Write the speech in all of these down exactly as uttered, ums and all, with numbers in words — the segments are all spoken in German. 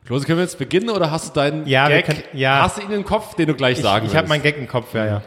Klose, können wir jetzt beginnen oder hast du deinen ja, Gag? Können, ja. Hast du ihn im Kopf, den du gleich sagen Ich, willst? ich habe meinen Gag im Kopf, ja, ja.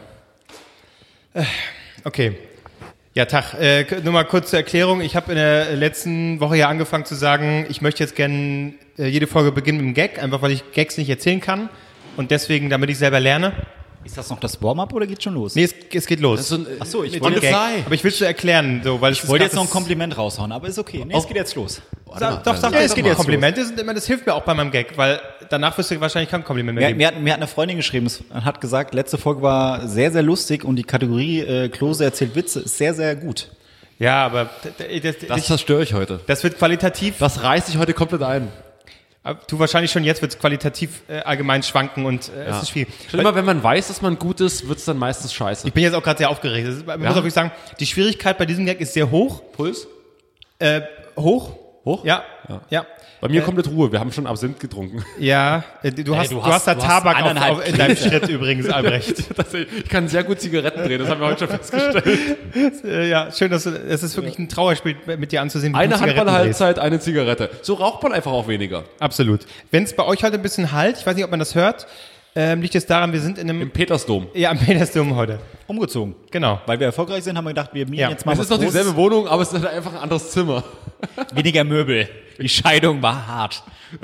Okay. Ja, Tag. Äh, nur mal kurz zur Erklärung. Ich habe in der letzten Woche ja angefangen zu sagen, ich möchte jetzt gerne äh, jede Folge beginnen mit einem Gag, einfach weil ich Gags nicht erzählen kann und deswegen, damit ich selber lerne. Ist das noch das Warm-up oder geht schon los? Nee, es, es geht los. Das ist so ein, Achso, ich mit wollte dem jetzt, Gag. Aber ich will es dir erklären, so, weil ich wollte jetzt noch ein Kompliment raushauen, aber ist okay. Nee, es geht jetzt los. Sag, doch, sag Ja, mir es doch geht mal. jetzt Komplimente sind immer, das hilft mir auch bei meinem Gag, weil danach wirst du wahrscheinlich kein Kompliment mehr Mir, geben. mir, hat, mir hat eine Freundin geschrieben, es hat gesagt, letzte Folge war sehr, sehr lustig und die Kategorie äh, Klose erzählt Witze ist sehr, sehr gut. Ja, aber das, das, Das zerstöre ich heute. das wird qualitativ, Das reißt sich heute komplett ein. du wahrscheinlich schon jetzt wird es qualitativ äh, allgemein schwanken und äh, es ist schwierig. Schon immer, wenn man weiß, dass man gut ist, wird es dann meistens scheiße. Ich bin jetzt auch gerade sehr aufgeregt. Das ist, man Ja? muss auch wirklich sagen, die Schwierigkeit bei diesem Gag ist sehr hoch. Puls? Äh, hoch? Hoch? Ja. Ja. ja. Bei mir komplett Ruhe. Wir haben schon Absinth getrunken. Ja, äh, du, hast, du du, hast- hast, da du hast Tabak auf, eineinhalb auf, in deinem Schritt übrigens, Albrecht. Das, ich kann sehr gut Zigaretten drehen, das haben wir heute schon festgestellt. äh, ja, schön, dass du, es ist wirklich ein Trauerspiel mit dir anzusehen. wie Eine du Zigaretten drehst. Handballhalbzeit, eine Zigarette. So raucht man einfach auch weniger. Absolut. Wenn es bei euch heute ein bisschen halt, ich weiß nicht, ob man das hört, ähm, liegt es daran, wir sind in einem, Im Petersdom. ja, am Petersdom heute. Umgezogen. Genau. Weil wir erfolgreich sind, haben wir gedacht, wir mieten Ja. jetzt mal Es was ist noch Großes. dieselbe Wohnung, aber es ist halt einfach ein anderes Zimmer. Weniger Möbel. Die Scheidung war hart.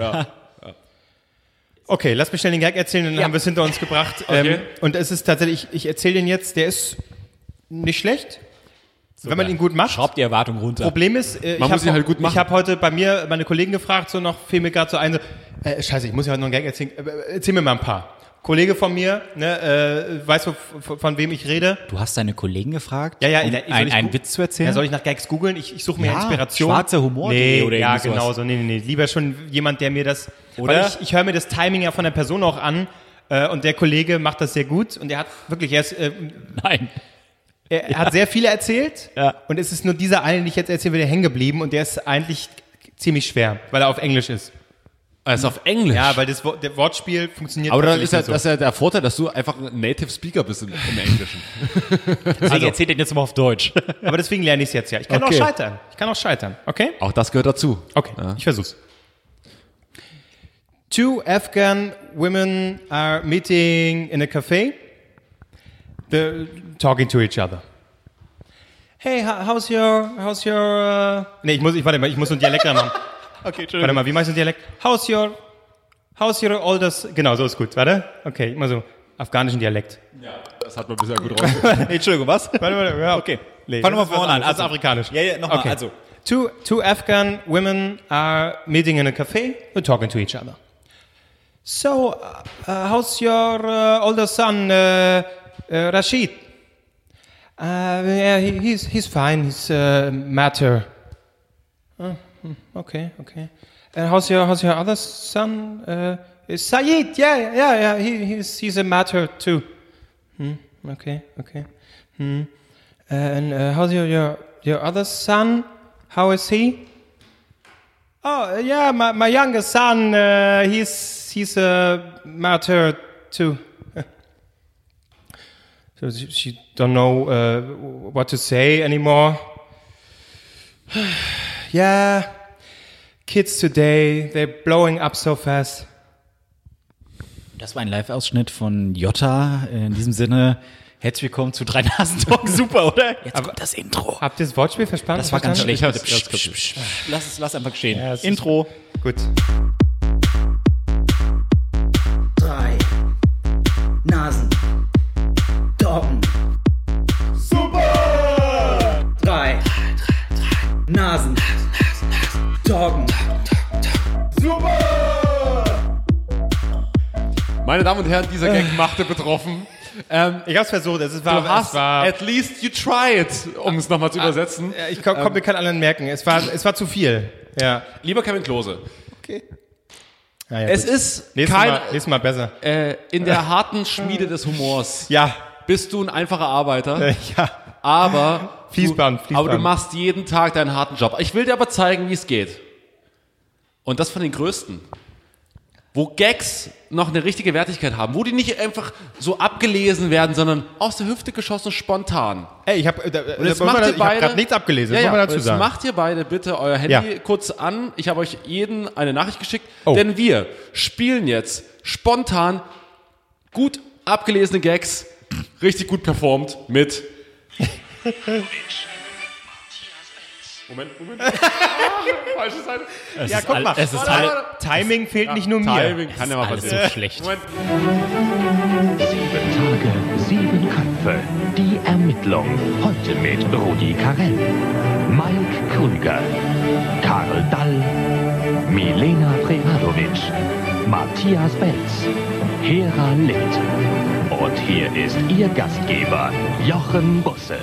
Okay, lass mich schnell den Gag erzählen, dann Ja. haben wir es hinter uns gebracht. Okay. Ähm, und es ist tatsächlich, ich, ich erzähle den jetzt, der ist nicht schlecht, wenn man ihn gut macht. Schraubt die Erwartung runter. Problem ist, äh, Man ich muss ihn habe halt gut machen. ich hab heute bei mir meine Kollegen gefragt, so noch fiel mir gerade so ein, so, äh, scheiße, ich muss ja heute noch einen Gag erzählen, äh, erzähl mir mal ein paar. Kollege von mir, ne, äh, weiß, von, von wem ich rede. Du hast deine Kollegen gefragt, Ja, ja, um soll ich ein, einen gu- Witz zu erzählen? Ja, soll ich nach Gags googeln? Ich, ich suche mir Ja, Inspiration. schwarzer Humor nee, oder ja, irgendwie sowas. genau so. Nee, nee, nee. Lieber schon jemand, der mir das, Oder? weil ich, ich höre mir das Timing ja von der Person auch an, äh, und der Kollege macht das sehr gut und er hat wirklich, er, ist, äh, Nein. er, er hat sehr viele erzählt Ja. und es ist nur dieser eine, den ich jetzt erzähle, der hängen geblieben und der ist eigentlich ziemlich schwer, weil er auf Englisch ist. Er ist auf Englisch. Ja, weil das Wo- der Wortspiel funktioniert aber dann natürlich ist ja, nicht so. das ist ja der Vorteil, dass du einfach ein Native Speaker bist im, im Englischen. Deswegen Also- erzählt den jetzt mal auf Deutsch. Aber deswegen lerne ich es jetzt ja. Ich kann Okay. auch scheitern. Ich kann auch scheitern. Okay? Auch das gehört dazu. Okay, ich versuch's. Two Afghan women are meeting in a cafe. They're talking to each other. Hey, ho- how's your, how's your, uh... Nee, ich muss, ich, warte mal, ich muss so einen Dialekt machen. Okay, Warte mal, wie meinst du einen Dialekt? How's your, how's your oldest... Genau, so ist gut, warte. Okay, immer so afghanischen Dialekt. Ja, das hat man bisher gut raus. Nee, Entschuldigung, was? Warte, warte, ja. Okay. Nee, Fangen wir das mal ist vorne was an. anderes, das ist afrikanisch. Ja, ja, nochmal. Okay. Also, Two, two Afghan women are meeting in a cafe. They're talking to each other. So, uh, uh, how's your uh, older son, uh, uh, Rashid? Uh, yeah, he, he's he's fine. He's uh, matter. Oh, hmm, okay, okay. And how's your how's your other son? Uh, is Saeed? Yeah, yeah, yeah. He, he's he's a matter too. Hmm, okay, okay. Hmm. And uh, how's your, your your other son? How is he? Oh yeah, my my youngest son. Uh, he's he's a matter too. So she, she don't know uh, what to say anymore. Yeah, kids today, they're blowing up so fast. das war ein Live-Ausschnitt von Jota. In diesem Sinne, herzlich willkommen zu Drei Nasen Talk. Super, oder? Jetzt kommt das Intro. Habt ihr das Wortspiel verstanden? Das war ganz verstanden? schlecht. Ich hab's- ich hab's Psch, psch, psch. Lass es, lass einfach stehen. Ja, es ist- Intro. Gut. Drei Nasen Doggen. Super! Drei Nasen Doggen. Meine Damen und Herren, dieser Gag machte betroffen. Ähm, Ich hab's versucht. Es war, du hast es war at least you tried, um es nochmal zu übersetzen. Ja, ich konnte mir keinen anderen merken. Es war, es war zu viel. Ja. Lieber Kevin Klose, ja, ja es gut. ist Nächstes kein, Mal, nächstes Mal besser. äh, in der harten Schmiede des Humors Ja. bist du ein einfacher Arbeiter, Äh, ja. aber, Fließband, du, Fließband. aber du machst jeden Tag deinen harten Job. Ich will dir aber zeigen, wie es geht. Und das von den Größten. wo Gags noch eine richtige Wertigkeit haben, wo die nicht einfach so abgelesen werden, sondern aus der Hüfte geschossen, spontan. Ey, ich habe Und jetzt macht ihr ich hab beide, gerade nichts abgelesen, ja, das ja, muss man dazu jetzt sagen. macht ihr beide bitte euer Handy Ja. kurz an. Ich habe euch jeden eine Nachricht geschickt, Oh. denn wir spielen jetzt spontan gut abgelesene Gags, richtig gut performt mit... Moment, Moment. Falsche Seite. Es Ja, ist guck all- mal, Es ist Warte, all- warte. Timing fehlt nicht nur mir. Timing kann ja mal alles passieren. so schlecht. Moment. Sieben Tage, sieben Köpfe. Die Ermittlung. Heute mit Rudi Carell, Mike Krüger, Karl Dall, Milena Preradovic, Matthias Belz, Hera Litt. Und hier ist Ihr Gastgeber, Jochen Busse.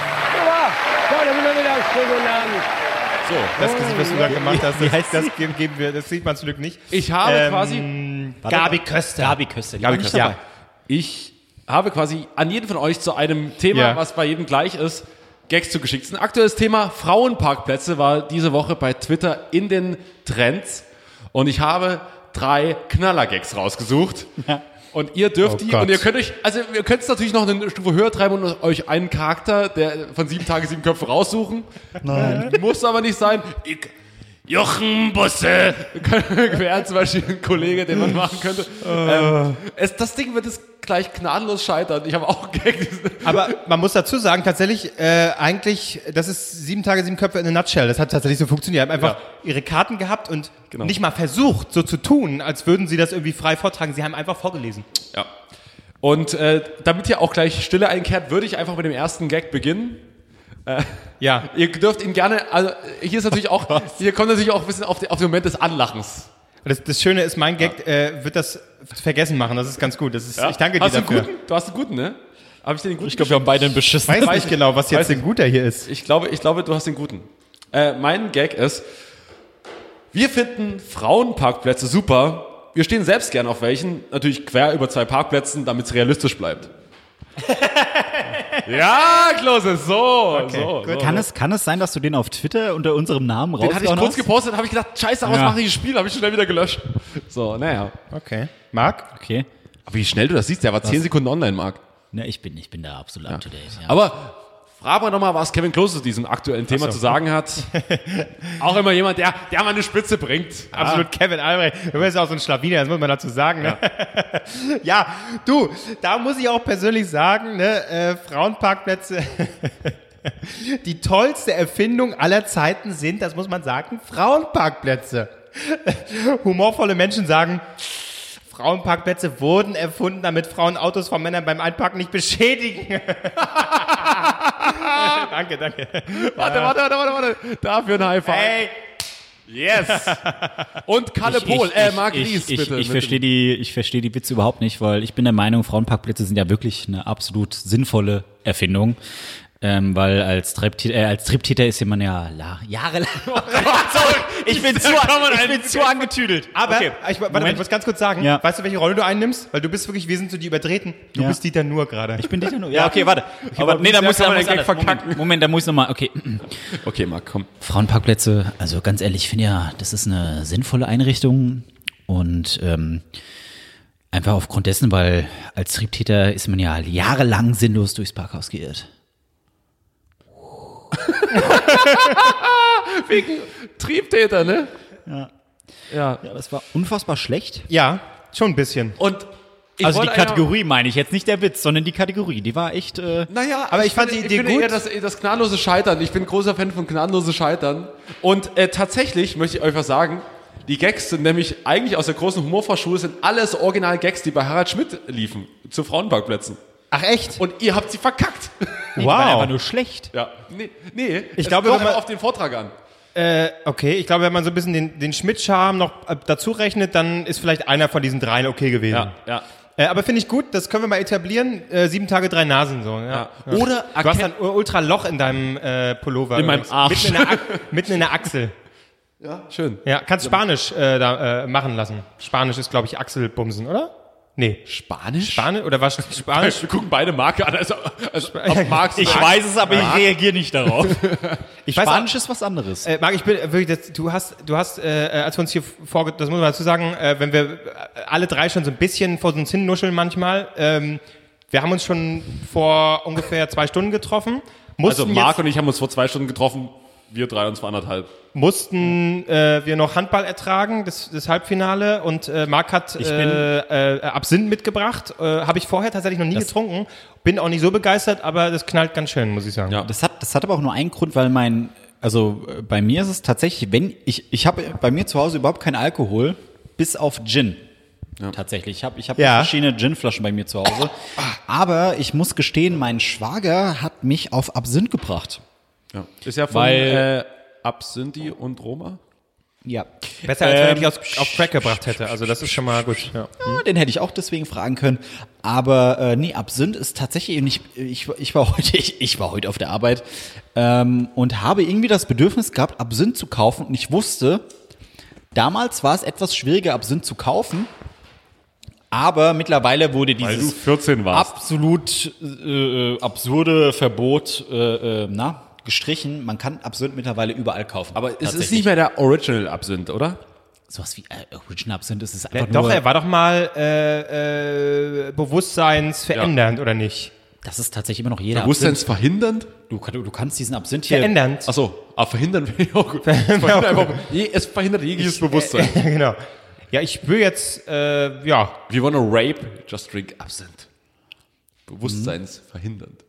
So, Das Gesicht, was du da gemacht hast, Wie das, heißt das geben geben wir, das sieht man zum Glück nicht. ich habe Ähm, quasi... Gabi Köster. Gabi Köster. Die Gabi war nicht Köster. dabei. Ja. Ich habe quasi an jeden von euch zu einem Thema, Ja. was bei jedem gleich ist, Gags zugeschickt. Das ist ein aktuelles Thema. Frauenparkplätze war diese Woche bei Twitter in den Trends. Und ich habe drei Knaller-Gags rausgesucht. Und ihr dürft Oh die, Gott. und ihr könnt euch, also ihr könnt es natürlich noch eine Stufe höher treiben und euch einen Charakter, der von sieben Tage, sieben Köpfe raussuchen. Nein. Muss aber nicht sein. Ich, Jochen Busse wäre zum Beispiel ein Kollege, den man machen könnte. Ähm, es, das Ding wird es gleich gnadenlos scheitern. Ich habe auch Gags. Aber man muss dazu sagen, tatsächlich, äh, eigentlich, das ist sieben Tage, sieben Köpfe in a nutshell. Das hat tatsächlich so funktioniert. Die haben einfach Ja. ihre Karten gehabt und Genau. nicht mal versucht, so zu tun, als würden sie das irgendwie frei vortragen. Sie haben einfach vorgelesen. Ja. Und äh, damit hier auch gleich Stille einkehrt, würde ich einfach mit dem ersten Gag beginnen. Ja. Ihr dürft ihn gerne, also hier ist natürlich auch, hier kommt natürlich auch ein bisschen auf den, auf den Moment des Anlachens. Das, das Schöne ist, mein Gag äh, wird das vergessen machen. Das ist ganz gut. Das ist, Ich danke dir Hast du dafür. einen guten? Du hast einen guten, ne? Habe ich dir den guten? Ich glaube, wir haben beide einen beschissen. Weiß nicht genau, was jetzt Weiß ein guter hier ist. Ich glaube, ich glaube, du hast den guten. Äh, mein Gag ist, wir finden Frauenparkplätze super. Wir stehen selbst gern auf welchen, natürlich quer über zwei Parkplätzen, damit es realistisch bleibt. Ja, Klose, so, so, so. Kann es, kann es sein, dass du den auf Twitter unter unserem Namen Den hatte ich rausgehauen kurz hast? gepostet, habe ich gedacht, scheiße, was Ja. mache ich das Spiel? Habe ich schnell wieder gelöscht. So, naja. Okay. Marc? Okay. Aber wie schnell du das siehst, der war zehn Sekunden online, Marc. Ne, ich bin, ich bin da absolut up to date. Ja. Aber fragen wir doch mal, was Kevin Klose zu diesem aktuellen Thema zu sagen hat. Auch immer jemand, der, der mal eine Spitze bringt. Absolut Kevin Albrecht. Du bist auch so ein Schlawiner, das muss man dazu sagen. Ne? Ja. ja, du, da muss ich auch persönlich sagen, ne, äh, Frauenparkplätze, die tollste Erfindung aller Zeiten sind, das muss man sagen, Frauenparkplätze. Humorvolle Menschen sagen, Frauenparkplätze wurden erfunden, damit Frauen Autos von Männern beim Einparken nicht beschädigen. Danke, danke. Warte, warte, warte, warte, warte. Dafür ein High Five. Hey, Yes. Und Kalle Ich- Pohl, ich- äh, ich- Marc ich, Ries, ich, bitte. Ich mit verstehe die, ich verstehe die Witze überhaupt nicht, weil ich bin der Meinung, Frauenparkplätze sind ja wirklich eine absolut sinnvolle Erfindung. Ähm, weil als Triebtäter, äh, als Triebtäter ist man ja la- jahrelang. Sorry, ich bin zu, ich bin zu angetüdelt. aber Okay. ich, warte, mal, ich muss ganz kurz sagen, Ja. weißt du, welche Rolle du einnimmst? Weil du bist wirklich, wir sind so die Überdrehten. Du Ja. bist Dieter Nur gerade. Ich bin Dieter nur. Ja, okay, warte. aber aber nee, da bisher muss kann da man muss den Gag anders. verkacken. Moment, Moment, da muss ich nochmal. Okay. Okay, Marc, komm. Frauenparkplätze, also ganz ehrlich, ich finde ja, das ist eine sinnvolle Einrichtung und ähm, einfach aufgrund dessen, weil als Triebtäter ist man ja jahrelang sinnlos durchs Parkhaus geirrt. Wegen Triebtäter, ne? Ja. Ja. Ja, das war unfassbar schlecht. Ja, schon ein bisschen. Und ich Also die wollte Kategorie meine ich jetzt nicht der Witz, sondern die Kategorie, die war echt. Äh, Einfach, naja, Aber ich fand finde, die Idee ich finde gut. eher das, das gnadenlose Scheitern. Ich bin großer Fan von gnadenlose Scheitern. Und äh, tatsächlich möchte ich euch was sagen. Die Gags sind nämlich eigentlich aus der großen Humorvorschule, sind alles Original-Gags, die bei Harald Schmidt liefen, zu Frauenparkplätzen. Ach echt? Und ihr habt sie verkackt. die waren Wow. einfach nur schlecht. Ja, nee, nee. Ich es glaube, kommt wenn man- aber auf den Vortrag an. Äh, okay, ich glaube, wenn man so ein bisschen den, den Schmidt-Charme noch äh, dazu rechnet, dann ist vielleicht einer von diesen dreien okay gewesen. Ja, ja. Äh, aber finde ich gut, das können wir mal etablieren. Äh, sieben Tage, drei Nasen so. Ja. Ja. Oder Du hast ein ultra Loch in deinem äh, Pullover. In meinem übrigens. Arsch. Mitten in, der, Ach- mitten in der Achsel. Ja, schön. Ja, kannst Spanisch äh, da, äh, machen lassen. Spanisch ist, glaube ich, Achselbumsen, oder? Nee. Spanisch? Spanisch? Oder was? Spanisch? Wir gucken beide Marke an, also, also ob Marc Ich sagt. weiß es, aber ich reagiere nicht darauf. Ich weiß Spanisch ist was anderes. Äh, Marc, ich bin wirklich, das, du hast, du hast, äh, als wir uns hier vorge, das muss man dazu sagen, äh, wenn wir alle drei schon so ein bisschen vor uns hin nuscheln manchmal, ähm, wir haben uns schon vor ungefähr zwei Stunden getroffen, mussten Also Marc jetzt, und ich haben uns vor zwei Stunden getroffen, wir drei uns vor anderthalb. mussten äh, wir noch Handball ertragen, das, das Halbfinale, und äh, Marc hat bin- äh, äh, Absinth mitgebracht, äh, habe ich vorher tatsächlich noch nie getrunken, bin auch nicht so begeistert, aber das knallt ganz schön, muss ich sagen. Ja. Das hat, das hat aber auch nur einen Grund, weil mein, also äh, bei mir ist es tatsächlich, wenn ich, ich habe bei mir zu Hause überhaupt keinen Alkohol, bis auf Gin. Tatsächlich. Ich habe ich hab Ja. verschiedene Gin-Flaschen bei mir zu Hause. Aber ich muss gestehen, mein Schwager hat mich auf Absinth gebracht. Ja. Ist ja von Weil- äh, Absinthi und Roma. Ja. Besser, als wenn er Ähm, dich auf, auf Crack gebracht hätte, also das ist schon mal gut. Ja. Ja, den hätte ich auch deswegen fragen können. Aber äh, nee, Absinth ist tatsächlich nicht. Ich, ich war heute, ich, ich war heute auf der Arbeit ähm, und habe irgendwie das Bedürfnis gehabt, Absinth zu kaufen. Und ich wusste, damals war es etwas schwieriger, Absinth zu kaufen. Aber mittlerweile wurde Weil du dieses vierzehn warst. absolut äh, absurde Verbot äh, äh, na, gestrichen. Man kann Absinth mittlerweile überall kaufen. Aber es ist Tatsächlich. nicht mehr der Original Absinth, oder? sowas wie äh, Original Absinth. Es ist Ja, einfach doch, nur. er war doch mal äh, äh, bewusstseinsverändernd, oder nicht? Das ist tatsächlich immer noch jeder Bewusstseinsverhindernd? Du, du kannst diesen Absinth hier. Verändernd. Achso, aber verhindern will ich auch gut. Es verhindert, einfach, je, es verhindert jegliches Bewusstsein. Genau. Ja, ich will jetzt, äh, ja, If you wanna rape, just drink Absinth. Bewusstseinsverhindernd.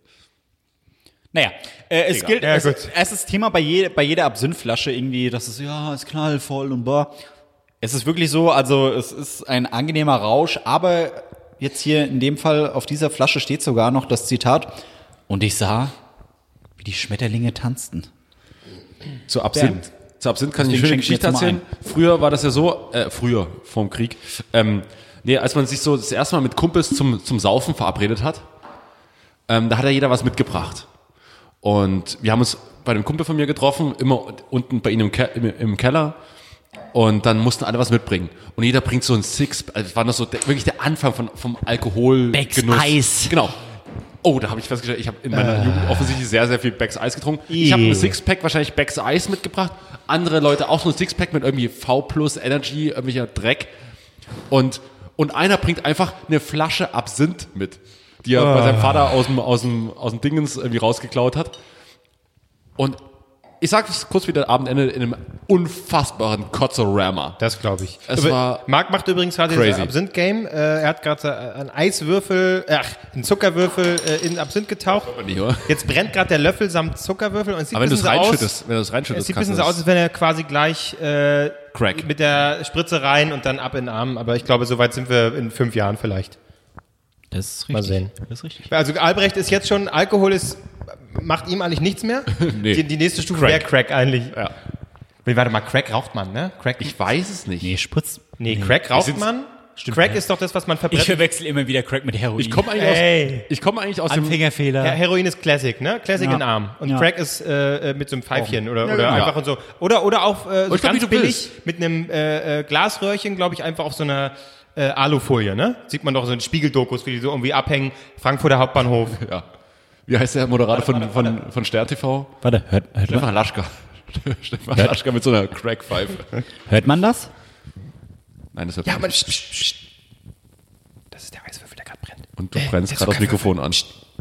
Naja, äh, es Egal. gilt, Ja, es, gut. es ist Thema bei, je, bei jeder Absinthflasche irgendwie, dass es, ja, ist knallvoll und blah. Es ist wirklich so, also es ist ein angenehmer Rausch, aber jetzt hier in dem Fall auf dieser Flasche steht sogar noch das Zitat: Und ich sah, wie die Schmetterlinge tanzten. Zu Absinth. Zu Absinth kann ich eine Deswegen schöne schenken wir Geschichte jetzt mal erzählen. Früher war das ja so, äh, früher, vorm Krieg, ähm, nee, als man sich so das erste Mal mit Kumpels zum, zum Saufen verabredet hat, ähm, da hat ja jeder was mitgebracht. Und wir haben uns bei einem Kumpel von mir getroffen, immer unten bei ihm im, Ke im, im Keller. Und dann mussten alle was mitbringen. Und jeder bringt so ein Six, also das war noch so der, wirklich der Anfang von, vom Alkoholgenuss. Becks Eis. Genau. Oh, da habe ich festgestellt, ich habe in meiner Jugend offensichtlich sehr, sehr viel Becks Eis getrunken. Ich habe ein Sixpack, wahrscheinlich Becks Eis mitgebracht. Andere Leute auch so ein Sixpack mit irgendwie V plus Energy, irgendwelcher Dreck. Und, und einer bringt einfach eine Flasche Absinth mit, die er bei seinem Vater aus dem, aus dem, aus dem Dingens irgendwie rausgeklaut hat. Und ich sage es kurz wie der Abendende in einem unfassbaren Kotzorama. das glaube ich. Es Über- war Marc macht übrigens gerade crazy. dieses Absinth-Game. Äh, er hat gerade einen Eiswürfel, ach, einen Zuckerwürfel äh, in Absinth getaucht. nicht, oder? Jetzt brennt gerade der Löffel samt Zuckerwürfel und es sieht Aber wenn ein du es bisschen so aus, reinschüttest, wenn du es es reinschüttest, sieht ein kannst bisschen du so aus, das als wenn er quasi gleich äh, Crack. mit der Spritze rein und dann ab in den Arm. Aber ich glaube, soweit sind wir in fünf Jahren vielleicht. Das ist richtig. Mal sehen. Das ist richtig. Also Albrecht ist jetzt schon, Alkohol ist, macht ihm eigentlich nichts mehr. Nee. Die, die nächste Stufe Crack. wäre Crack eigentlich. Ja. Nee, warte mal, Crack raucht man, ne? Crack, Ich weiß es nicht. Nee, Spritz. nee, Crack raucht sind's- man. Crack ist doch das, was man Ich verbrennt. verwechsel immer wieder Crack mit Heroin. Ich komme eigentlich, aus- Ey. ich komme eigentlich aus dem... Anfängerfehler. Ja, Heroin ist Classic, ne? Classic Ja. in Arm. Und Ja. Crack ist äh, äh, mit so einem Pfeifchen oder, oder genau. einfach und so. Oder, oder auch äh, so Ich glaub, ganz wie du billig willst. mit einem äh, äh, Glasröhrchen, glaube ich, einfach auf so einer äh, Alufolie, ne? Sieht man doch so in Spiegeldokus, wie die so irgendwie abhängen. Frankfurter Hauptbahnhof. Ja. Wie heißt der Moderator von, von, von Stern T V? Warte, hört, hört, man, Stefan Laschka. Stefan Laschka mit so einer Crack-Pfeife. hört man das? Nein, das hört Ja, man man. nicht. Psst, psst, psst. Das ist der Eiswürfel, der gerade brennt. Und du brennst der gerade das Zuckerwürfel. Mikrofon an.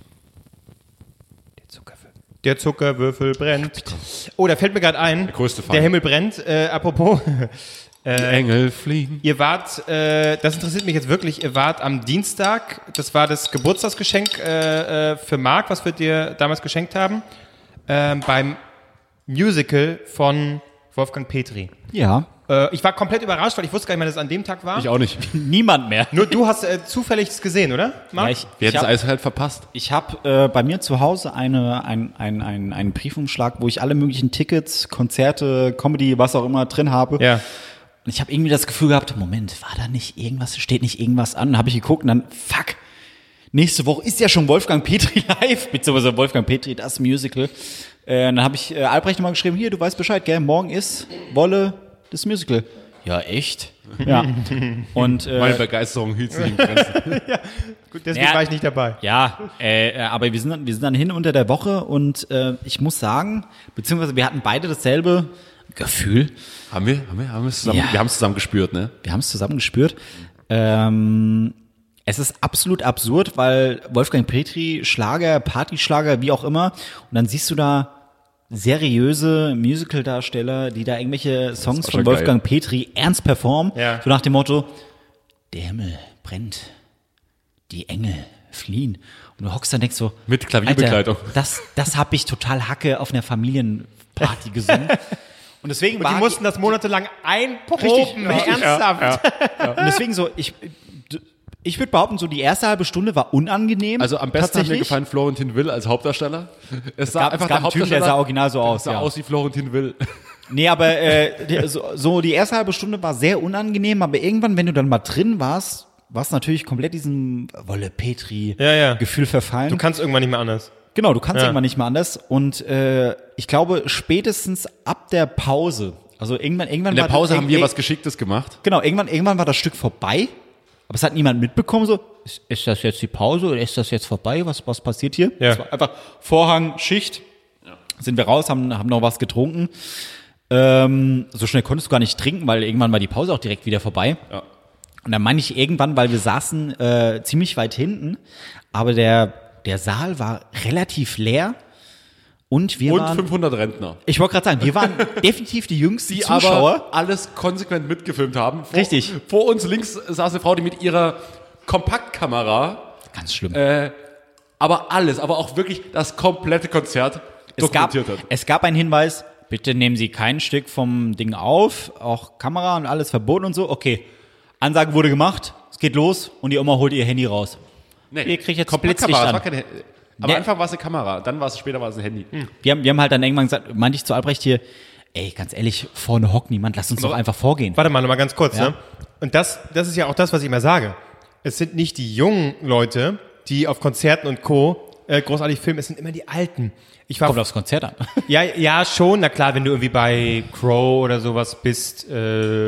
Der Zuckerwürfel. Der Zuckerwürfel brennt. Oh, da fällt mir gerade ein. Der größte Feind. Der Himmel brennt. Äh, apropos. Die Engel fliegen. Ihr wart, äh, das interessiert mich jetzt wirklich, ihr wart am Dienstag, das war das Geburtstagsgeschenk äh, äh, für Marc, was wir dir damals geschenkt haben, ähm, beim Musical von Wolfgang Petri. Ja. Äh, ich war komplett überrascht, weil ich wusste gar nicht mehr, dass es an dem Tag war. Ich auch nicht. Niemand mehr. Nur du hast äh, zufällig es gesehen, oder, Marc? Ja, ich Wir hätten ich das hab- Eis halt verpasst. Ich habe äh, bei mir zu Hause eine, ein, ein, ein, einen Briefumschlag, wo ich alle möglichen Tickets, Konzerte, Comedy, was auch immer drin habe. Ja. Und ich habe irgendwie das Gefühl gehabt, Moment, war da nicht irgendwas, steht nicht irgendwas an? Dann habe ich geguckt und dann, fuck, nächste Woche ist ja schon Wolfgang Petri live, beziehungsweise Wolfgang Petri, das Musical. Äh, dann habe ich äh, Albrecht nochmal geschrieben, hier, du weißt Bescheid, gell, morgen ist Wolle, das Musical. ja, echt? Ja. Und, Meine äh, Begeisterung hielt sich in Grenzen. Gut, deswegen Ja. war ich nicht dabei. ja, äh, aber wir sind, dann- wir sind dann hin unter der Woche und äh, ich muss sagen, beziehungsweise wir hatten beide dasselbe Gefühl. haben wir, haben wir, haben wir es zusammen, Ja. wir haben es zusammen gespürt, ne? Wir haben es zusammen gespürt. Ähm, es ist absolut absurd, weil Wolfgang Petri, Schlager, Partyschlager, wie auch immer, und dann siehst du da seriöse Musical-Darsteller, die da irgendwelche Songs auch von schon Wolfgang Petri ernst performen, Ja. so nach dem Motto, der Himmel brennt, die Engel fliehen. Und du hockst dann und denkst so, Mit Klavierbegleitung. Alter, das, das habe ich total Hacke auf einer Familienparty gesungen. Und deswegen Und war die mussten das monatelang einproben, Richtig, ernsthaft. Und deswegen so, ich, ich würde behaupten, so die erste halbe Stunde war unangenehm. Also am besten hat mir tatsächlich. gefallen Florentin Will als Hauptdarsteller. Es sah gab- einfach es gab der einen Typen, der Hauptdarsteller sah original so aus, sah ja. aus wie Florentin Will. Nee, aber äh, die, so, so die erste halbe Stunde war sehr unangenehm, aber irgendwann, wenn du dann mal drin warst, warst natürlich komplett diesem Wolle Petri Ja, ja. Gefühl verfallen. Du kannst irgendwann nicht mehr anders. Genau, du kannst Ja. irgendwann nicht mehr anders. Und äh, ich glaube, spätestens ab der Pause, also irgendwann, irgendwann In der war Pause irg- haben wir irg- was Geschicktes gemacht. Genau, irgendwann, irgendwann war das Stück vorbei, aber es hat niemand mitbekommen, so, ist, ist das jetzt die Pause oder ist das jetzt vorbei? Was, was passiert hier? Ja. Es war einfach Vorhang, Schicht, sind wir raus, haben, haben noch was getrunken. Ähm, so schnell konntest du gar nicht trinken, weil irgendwann war die Pause auch direkt wieder vorbei. Ja. Und dann meine ich irgendwann, weil wir saßen äh, ziemlich weit hinten, aber der, der Saal war relativ leer und wir Und waren, fünfhundert Rentner. ich wollte gerade sagen, wir waren definitiv die jüngsten Die Zuschauer. aber alles konsequent mitgefilmt haben. Vor, Richtig. Vor uns links saß eine Frau, die mit ihrer Kompaktkamera, Ganz schlimm. aber alles, aber auch wirklich das komplette Konzert Es gab, dokumentiert hat. es gab einen Hinweis, bitte nehmen Sie kein Stück vom Ding auf, auch Kamera und alles verboten und so. Okay, Ansage wurde gemacht, es geht los und die Oma holt ihr Handy raus. Nee, Ihr kriegt jetzt Kompaktkamera, Blitzlicht das an. war keine, am Nee. Anfang war es eine Kamera, dann war es später war es ein Handy. Wir haben, wir haben halt dann irgendwann gesagt, meinte ich zu Albrecht hier, ey, ganz ehrlich, vorne hockt niemand, lass uns doch einfach vorgehen. Warte mal, noch mal ganz kurz, Ja. ne? Und das, das ist ja auch das, was ich immer sage. Es sind nicht die jungen Leute, die auf Konzerten und Co. Äh, großartig filmen, es sind immer die Alten. Ich war Kommt aufs Konzert an. Ja, ja, schon. Na klar, wenn du irgendwie bei Crow oder sowas bist, äh,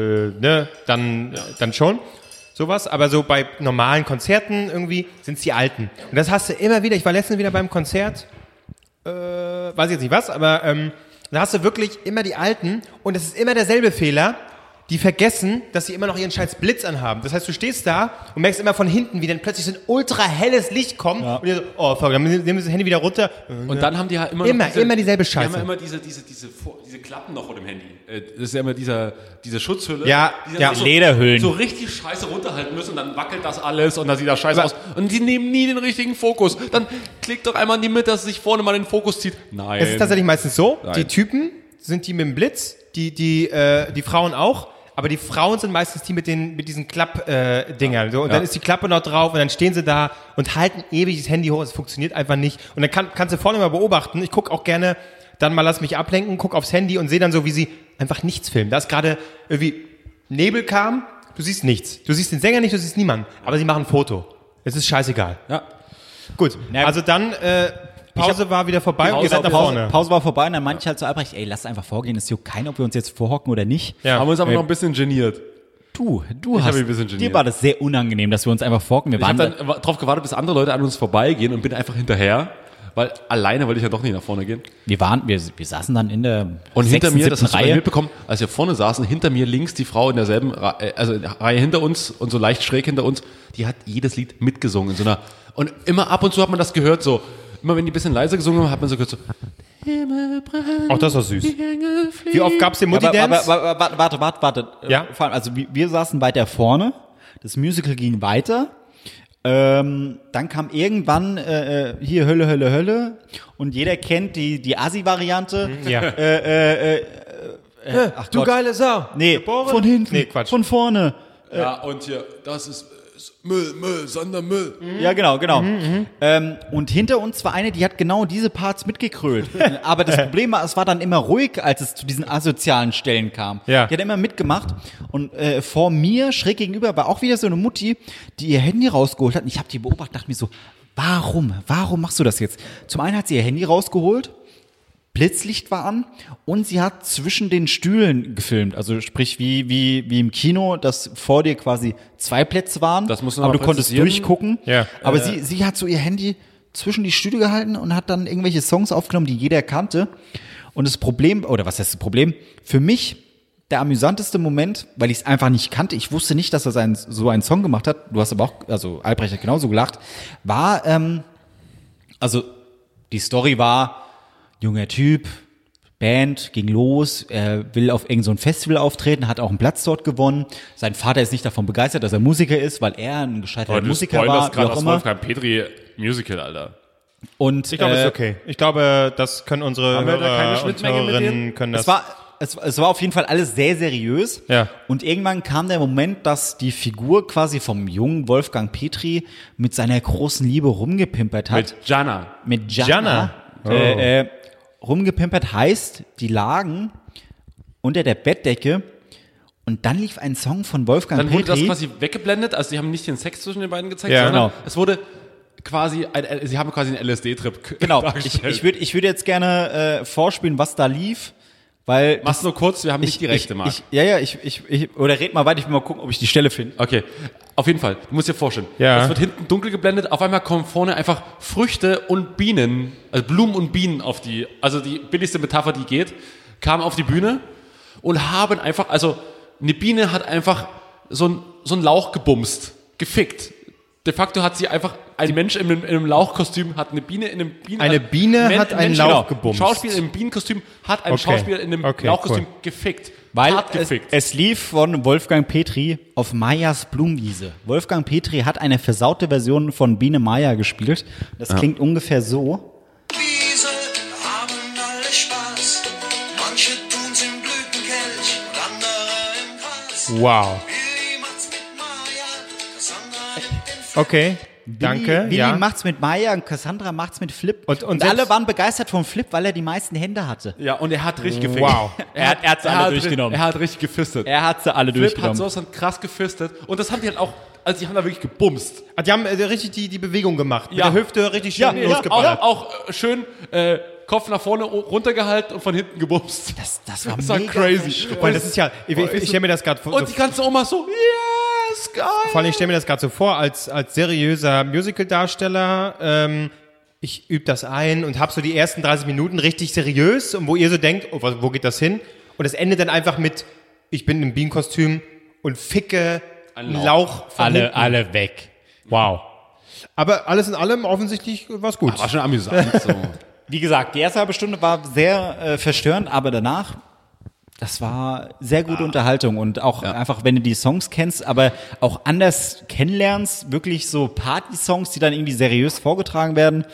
ne, dann, dann schon. Sowas. Aber so bei normalen Konzerten irgendwie sind es die Alten. Und das hast du immer wieder. Ich war letztens wieder beim Konzert, äh, weiß ich jetzt nicht was, aber ähm, da hast du wirklich immer die Alten und es ist immer derselbe Fehler. Die vergessen, dass sie immer noch ihren scheiß Blitz anhaben. Das heißt, du stehst da und merkst immer von hinten, wie dann plötzlich so ein ultra helles Licht kommt und ihr so, oh fuck, dann nehmen sie das Handy wieder runter. Und dann haben die ja immer Immer, noch diese, immer dieselbe Die Scheiße. haben ja immer diese, diese, diese, Vor- diese Klappen noch vor dem Handy. Äh, Das ist ja immer dieser, diese Schutzhülle. Ja, die dann ja. so, Lederhüllen. so richtig scheiße runterhalten müssen und dann wackelt das alles und dann sieht das scheiße aus. Und die nehmen nie den richtigen Fokus. Dann klickt doch einmal in die Mitte, dass es sich vorne mal den Fokus zieht. Nein. Es ist tatsächlich meistens so, Nein. die Typen sind die mit dem Blitz, die, die, äh, die Frauen auch, aber die Frauen sind meistens die mit den, mit diesen Klapp-Dingern. Äh, Dingern. so, und Ja. dann ist die Klappe noch drauf und dann stehen sie da und halten ewig das Handy hoch, es funktioniert einfach nicht. Und dann kann, kannst du vorne mal beobachten, ich gucke auch gerne, dann mal lass mich ablenken, guck aufs Handy und sehe dann so, wie sie einfach nichts filmen. Da ist gerade irgendwie Nebel kam, du siehst nichts. Du siehst den Sänger nicht, du siehst niemanden, aber sie machen ein Foto. Es ist scheißegal. Ja. Gut, Ja. also dann, äh, Pause war wieder vorbei und ihr seid nach Pause, vorne. Pause war vorbei und dann meinte ich halt zu Albrecht, ey, lass einfach vorgehen, es juckt keiner, ob wir uns jetzt vorhocken oder nicht. Ja. Haben uns aber noch ein bisschen geniert. Du, du Ich hast, hab mich ein bisschen dir geniert. war das sehr unangenehm, dass wir uns einfach vorhocken. Wir Ich habe waren dann darauf gewartet, bis andere Leute an uns vorbeigehen und bin einfach hinterher, weil alleine wollte ich ja doch nicht nach vorne gehen. Wir waren, wir, wir saßen dann in der Und hinter sechsten, mir, das siebten hast du Reihe. mitbekommen, als wir vorne saßen, hinter mir links die Frau in derselben Ra- äh, also in der Reihe hinter uns und so leicht schräg hinter uns, die hat jedes Lied mitgesungen in so einer, und immer ab und zu hat man das gehört so, immer wenn die ein bisschen leiser gesungen haben, hat man so gehört so, Auch das war süß. Wie oft gab's den aber, aber, Multidance? aber, aber, warte, warte, warte. Ja? Vor allem, also wir, wir saßen weiter vorne, das Musical ging weiter. Ähm, dann kam irgendwann äh, hier Hölle, Hölle, Hölle und jeder kennt die, die Assi-Variante. Ja. Äh, äh, äh, äh, ach du Gott. geile Sau. Nee, Geboren? von hinten, Nee, Quatsch. von vorne. ja, und hier, das ist, ist Müll, Müll, Sondermüll. Ja, genau, genau. Ähm, und hinter uns war eine, die hat genau diese Parts mitgekrölt. Aber das Problem war, es war dann immer ruhig, als es zu diesen asozialen Stellen kam. Ja. Die hat immer mitgemacht. Und äh, vor mir, schräg gegenüber, war auch wieder so eine Mutti, die ihr Handy rausgeholt hat. Und ich habe die beobachtet, dachte mir so, warum? Warum machst du das jetzt? Zum einen hat sie ihr Handy rausgeholt Blitzlicht war an und sie hat zwischen den Stühlen gefilmt. Also sprich wie wie wie im Kino, dass vor dir quasi zwei Plätze waren, Das muss man aber aber du konntest präzisieren. durchgucken. Ja. Aber Äh. sie sie hat so ihr Handy zwischen die Stühle gehalten und hat dann irgendwelche Songs aufgenommen, die jeder kannte. Und das Problem, oder was heißt das Problem? Für mich der amüsanteste Moment, weil ich es einfach nicht kannte, ich wusste nicht, dass er seinen, so einen Song gemacht hat, du hast aber auch, also Albrecht hat genauso gelacht, war, ähm, also die Story war, junger Typ, Band, ging los, er will auf irgend so ein Festival auftreten, hat auch einen Platz dort gewonnen. Sein Vater ist nicht davon begeistert, dass er Musiker ist, weil er ein gescheiterter du Musiker spoilerst war, wie gerade auch aus immer. Wolfgang Petri Musical, Alter. Und Ich glaube, äh, es ist okay. Ich glaube, das können unsere Haben wir da keine Hörer und Schnittmenge mit Hörerinnen können das. Es war, es, es war auf jeden Fall alles sehr seriös. Ja. Und irgendwann kam der Moment, dass die Figur quasi vom jungen Wolfgang Petri mit seiner großen Liebe rumgepimpert hat. Mit Jana. Mit Jana. Jana. Äh, äh, rumgepimpert heißt, die lagen unter der Bettdecke und dann lief ein Song von Wolfgang Dann wurde das Petri. quasi weggeblendet, also sie haben nicht den Sex zwischen den beiden gezeigt, Ja, sondern genau. es wurde quasi, ein, ein, sie haben quasi einen L S D-Trip Genau, ich, dargestellt. ich würde ich würd jetzt gerne äh, vorspielen, was da lief, weil Mach's nur kurz, wir haben nicht die Rechte, ich, Marc. ich, Ja, ja, ich, ich, ich, oder red mal weiter, ich will mal gucken, ob ich die Stelle finde. Okay, auf jeden Fall, du musst dir vorstellen, Ja. es wird hinten dunkel geblendet, auf einmal kommen vorne einfach Früchte und Bienen, also Blumen und Bienen auf die, also die billigste Metapher, die geht, kamen auf die Bühne und haben einfach, also eine Biene hat einfach so ein, so ein Lauch gebumst, gefickt. De facto hat sie einfach, ein Mensch in einem, in einem Lauchkostüm hat eine Biene in einem Bienen... Eine Biene Men- hat einen Mensch, Lauch genau. gebumst. Ein Schauspieler in einem Bienenkostüm hat einen Okay. Schauspieler in einem Okay, Lauchkostüm cool. gefickt. Weil Hart es, gefickt. es lief von Wolfgang Petri auf Mayas Blumenwiese. Wolfgang Petri hat eine versaute Version von Biene Maya gespielt. Das klingt ungefähr so. Wiese haben alle Spaß. Manche tun's im Blütenkelch und andere im Gras. Wow. Willi macht's mit Maya, Cassandra nimmt den Flip. Okay. Danke. Willi, Willi ja. macht's mit Maya und Cassandra macht's mit Flip. Und- und alle selbst- waren begeistert vom Flip, weil er die meisten Hände hatte. Ja, und er hat richtig gefickt. Wow. Er hat, er hat sie alle hat, durchgenommen. Er hat richtig gefistet. Er hat sie alle Flip hat durchgenommen. sowas dann krass gefistet. Und das haben die halt auch, also die haben da wirklich gebumst. Ah, die haben äh, richtig die, die Bewegung gemacht. Ja. Mit der Hüfte richtig schön auch, losgeballert. auch äh, schön äh, Kopf nach vorne o- runtergehalten und von hinten gebumst. Das, das war Das war mega crazy. Weil das ist ja, ich, ich, ich stelle mir das gerade vor. Und So, die ganze Oma so, yes, geil. vor allem, ich stelle mir das gerade so vor, als, als seriöser Musical-Darsteller, ähm, ich übe das ein und habe so die ersten dreißig Minuten richtig seriös und wo ihr so denkt, oh, wo, wo geht das hin? Und es endet dann einfach mit, ich bin im Bienenkostüm und ficke einen Lauch. Lauch von alle, hinten. alle weg. Wow. Aber alles in allem offensichtlich was gut. War schon amüsant. So. Wie gesagt, die erste halbe Stunde war sehr äh, verstörend, aber danach, das war sehr gute Unterhaltung und auch einfach, wenn du die Songs kennst, aber auch anders kennenlernst, wirklich so Party-Songs, die dann irgendwie seriös vorgetragen werden.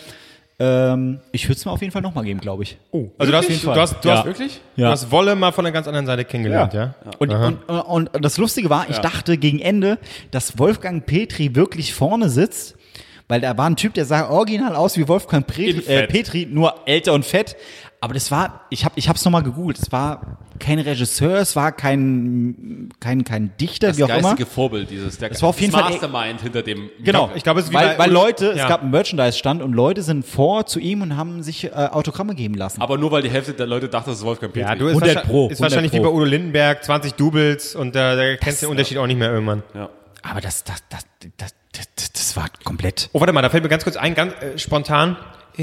Ähm, ich würde es mir auf jeden Fall nochmal geben, glaube ich. Oh, also du hast, Auf jeden Fall. du hast, du Ja. hast, Wirklich? du hast Wolle mal von der ganz anderen Seite kennengelernt, ja? Und, und, und, und das Lustige war, ich dachte gegen Ende, dass Wolfgang Petri wirklich vorne sitzt, weil da war ein Typ, der sah original aus wie Wolfgang Petri, In äh, Fett. Petri, nur älter und fett. Aber das war, ich habe ich hab's nochmal gegoogelt, es war kein Regisseur, es war kein, kein, kein Dichter, Das wie auch immer. geistige Vorbild, dieses der Das war auf jeden Fall- Mastermind hinter dem. Genau, Ich glaube, es ist wie weil, bei weil Ulf- Leute, ja. es gab einen Merchandise-Stand und Leute sind vor zu ihm und haben sich äh, Autogramme geben lassen. Aber nur weil die Hälfte der Leute dachte, das ist Wolfgang Petri. Ja, du ist, hundert wahrscheinlich- Pro, ist wahrscheinlich hundert wie bei Pro. Udo Lindenberg, zwanzig Doubles und äh, da kennst du den Unterschied auch nicht mehr irgendwann. Ja. Aber das, das, das, das, das, das war komplett. Oh, warte mal, da fällt mir ganz kurz ein, ganz äh, spontan.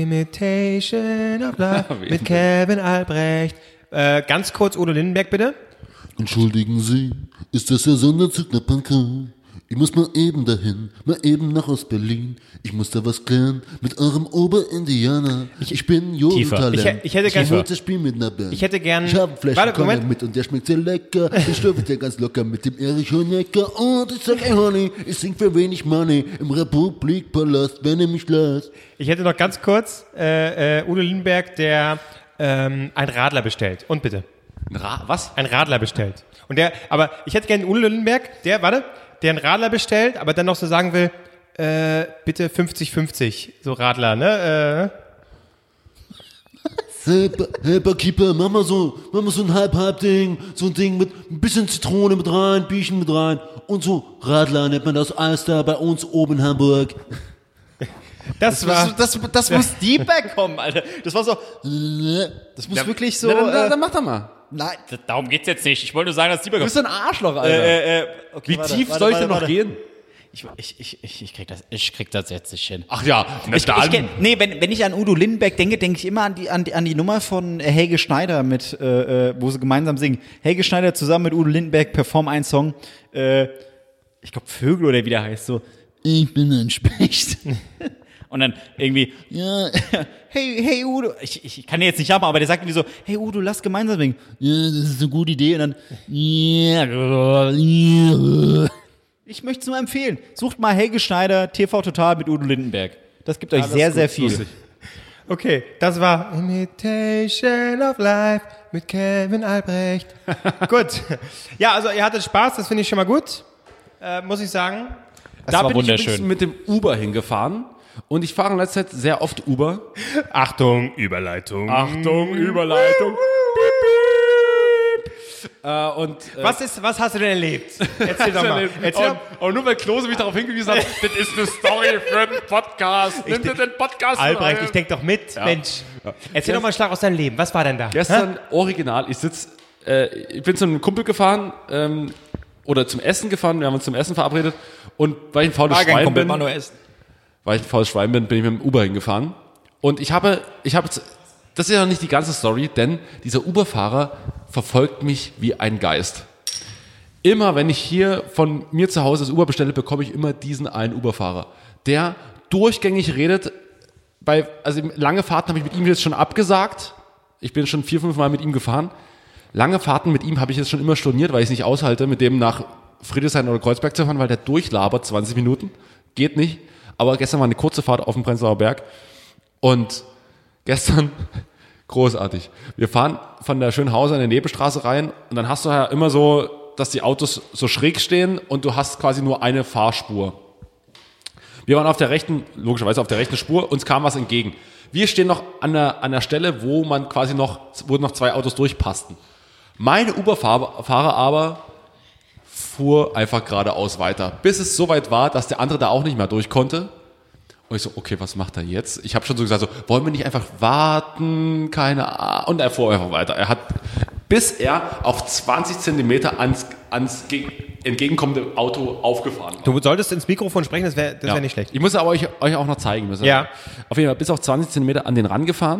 Imitation of Love mit Kevin Albrecht. Äh, ganz kurz Udo Lindenberg, bitte. Entschuldigen Sie, ist das der Sonderzug nach Pankow? Ich muss mal eben dahin, mal eben nach Ost-Berlin. Ich muss da was klären mit eurem Oberindianer. Ich, ich bin Jugendtalent. Ich hä- ich hätte gern- Ich wollte spielen mit einer Band. Ich hätte gern- Ich habe Flaschen Warte, Cognac Moment. mit und der schmeckt sehr lecker. Ich schlürfe der ganz locker mit dem Erich Honecker. Und ich sag, ey Honey, ich sing für wenig Money im Republikpalast, wenn ihr mich lasst. Ich hätte noch ganz kurz äh, äh, Udo Lindenberg, der ähm, ein Radler bestellt. Und bitte. Ein Ra was? Ein Radler bestellt. Und der, aber ich hätte gerne Udo Lindenberg, der, warte, der einen Radler bestellt, aber dann noch so sagen will, äh, bitte fünfzig fünfzig, so Radler, ne? Äh, Hey, Ba- hey Barkeeper, mach mal so, mach mal so ein Halb-Halb-Ding, so ein Ding mit ein bisschen Zitrone mit rein, Bierchen mit rein und so Radler nennt man das Alster bei uns oben in Hamburg. Das, Das, war. das, das muss deeper kommen, Alter. Das war so. Das muss wirklich so. Na, dann, äh, dann mach doch mal. nein. Darum geht's jetzt nicht. Ich wollte nur sagen, dass die Du bist ein Arschloch, Alter. Äh, äh, okay, Wie warte, tief warte, soll ich warte, denn noch warte. gehen? Ich, ich, ich, ich, ich, krieg das, ich krieg das jetzt nicht hin. Ach ja, na Ich, ich, kenn- nee, wenn, wenn ich an Udo Lindenberg denke, denke ich immer an die, an die, an die Nummer von Helge Schneider, mit, äh, äh, wo sie gemeinsam singen. Helge Schneider zusammen mit Udo Lindenberg performen einen Song, äh, ich glaube Vögel oder wie der heißt, so, ich bin ein Specht. Und dann irgendwie, Ja, hey, hey Udo, ich, ich kann den jetzt nicht haben, aber der sagt irgendwie so, hey Udo, lass gemeinsam singen. Ja, das ist eine gute Idee. Und dann, ja, ja. Ich möchte es nur empfehlen. Sucht mal Helge Schneider, T V Total mit Udo Lindenberg. Das gibt euch sehr, sehr viel. Okay, das war Imitation of Life mit Kevin Albrecht. Gut. Ja, also ihr hattet Spaß, das finde ich schon mal gut, äh, muss ich sagen. Da war bin ich wunderschön. übrigens mit dem Uber hingefahren. Und ich fahre in letzter Zeit sehr oft Uber. Achtung, Überleitung. Achtung, Überleitung. Äh, und, äh, Was, ist, was hast du denn erlebt? Erzähl doch mal. Erzähl und, und nur weil Klose mich darauf hingewiesen hat, das ist eine Story für einen Podcast. Nimm dir den Podcast Albrecht, rein. ich denk doch mit, Mensch. Erzähl doch mal einen Schlag aus deinem Leben. Was war denn da? Gestern original, ich sitz, äh, ich bin zu einem Kumpel gefahren, ähm, oder zum Essen gefahren, wir haben uns zum Essen verabredet. Und weil ich ein faules Schwein bin, weil ich ein faules Schwein bin, bin ich mit dem Uber hingefahren. Und ich habe, ich habe, das ist ja noch nicht die ganze Story, denn dieser Uber-Fahrer verfolgt mich wie ein Geist. Immer, wenn ich hier von mir zu Hause das Uber bestelle, bekomme ich immer diesen einen Uber-Fahrer, der durchgängig redet. Bei, also lange Fahrten habe ich mit ihm jetzt schon abgesagt. Ich bin schon vier, fünf Mal mit ihm gefahren. Lange Fahrten mit ihm habe ich jetzt schon immer storniert, weil ich es nicht aushalte, mit dem nach Friedrichshain oder Kreuzberg zu fahren, weil der durchlabert zwanzig Minuten. Geht nicht. Aber gestern war eine kurze Fahrt auf dem Prenzlauer Berg. Und gestern, großartig. Wir fahren von der Schönhauser in die Nebenstraße rein und dann hast du ja immer so, dass die Autos so schräg stehen und du hast quasi nur eine Fahrspur. Wir waren auf der rechten, logischerweise auf der rechten Spur, uns kam was entgegen. Wir stehen noch an der, an der Stelle, wo man quasi noch, wo noch zwei Autos durchpassten. Meine Uber-Fahrer aber fuhr einfach geradeaus weiter, bis es so weit war, dass der andere da auch nicht mehr durch konnte. Und ich so, okay, was macht er jetzt? Ich habe schon so gesagt, so, wollen wir nicht einfach warten? Keine Ahnung. Und er fuhr einfach weiter. Er hat, bis er auf zwanzig Zentimeter ans, ans entgegenkommende Auto aufgefahren war. Du solltest ins Mikrofon sprechen, das wäre das Ja. wär nicht schlecht. Ich muss aber euch, euch auch noch zeigen müssen. Ja. Auf jeden Fall bis auf zwanzig Zentimeter an den Rand gefahren.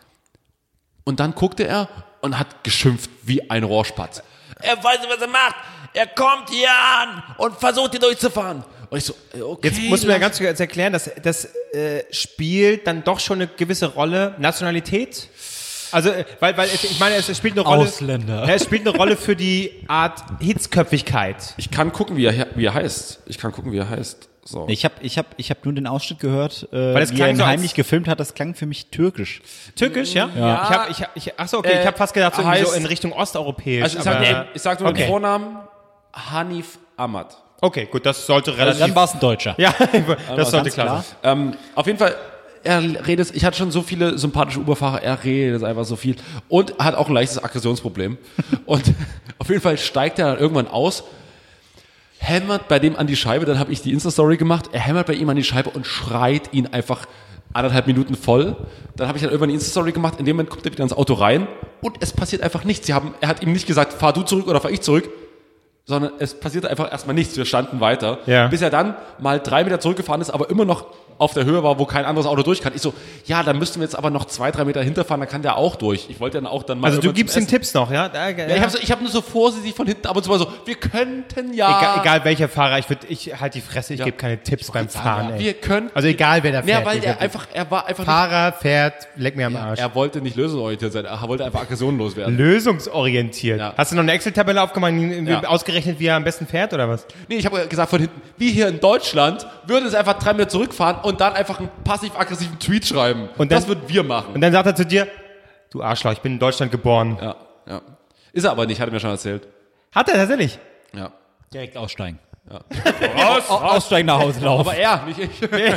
Und dann guckte er und hat geschimpft wie ein Rohrspatz. Er weiß nicht, was er macht. Er kommt hier an und versucht hier durchzufahren. Und ich so, okay. Jetzt musst du mir ja ganz kurz erklären, dass das äh, spielt dann doch schon eine gewisse Rolle. Nationalität? Also, äh, weil, weil es, ich meine, es, es spielt eine Rolle. Ausländer. Ja, es spielt eine Rolle für die Art Hitzköpfigkeit. Ich kann gucken, wie er, wie er heißt. Ich kann gucken, wie er heißt. So. Ich habe ich hab, ich hab nur den Ausschnitt gehört, äh, Weil das wie klang er ihn so als- heimlich gefilmt hat. Das klang für mich türkisch. Türkisch, ja? Ja. Ich hab, ich, hab- ich, ach so, okay, Äh, ich habe fast gedacht, so, irgendwie so heißt- in Richtung osteuropäisch. Also ich aber, sag, ich sag nur okay. den Vornamen. Hanif Ahmad. Okay, gut, das sollte relativ... Dann war es ein Deutscher. ja, das sollte ganz klar sein. Ähm, auf jeden Fall, er redet, ich hatte schon so viele sympathische Uberfahrer, er redet einfach so viel und hat auch ein leichtes Aggressionsproblem. Und auf jeden Fall steigt er dann irgendwann aus, hämmert bei dem an die Scheibe, dann habe ich die Insta-Story gemacht, er hämmert bei ihm an die Scheibe und schreit ihn einfach anderthalb Minuten voll. Dann habe ich dann irgendwann die Insta-Story gemacht, in dem Moment kommt er wieder ins Auto rein und es passiert einfach nichts. Sie haben, er hat ihm nicht gesagt, fahr du zurück oder fahr ich zurück, sondern es passierte einfach erstmal nichts. Wir standen weiter, Ja. bis er dann mal drei Meter zurückgefahren ist, aber immer noch auf der Höhe war, wo kein anderes Auto durch kann. Ich so, ja, dann müssten wir jetzt aber noch zwei, drei Meter hinterfahren, dann kann der auch durch. Ich wollte dann auch dann mal... Also du irgendwann gibst zum ihm Essen- Tipps noch, ja? Da, Ja, ich habe so, ich hab nur so vorsichtig von hinten ab und zu mal so, wir könnten ja... Egal, egal welcher Fahrer, ich würde, ich halt die Fresse, ich Ja. gebe keine Tipps beim Fahren, ja, ey. wir können... Also egal wer da fährt. Ja, weil ich er würd- einfach, er war einfach Fahrer fährt, leck mir am nicht... Arsch. Er wollte nicht lösungsorientiert sein, er wollte einfach Aggression loswerden. Lösungsorientiert. Ja. Hast du noch eine Excel-Tabelle aufgemacht, wie- Ja. ausgerechnet, wie er am besten fährt, oder was? Nee, ich habe gesagt von hinten, wie hier in Deutschland, würde es einfach drei Meter zurückfahren und dann einfach einen passiv-aggressiven Tweet schreiben. Und dann- das würden wir machen. Und dann sagt er zu dir, du Arschloch, ich bin in Deutschland geboren. Ja, ja. Ist er aber nicht, hat er mir schon erzählt. Hat er tatsächlich? Ja. Direkt aussteigen. Raus, Au- Aussteigen nach Hause laufen. Aber er, nicht ich.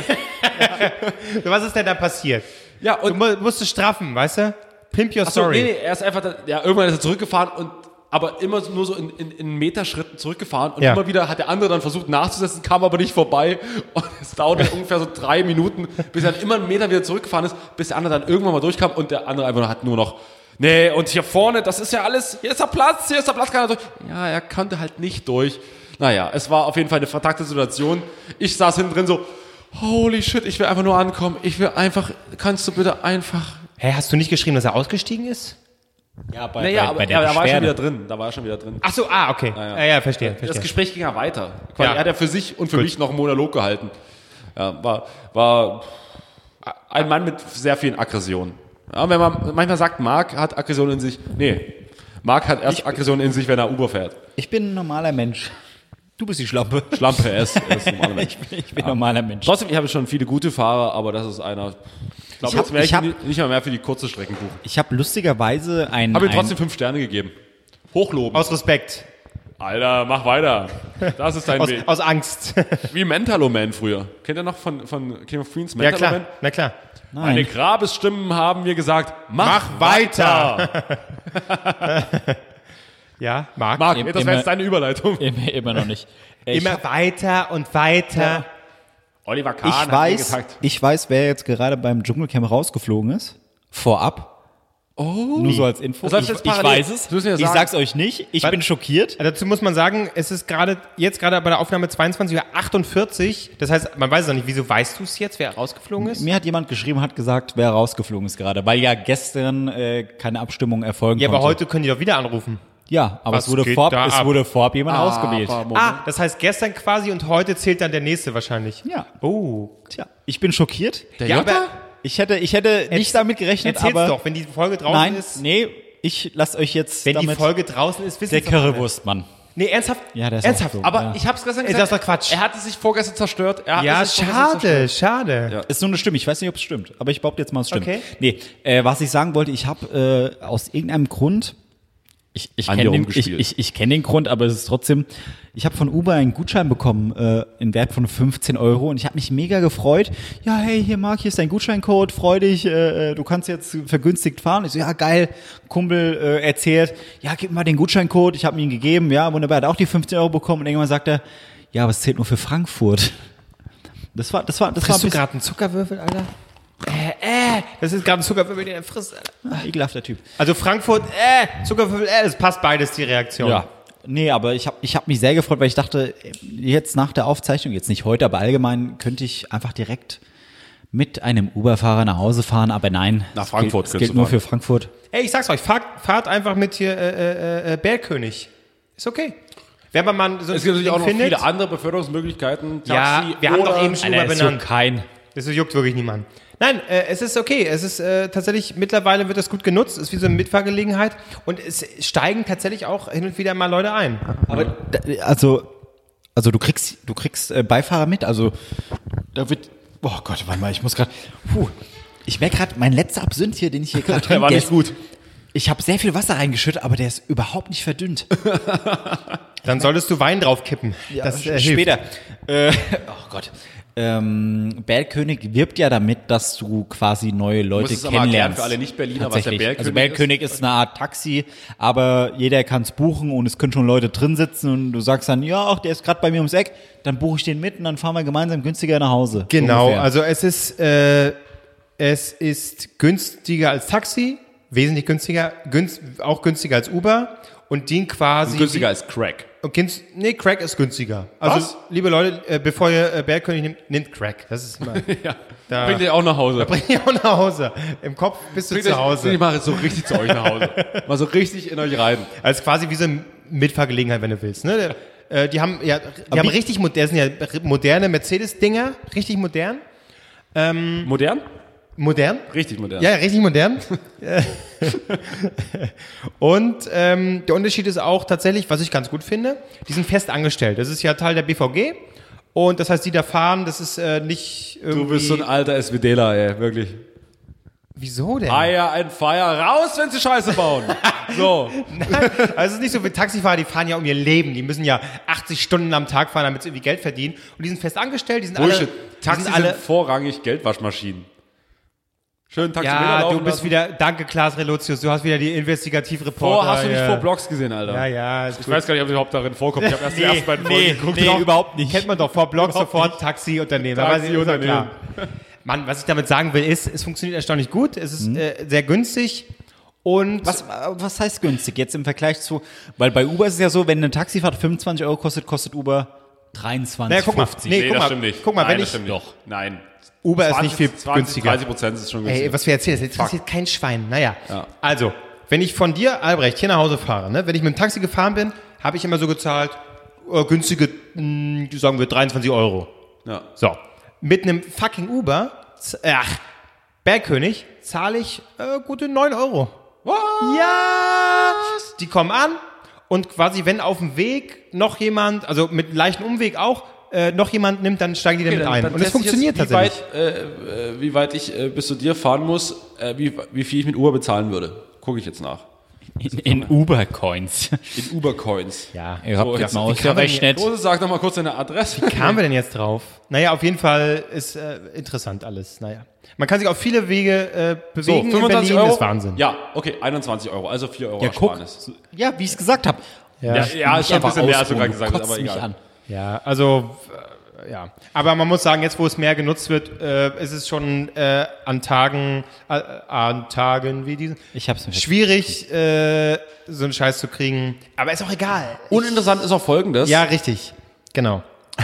Was ist denn da passiert? Ja, Du und mu musst es straffen, weißt du? Pimp your achso, story. nee, nee, er ist einfach, da, ja, irgendwann ist er zurückgefahren und aber immer so- nur so in, in, in Meterschritten zurückgefahren und Ja. immer wieder hat der andere dann versucht nachzusetzen, kam aber nicht vorbei und es dauerte ungefähr so drei Minuten, bis er dann immer einen Meter wieder zurückgefahren ist, bis der andere dann irgendwann mal durchkam und der andere einfach hat nur noch, nee, und hier vorne, das ist ja alles, hier ist der Platz, hier ist der Platz, kann er durch. Ja, er konnte halt nicht durch. Naja, es war auf jeden Fall eine vertakte Situation. Ich saß hinten drin so, holy shit, ich will einfach nur ankommen, ich will einfach, kannst du bitte einfach... Hä, hast du nicht geschrieben, dass er ausgestiegen ist? Ja, bei, Naja, bei, aber bei der er, er war schon Beschwerde. wieder drin, da war er schon wieder drin. Ach so, ah, okay. Ja, ja, ja verstehe, Das verstehe. Gespräch ging ja weiter. Quasi, Ja. Er hat ja für sich und für mich noch einen Monolog gehalten. Ja, war, war ein Mann mit sehr vielen Aggressionen. Ja, wenn man manchmal sagt, Marc hat Aggression in sich. Nee, Marc hat erst Aggression in sich, wenn er Uber fährt. Ich bin ein normaler Mensch. Du bist die Schlampe. Schlampe, er ist, er ist ein normaler Mensch. Ich bin, ich bin normaler Mensch. Trotzdem, ich habe schon viele gute Fahrer, aber das ist einer. Ich glaube, Ich hab- jetzt werde ich, ich hab- nicht nicht mal mehr für die kurze Strecken buchen. Ich habe lustigerweise ein... Habe ihm ein- trotzdem fünf Sterne gegeben. Hochloben. Aus Respekt. Alter, mach weiter. Das ist dein Aus, Weg. aus Angst. Wie Mentalo Man früher. Kennt ihr noch von, von King of Queens? ja, Mentalo klar. Man? Na klar. Meine Grabesstimmen haben mir gesagt, mach, Mach weiter. Ja, Marc. Marc, Im- das wäre immer- jetzt deine Überleitung. Immer, immer noch nicht. Ich Immer weiter und weiter. Oliver Kahn Ich hat mir weiß, gesagt, ich weiß, wer jetzt gerade beim Dschungelcamp rausgeflogen ist. Vorab. Oh. Nur so als Info. Das läuft Ich, jetzt ich parallel. weiß es. Das müssen wir Ich sagen. sag's euch nicht. Ich Was? bin schockiert. Dazu muss man sagen, es ist gerade jetzt gerade bei der Aufnahme zweiundzwanzig Uhr achtundvierzig. Das heißt, man weiß es noch nicht. Wieso weißt du es jetzt, wer rausgeflogen ist? Mir hat jemand geschrieben, hat gesagt, wer rausgeflogen ist gerade, weil ja gestern äh, keine Abstimmung erfolgen Ja, konnte. aber heute können die doch wieder anrufen. Ja, aber Was es wurde, geht vorab, da es ab? wurde vorab jemand ausgewählt. Ah, das heißt gestern quasi und heute zählt dann der nächste wahrscheinlich. Ja. Oh. Tja, ich bin schockiert. Ja, aber Ich hätte, ich hätte nicht damit gerechnet, erzähl's aber doch, wenn die Folge draußen nein, ist. nee, ich lasse euch jetzt Wenn die damit Folge draußen ist, wissen der Sie doch alle. Currywurstmann. Nee, ernsthaft? Ja, der ist ernsthaft. auch aber Ja. ich hab's gestern Ey, gesagt. das ist doch Quatsch. Er hatte sich vorgestern zerstört. Er Ja, hatte sich vorgestern zerstört. schade, schade. Ist nur eine Stimme, ich weiß nicht, ob es stimmt, aber ich behaupte jetzt mal, es stimmt. Okay. Nee, äh, was ich sagen wollte, ich habe äh, aus irgendeinem Grund, Ich, ich An kenne dir den, ich, rumgespielt. ich, ich kenne den Grund, aber es ist trotzdem, ich habe von Uber einen Gutschein bekommen, äh, in Wert von fünfzehn Euro und ich habe mich mega gefreut. Ja, hey, hier Marc, hier ist dein Gutscheincode, freu dich, äh, du kannst jetzt vergünstigt fahren. Ich so, ja, geil, Kumpel äh, erzählt, ja, gib mir mal den Gutscheincode, ich habe ihn gegeben, ja, wunderbar, hat auch die fünfzehn Euro bekommen und irgendwann sagt er, ja, aber es zählt nur für Frankfurt. Das war, das war, das war Frisst du ein gerade einen Zuckerwürfel, Alter? Äh, äh, das ist gerade ein Zuckerwürfel, den er frisst, Alter. bisschen ekelhafter Typ. Also Frankfurt, äh, Zuckerwürfel, äh, das passt beides, die Reaktion. Ja. Nee, aber ich habe ich hab mich sehr gefreut, weil ich dachte, jetzt nach der Aufzeichnung, jetzt nicht heute, aber allgemein könnte ich einfach direkt mit einem Uber-Fahrer nach Hause fahren, aber nein. Nach es Frankfurt gilt, es könntest gilt du nur fahren. für Frankfurt. Ey, ich sag's euch, fahrt, fahrt einfach mit hier äh, äh, äh, Bergkönig. Ist okay. Wenn man mal so Es gibt natürlich auch noch findet, viele andere Beförderungsmöglichkeiten. Taxi Ja, wir haben oder doch eben schon Alter, mal ist benannt. so kein. Das juckt wirklich niemand. Nein, äh, es ist okay. Es ist äh, tatsächlich, mittlerweile wird das gut genutzt. Es ist wie so eine Mitfahrgelegenheit. Und es steigen tatsächlich auch hin und wieder mal Leute ein. Aber da, also, also du kriegst, du kriegst äh, Beifahrer mit, also da wird, oh Gott, warte mal, ich muss gerade, puh, ich merke gerade, mein letzter Absinth hier, den ich hier gerade Der war nicht ist- gut. Ich habe sehr viel Wasser reingeschüttet, aber der ist überhaupt nicht verdünnt. Dann solltest du Wein draufkippen. das äh, hilft. Später. Äh, oh Gott. Ähm, Bergkönig wirbt ja damit, dass du quasi neue Leute musst es aber erklären kennenlernst. für alle Nicht-Berliner, was der Tatsächlich. Bergkönig Also Bergkönig ist. ist eine Art Taxi, aber jeder kann es buchen und es können schon Leute drin sitzen und du sagst dann, ja, ach, der ist gerade bei mir ums Eck, dann buche ich den mit und dann fahren wir gemeinsam günstiger nach Hause. So Genau, ungefähr. also es ist, äh, es ist günstiger als Taxi, wesentlich günstiger, günst, auch günstiger als Uber und dient quasi... Günstiger als Crack. Und günst, nee, Crack ist günstiger. Also, Was? liebe Leute, äh, bevor ihr äh, Bergkönig nehmt, nehmt Crack. Das ist immer... Ja. Da- Bringt ihr auch nach Hause. Bring ich auch nach Hause. Im Kopf bist du Bringt zu euch- Hause. Ich mache jetzt so richtig zu euch nach Hause. Mal so richtig in euch rein. Als quasi wie so eine Mitfahrgelegenheit, wenn du willst. Ne? Äh, die haben ja, die haben richtig moderne, das sind ja moderne Mercedes-Dinger, richtig modern. Modern? Modern? Richtig modern. Ja, richtig modern. Und ähm, der Unterschied ist auch tatsächlich, was ich ganz gut finde, die sind fest angestellt. Das ist ja Teil der B V G. Und das heißt, die da fahren, das ist äh, nicht irgendwie... Du bist so ein alter SWDler, ey, wirklich. Wieso denn? Feier ein Feier, raus, wenn sie Scheiße bauen. So. Also es ist nicht so wie Taxifahrer, die fahren ja um ihr Leben. Die müssen ja achtzig Stunden am Tag fahren, damit sie irgendwie Geld verdienen. Und die sind fest angestellt, die sind Bullshit. alle... die Taxis sind alle sind vorrangig Geldwaschmaschinen. Schön Taxometer Ja, laufen du bist lassen. wieder, danke Klaas Relotius, du hast wieder die Investigativreporter. Oh, hast du nicht ja. vor Blogs gesehen, Alter? Ja, ja, ist Ich gut. weiß gar nicht, ob sie überhaupt darin vorkommt. Ich habe erst die Nee, ersten beiden Folgen nee, geguckt. nee, Doch. überhaupt nicht. Kennt man doch vor Blog sofort Taxiunternehmen. Da weiß ich, ist ja Taxiunternehmen. klar. Mann, was ich damit sagen will, ist, es funktioniert erstaunlich gut. Es ist äh, sehr günstig und Was, äh, was heißt günstig jetzt im Vergleich zu, weil bei Uber ist es ja so, wenn eine Taxifahrt fünfundzwanzig Euro kostet, kostet Uber dreiundzwanzig, naja, guck mal, fünfzig. nee, Nee, guck das mal, stimmt nicht. guck mal, Nein, wenn das ich, stimmt nicht. Nein. Uber ist zwanzig, nicht viel zwanzig, günstiger. dreißig Prozent ist schon günstiger. Ey, was wir erzählen, das interessiert kein Schwein. Naja, Ja. also, wenn ich von dir, Albrecht, hier nach Hause fahre, ne, wenn ich mit dem Taxi gefahren bin, habe ich immer so gezahlt, äh, günstige, mh, sagen wir, dreiundzwanzig Euro. Ja. So, mit einem fucking Uber, z- ach, Bergkönig, zahle ich äh, gute neun Euro. Ja! Die kommen an und quasi, wenn auf dem Weg noch jemand, also mit einem leichten Umweg auch, äh, noch jemand nimmt, dann steigen die damit ein. Und es funktioniert jetzt, wie tatsächlich. weit, äh, äh, wie weit ich äh, bis zu dir fahren muss, äh, wie, wie viel ich mit Uber bezahlen würde. Gucke ich jetzt nach. In, in Uber-Coins. In Uber-Coins. Ja. Ihr habt So, jetzt ja, mal wie kann man ausgerechnet. Große, sag doch mal kurz deine Adresse. Kamen wir denn jetzt drauf? Naja, auf jeden Fall ist äh, interessant alles. Naja. Man kann sich auf viele Wege äh, So, bewegen in fünfundzwanzig Berlin, Euro. ist Wahnsinn. Ja, okay, einundzwanzig Euro, also vier Euro Ja, guck. Ersparnis. Ja, wie ich es gesagt habe. Ja, ja, ist schon ein Einfach bisschen mehr, als du ausruhen, gerade gesagt hast, kotzt aber mich egal. an. Ja, also äh, ja. Aber man muss sagen, jetzt wo es mehr genutzt wird, äh, ist es schon äh, an Tagen, äh, an Tagen wie diesen Ich hab's mir schwierig, äh, so einen Scheiß zu kriegen. Aber ist auch egal. Uninteressant ist auch Folgendes. Ja, richtig. Genau.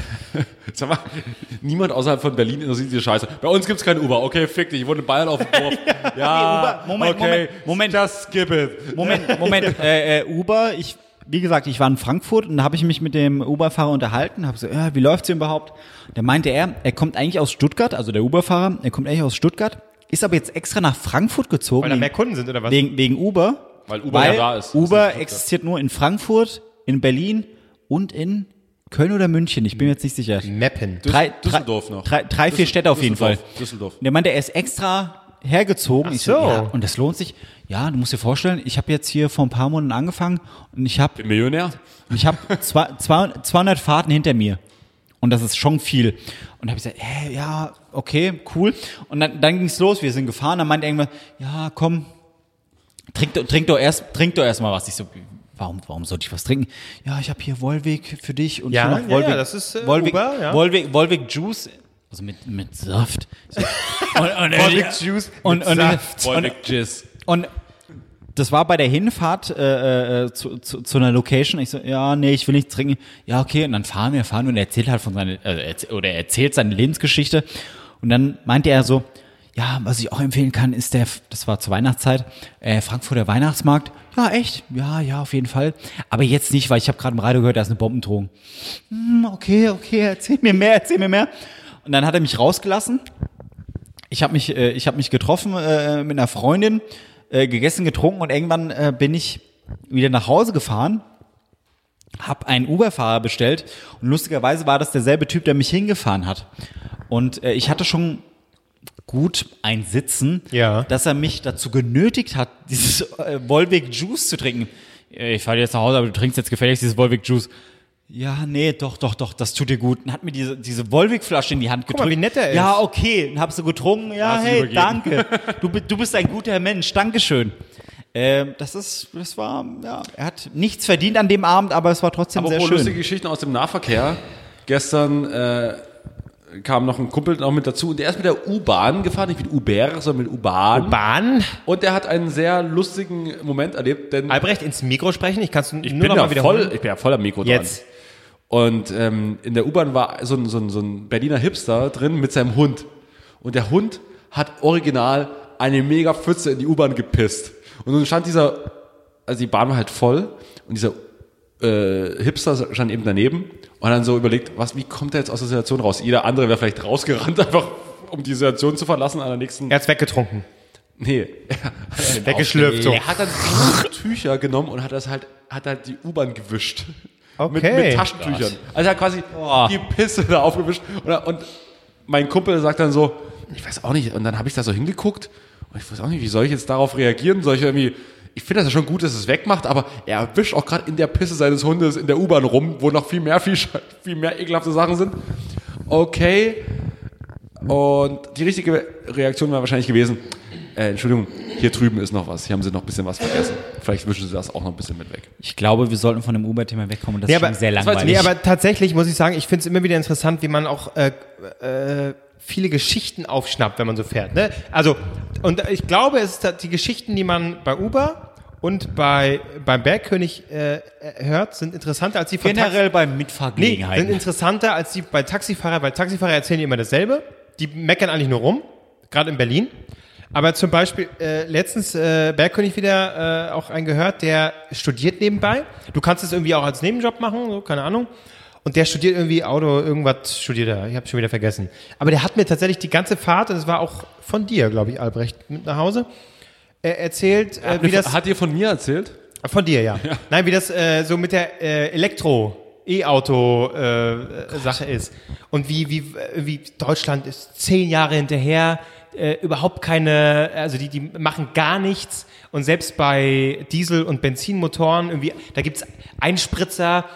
Sag mal, niemand außerhalb von Berlin interessiert diese Scheiße. Bei uns gibt's kein Uber. Okay, fick dich, ich wohne in Bayern auf dem Dorf. Ja, Nee, Uber, Moment, okay, Moment, Moment. just skip it. Moment, Moment, äh, äh, Uber, ich, wie gesagt, ich war in Frankfurt und da habe ich mich mit dem Uber-Fahrer unterhalten, habe so, ja, wie läuft's hier überhaupt? Da meinte er, er kommt eigentlich aus Stuttgart, also der Uber-Fahrer, er kommt eigentlich aus Stuttgart, ist aber jetzt extra nach Frankfurt gezogen, Weil da wegen, mehr Kunden sind, oder was? wegen, wegen Uber, Weil Uber ja da ist. Das ist in Uber Stuttgart. existiert nur in Frankfurt, in Berlin und in Köln oder München, ich bin mir jetzt nicht sicher. Mappen. Drei, Düsseldorf drei, noch. Drei, drei vier Düssel- Städte auf jeden Fall. Düsseldorf, Düsseldorf. Und der meinte, er ist extra hergezogen. Ach Ich so, so. ja, und das lohnt sich. Ja, du musst dir vorstellen, ich habe jetzt hier vor ein paar Monaten angefangen und ich habe Bin Millionär? ich habe zweihundert Fahrten hinter mir. Und das ist schon viel. Und da habe ich gesagt, hä, ja, okay, cool. Und dann, dann ging es los, wir sind gefahren, dann meinte er irgendwann, ja, komm, trink, doch- trink doch erst, trink doch erst mal was. Ich so, warum, warum sollte ich was trinken? Ja, ich habe hier Wolwig für dich und Ja, hier noch ja, Wolwig, ja, das ist, äh, Wolwig, Uber, ja. Wolwig, Wolwig Juice, also mit, mit Saft. So. Und, und, Wolwig Juice und, mit und, Saft. und, Wolwig Jizz. und das war bei der Hinfahrt äh, äh, zu, zu, zu einer Location. Ich so, ja, nee, ich will nichts trinken. Ja, okay. Und dann fahren wir, fahren wir und er erzählt halt von seiner, äh, erzäh- oder er erzählt seine Lebensgeschichte. Und dann meinte er so, ja, was ich auch empfehlen kann, ist der, das war zur Weihnachtszeit, äh, Frankfurter Weihnachtsmarkt. Ja, echt? Ja, ja, auf jeden Fall. Aber jetzt nicht, weil ich habe gerade im Radio gehört, da ist eine Bombendrohung. Hm, okay, okay, erzähl mir mehr, erzähl mir mehr. Und dann hat er mich rausgelassen. Ich habe mich, äh, ich habe mich getroffen äh, mit einer Freundin, äh, gegessen, getrunken und irgendwann äh, bin ich wieder nach Hause gefahren, habe einen Uber-Fahrer bestellt und lustigerweise war das derselbe Typ, der mich hingefahren hat. Und äh, ich hatte schon gut ein Sitzen, Ja. dass er mich dazu genötigt hat, dieses äh, Wolwig Juice zu trinken. Äh, Ich fahre jetzt nach Hause, aber du trinkst jetzt gefälligst dieses Wolwig Juice. Ja, nee, doch, doch, doch, das tut dir gut. Und hat mir diese, diese Wolwig-Flasche in die Hand Guck gedrückt. mal, wie nett er ist. Ja, okay. Und hab so getrunken. Ja, Hast du hey, übergeben. danke. Du, bi- du bist ein guter Mensch. Dankeschön. Ähm, das ist, das war, ja, er hat nichts verdient an dem Abend, aber es war trotzdem Aber sehr pro schön. lustige Geschichten aus dem Nahverkehr. Gestern äh, kam noch ein Kumpel noch mit dazu und der ist mit der U-Bahn gefahren, nicht mit Uber, sondern mit U-Bahn. Bahn. Und der hat einen sehr lustigen Moment erlebt, denn Albrecht, ins Mikro sprechen? Ich kann es nur ich noch bin, mal ja wiederholen. voll, ich bin ja voll am Mikro Jetzt. dran. Und ähm, in der U-Bahn war so ein, so, ein, so ein Berliner Hipster drin mit seinem Hund. Und der Hund hat original eine mega Pfütze in die U-Bahn gepisst. Und nun stand dieser, also die Bahn war halt voll und dieser äh, Hipster stand eben daneben und hat dann so überlegt, was, wie kommt er jetzt aus der Situation raus? Jeder andere wäre vielleicht rausgerannt, einfach um die Situation zu verlassen an der nächsten. Er hat's weggetrunken. Nee. Weggeschlürft so. Er hat dann Tücher genommen und hat das halt, hat halt die U-Bahn gewischt. Mit, Okay. mit Taschentüchern. Also er hat quasi die Pisse da aufgewischt. Und, und mein Kumpel sagt dann so, ich weiß auch nicht. Und dann habe ich da so hingeguckt und ich weiß auch nicht, wie soll ich jetzt darauf reagieren? Soll ich irgendwie, ich finde das ja schon gut, dass es wegmacht, aber er wischt auch gerade in der Pisse seines Hundes in der U-Bahn rum, wo noch viel mehr, viel, sche- viel mehr ekelhafte Sachen sind. Okay. Und die richtige Reaktion wäre wahrscheinlich gewesen, äh, Entschuldigung, hier drüben ist noch was. Hier haben sie noch ein bisschen was vergessen. Vielleicht wischen sie das auch noch ein bisschen mit weg. Ich glaube, wir sollten von dem Uber-Thema wegkommen. Das Nee, ist schon aber- sehr das war jetzt- langweilig. Nee, aber tatsächlich muss ich sagen, ich finde es immer wieder interessant, wie man auch äh, äh, viele Geschichten aufschnappt, wenn man so fährt. Ne? Also, und ich glaube, es ist die Geschichten, die man bei Uber und bei beim Bergkönig äh, hört, sind interessanter als die von generell bei Nee, sind Mitfahrgelegenheiten. interessanter als die bei Taxifahrer, weil Taxifahrer erzählen immer dasselbe. Die meckern eigentlich nur rum, gerade in Berlin. Aber zum Beispiel äh, letztens äh, Bergkönig wieder äh, auch einen gehört, der studiert nebenbei. Du kannst es irgendwie auch als Nebenjob machen, so, keine Ahnung. Und der studiert irgendwie Auto, irgendwas studiert er. Ich habe schon wieder vergessen. Aber der hat mir tatsächlich die ganze Fahrt, und das war auch von dir, glaube ich, Albrecht, mit nach Hause, äh, erzählt, äh, wie das... Hat ihr von mir erzählt? Von dir, ja. Nein, wie das äh, so mit der äh, Elektro, E-Auto-Sache ist. Und wie, wie, wie Deutschland ist zehn Jahre hinterher, äh, überhaupt keine, also die, die machen gar nichts. Und selbst bei Diesel- und Benzinmotoren, irgendwie, da gibt's Einspritzer,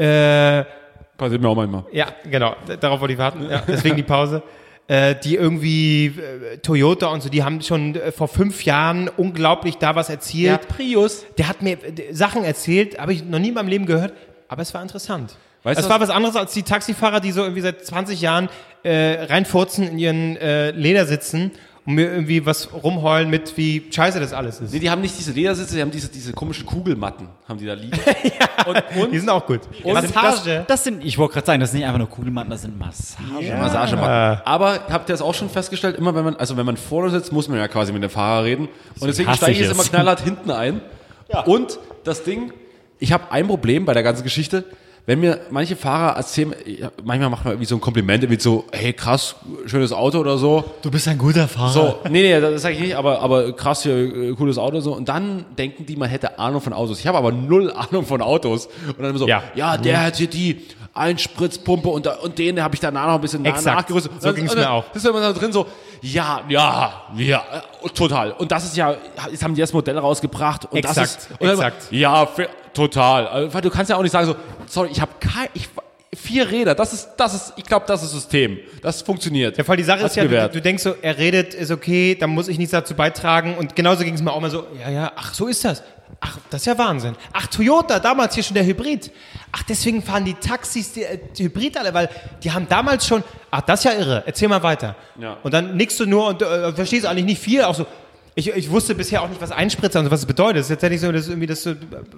äh, Passiert mir auch manchmal. ja, genau, d- darauf wollte ich warten, ja, deswegen die Pause. Äh, die irgendwie, äh, Toyota und so, die haben schon äh, vor fünf Jahren unglaublich da was erzählt. Prius. Der hat mir äh, Sachen erzählt, habe ich noch nie in meinem Leben gehört, aber es war interessant. Weißt es du war was- was anderes als die Taxifahrer, die so irgendwie seit zwanzig Jahren äh, reinfurzen in ihren äh, Leder sitzen und mir irgendwie was rumheulen mit, wie scheiße das alles ist. Nee, die haben nicht diese Ledersitze, die haben diese, diese komischen Kugelmatten, haben die da liegen. und, und Die sind auch gut. Und das, Massage. das sind, ich wollte gerade sagen, das sind nicht einfach nur Kugelmatten, das sind Massagen. Massagematten. Aber habt ihr das auch schon festgestellt? Immer wenn man, also wenn man vorne sitzt, muss man ja quasi mit dem Fahrer reden. Und deswegen hasse steige ich ich jetzt es. immer knallhart hinten ein. Und das Ding, ich habe ein Problem bei der ganzen Geschichte. Wenn mir manche Fahrer erzählen, manchmal macht man irgendwie so ein Kompliment, irgendwie so, hey krass, schönes Auto oder so. Du bist ein guter Fahrer. So, nee, nee, das sage ich nicht, aber, aber krass hier, äh, cooles Auto so. Und dann denken die, man hätte Ahnung von Autos. Ich habe aber null Ahnung von Autos. Und dann immer so, ja, Ja. der hat hier die Einspritzpumpe und, da, und den habe ich danach noch ein bisschen nach, Exakt. nachgerüstet. So Und- ging's und mir dann auch. ist immer da drin so, ja, ja, ja, äh, total. Und das ist ja, jetzt haben die das Modell rausgebracht. Und das Exakt, ist, und dann immer, exakt. ja, fe- total. Also, weil du kannst ja auch nicht sagen so, sorry, ich habe kein, ich, vier Räder, das ist, das ist, ich glaube, das ist System. Das funktioniert. Ja, voll die Sache Hat's ist ja, du, bewährt. du denkst so, er redet, ist okay, dann muss ich nichts dazu beitragen. Und genauso ging es mir auch mal so, ja, ja, ach, so ist das. Ach, das ist ja Wahnsinn. Ach, Toyota, damals hier schon der Hybrid. Ach, deswegen fahren die Taxis die, äh, die Hybrid alle, weil die haben damals schon, ach, das ist ja irre, erzähl mal weiter. Ja. Und dann nickst du nur und äh, verstehst eigentlich nicht viel, auch so. Ich, ich wusste bisher auch nicht, was Einspritzer und so, was es bedeutet. Das ist jetzt ja nicht so, dass irgendwie das so, äh,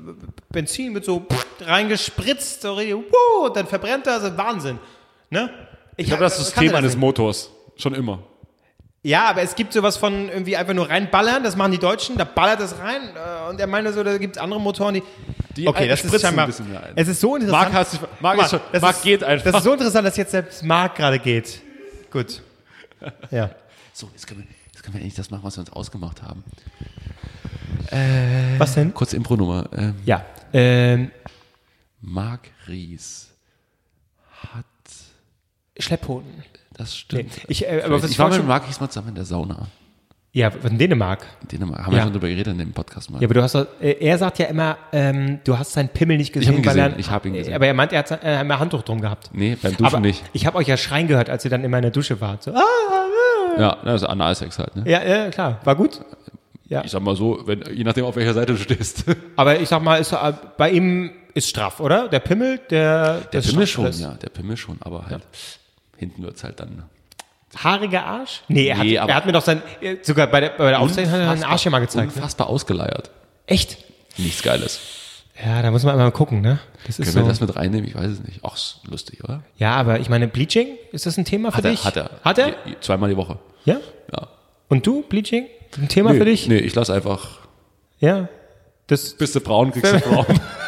Benzin wird so pff, reingespritzt, so richtig, wuh, und dann verbrennt das, das ist Wahnsinn. Ne? Ich glaube, das kannte System das eines nicht. Motors. Schon immer. Ja, aber es gibt sowas von irgendwie einfach nur reinballern, das machen die Deutschen, da ballert es rein äh, und er meinte so, da gibt es andere Motoren, die... Die okay, ein- das ist spritzen scheinbar... ein bisschen mehr ein. Es ist so interessant... Marc, hast, Marc, Guck ist schon, mal, das Marc ist- geht einfach. Das ist so interessant, dass jetzt selbst Marc gerade geht. Gut. Ja. So, jetzt können, wir, jetzt können wir endlich das machen, was wir uns ausgemacht haben. Was denn? Kurze Impro-Nummer. Ähm, Ja. Ähm, Marc Ries hat, Schlepphoden. das stimmt. Nee, ich, äh, aber was ich ich war vorhin mit schon- Marc Ries mal zusammen in der Sauna. Ja, von Dänemark. In Dänemark. Haben wir Ja. schon drüber geredet in dem Podcast mal. Ja, aber du hast doch, äh, er sagt ja immer, ähm, du hast seinen Pimmel nicht gesehen, hab ihn weil gesehen, er, ich hab ihn gesehen. aber er meint, er hat äh, ein Handtuch drum gehabt. Nee, beim Duschen aber nicht. Ich habe euch ja schreien gehört, als ihr dann immer in der Dusche wart. So, ah, ah, Ja, das ist Analsex halt, ne? ja, ja, klar, war gut. Ich sag mal so, wenn, je nachdem, auf welcher Seite du stehst. Aber ich sag mal, ist, äh, bei ihm ist straff, oder? Der Pimmel, der, Der ist Pimmel straff, schon, das- ja, der Pimmel schon, aber halt, hinten wird's halt dann. Haariger Arsch? Nee, er, Nee, hat, aber- er hat mir doch sein, äh, sogar bei der, bei der Aufzeichnung hat er seinen Arsch ja mal gezeigt. Ne? Unfassbar ausgeleiert. Echt? Nichts Geiles. Ja, da muss man einmal gucken, ne? Das ist Können so. wir das mit reinnehmen? Ich weiß es nicht. Ach, ist lustig, oder? Ja, aber ich meine, Bleaching, ist das ein Thema für Hat er, dich? hat er. Hat er? Je- je- Zweimal die Woche. Ja? Ja. Und du, Bleaching? Ein Thema Nee, für dich? nee, ich lass einfach, Ja. Das, bist du braun, kriegst du braun.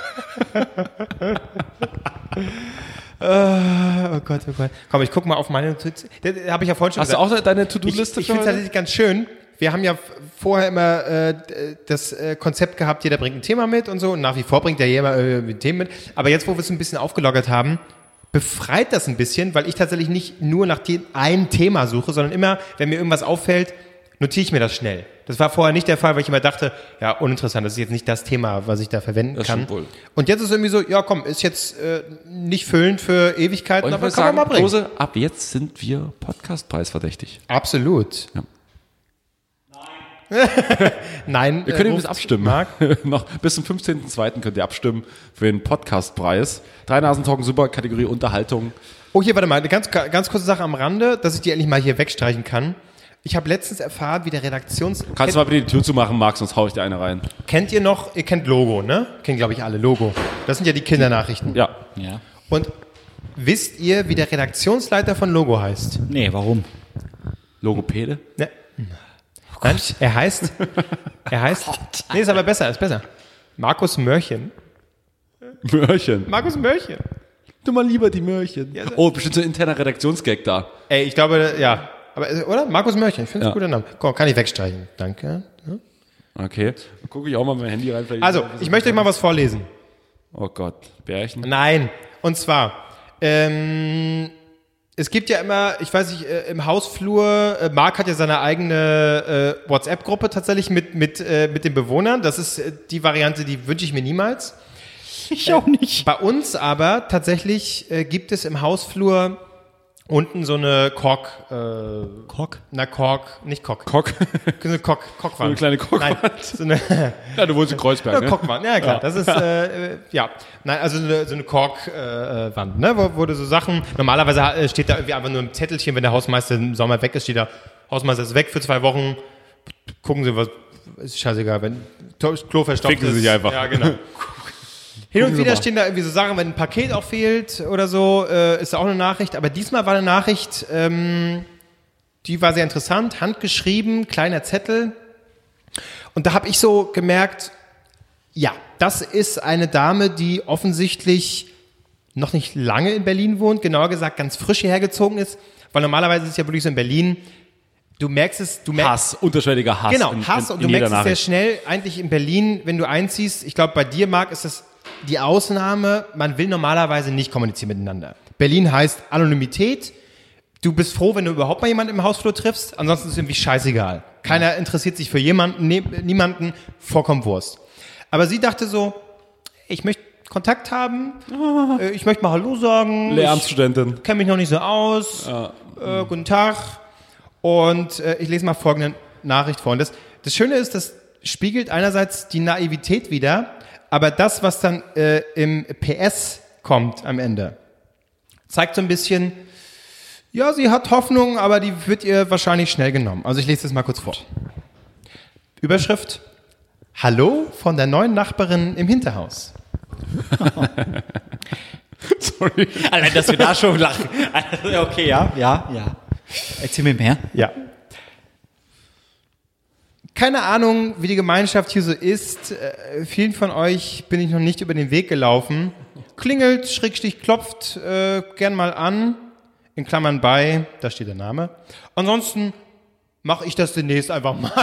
oh Gott, oh Gott. Komm, ich guck mal auf meine Notiz. Das habe ich ja vorhin schon Hast du gesagt. auch deine Ich, To-Do-Liste ich finde es tatsächlich ganz schön. Wir haben ja f- vorher immer äh, d- das äh, Konzept gehabt, jeder bringt ein Thema mit und so. Und nach wie vor bringt ja jeder äh, Themen mit. Aber jetzt, wo wir es ein bisschen aufgelockert haben, befreit das ein bisschen, weil ich tatsächlich nicht nur nach dem einem Thema suche, sondern immer, wenn mir irgendwas auffällt, notiere ich mir das schnell. Das war vorher nicht der Fall, weil ich immer dachte, ja, uninteressant, das ist jetzt nicht das Thema, was ich da verwenden Das kann. stimmt wohl. Und jetzt ist irgendwie so, ja komm, ist jetzt äh, nicht füllend für Ewigkeiten, Und ich aber würde kann sagen, man mal bringen. Rose, ab jetzt sind wir Podcastpreis verdächtig. Absolut. Ja. Nein. Ihr könnt äh, übrigens ruft abstimmen. Marc. Noch bis zum fünfzehnten zweiten könnt ihr abstimmen für den Podcastpreis. Drei Nasen Talken super, Kategorie Unterhaltung. Oh, hier, warte mal, eine ganz, ganz kurze Sache am Rande, dass ich die endlich mal hier wegstreichen kann. Ich habe letztens erfahren, wie der Redaktions... Kannst kennt, du mal bitte die Tür zumachen, Max, sonst hau ich dir eine rein. kennt ihr noch, ihr kennt Logo, ne? Kennen, glaube ich, alle Logo. Das sind ja die Kindernachrichten. Ja. Ja. Und wisst ihr, wie der Redaktionsleiter von Logo heißt? Nee, warum? Logopäde? Ne? Nein, er heißt... Er heißt... Nee, ist aber besser, ist besser. Markus Mörchen. Mörchen. Markus Mörchen. Du mal lieber die Mörchen. Ja, so- Oh, bestimmt so ein interner Redaktionsgag da. Ey, ich glaube, ja. Aber, äh, oder? Markus Mörchen, ich finde es Ja. ein guter Name. Komm, kann ich wegstreichen. Danke. Okay. Dann gucke ich auch mal mein Handy rein. vielleicht- Also, ich möchte euch mal was vorlesen. Oh Gott, Bärchen. Nein. Und zwar, ähm, es gibt ja immer, ich weiß nicht, äh, im Hausflur, äh, Marc hat ja seine eigene äh, WhatsApp-Gruppe tatsächlich mit, mit, äh, mit den Bewohnern. Das ist äh, die Variante, die wünsche ich mir niemals. Ich auch nicht. Bei uns aber tatsächlich äh, gibt es im Hausflur unten so eine Kork, äh, Kork? na Kork, nicht Kork. Kock. So eine Kork, Korkwand. So eine kleine Korkwand. Nein, so eine Ja, du wohnst in Kreuzberg, ja, ne? Korkwand, ja klar, das ist, äh, äh, ja, nein, also so eine, so eine Korkwand, äh, Wand, ne, wo, wo du so Sachen, normalerweise äh, steht da irgendwie einfach nur ein Zettelchen, wenn der Hausmeister im Sommer weg ist, steht da, Hausmeister ist weg für zwei Wochen, gucken Sie, was, ist scheißegal, wenn das Klo verstopft Ficken ist. Sie sich einfach. Ja, genau. Hin und wieder stehen da irgendwie so Sachen, wenn ein Paket auch fehlt oder so, äh, ist da auch eine Nachricht. Aber diesmal war eine Nachricht, ähm, die war sehr interessant, handgeschrieben, kleiner Zettel. Und da habe ich so gemerkt, ja, das ist eine Dame, die offensichtlich noch nicht lange in Berlin wohnt, genauer gesagt ganz frisch hierher gezogen ist. Weil normalerweise ist es ja wirklich so in Berlin, du merkst es, du merkst... Hass, unterschwelliger Hass. Genau, in, Hass in, und in du jeder merkst es sehr Nachricht. schnell, eigentlich in Berlin, wenn du einziehst, ich glaube bei dir, Marc, ist das die Ausnahme, man will normalerweise nicht kommunizieren miteinander. Berlin heißt Anonymität, du bist froh, wenn du überhaupt mal jemanden im Hausflur triffst, ansonsten ist es irgendwie scheißegal. Keiner interessiert sich für jemanden, ne, niemanden, vollkommen Wurst. Aber sie dachte so, ich möchte Kontakt haben, äh, ich möchte mal Hallo sagen, Lehramtsstudentin. ich kenne mich noch nicht so aus, äh, guten Tag. Und äh, ich lese mal folgende Nachricht vor. Und das, das Schöne ist, das spiegelt einerseits die Naivität wider, aber das, was dann äh, im P S kommt am Ende, zeigt so ein bisschen, ja, sie hat Hoffnung, aber die wird ihr wahrscheinlich schnell genommen. Also ich lese das mal kurz vor. Überschrift: Hallo von der neuen Nachbarin im Hinterhaus. Sorry. Allein, dass wir da schon lachen. Okay, ja, ja, ja. Erzähl mir mehr. Ja. Keine Ahnung, wie die Gemeinschaft hier so ist. Äh, vielen von euch bin ich noch nicht über den Weg gelaufen. Klingelt, Schrägstrich klopft, äh, gern mal an. In Klammern bei, da steht der Name. Ansonsten mache ich das demnächst einfach mal.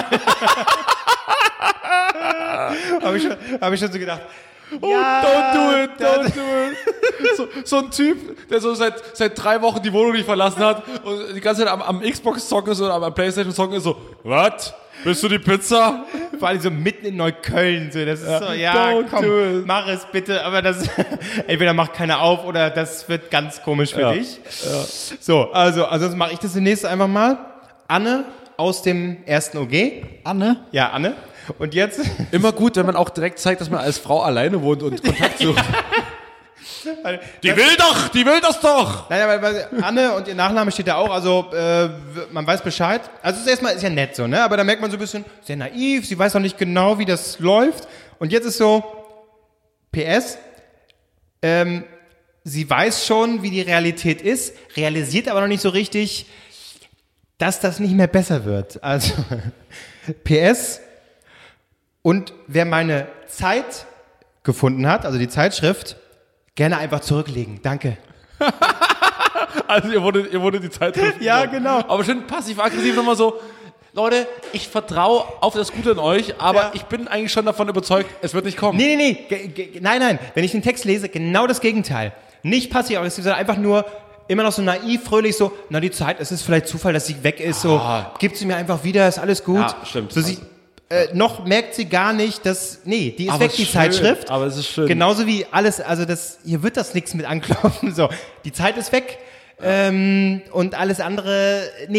Habe ich, schon- hab ich schon so gedacht. Oh, ja, don't do it, das- don't do it. So, so ein Typ, der so seit, seit drei Wochen die Wohnung nicht verlassen hat und die ganze Zeit am, am Xbox zocken ist oder am Playstation zocken ist so, was? Bist du die Pizza? Vor allem so mitten in Neukölln. So, das ist ja, so, ja, don't komm, do it. mach es bitte. Aber das, entweder macht keiner auf oder das wird ganz komisch für Ja, dich. So, also, also mache ich das demnächst einfach mal. Anne aus dem ersten O G. Anne? Ja, Anne. Und jetzt, Immer gut, wenn man auch direkt zeigt, dass man als Frau alleine wohnt und Kontakt sucht. Die will doch, die will das doch. nein, aber weil Anne und ihr Nachname steht da auch, also äh, man weiß Bescheid. Also es ist erstmal ist ja nett so, ne? Aber da merkt man so ein bisschen, sehr naiv, sie weiß noch nicht genau, wie das läuft. Und jetzt ist so, P S, ähm, sie weiß schon, wie die Realität ist, realisiert aber noch nicht so richtig, dass das nicht mehr besser wird. Also P S, und wer meine Zeit gefunden hat, also die Zeitschrift, gerne einfach zurücklegen. Danke. Also ihr wurde, ihr wurde die Zeit. Ja, genau. Aber schön passiv-aggressiv nochmal so, Leute, ich vertraue auf das Gute in euch, aber Ja. ich bin eigentlich schon davon überzeugt, es wird nicht kommen. Nee, nee, nee. Ge ge nein, nein. Wenn ich den Text lese, genau das Gegenteil. Nicht passiv-aggressiv, sondern einfach nur immer noch so naiv, fröhlich so, na die Zeit, es ist vielleicht Zufall, dass sie weg ist, so, gibt sie mir einfach wieder, ist alles gut. Ja, stimmt. So, sie, äh, noch merkt sie gar nicht, dass, nee, die ist Aber weg, es die ist schön. Zeitschrift. Aber es ist schön. Genauso wie alles, also das, hier wird das nichts mit anklopfen, so. Die Zeit ist weg, ähm, und alles andere, nee.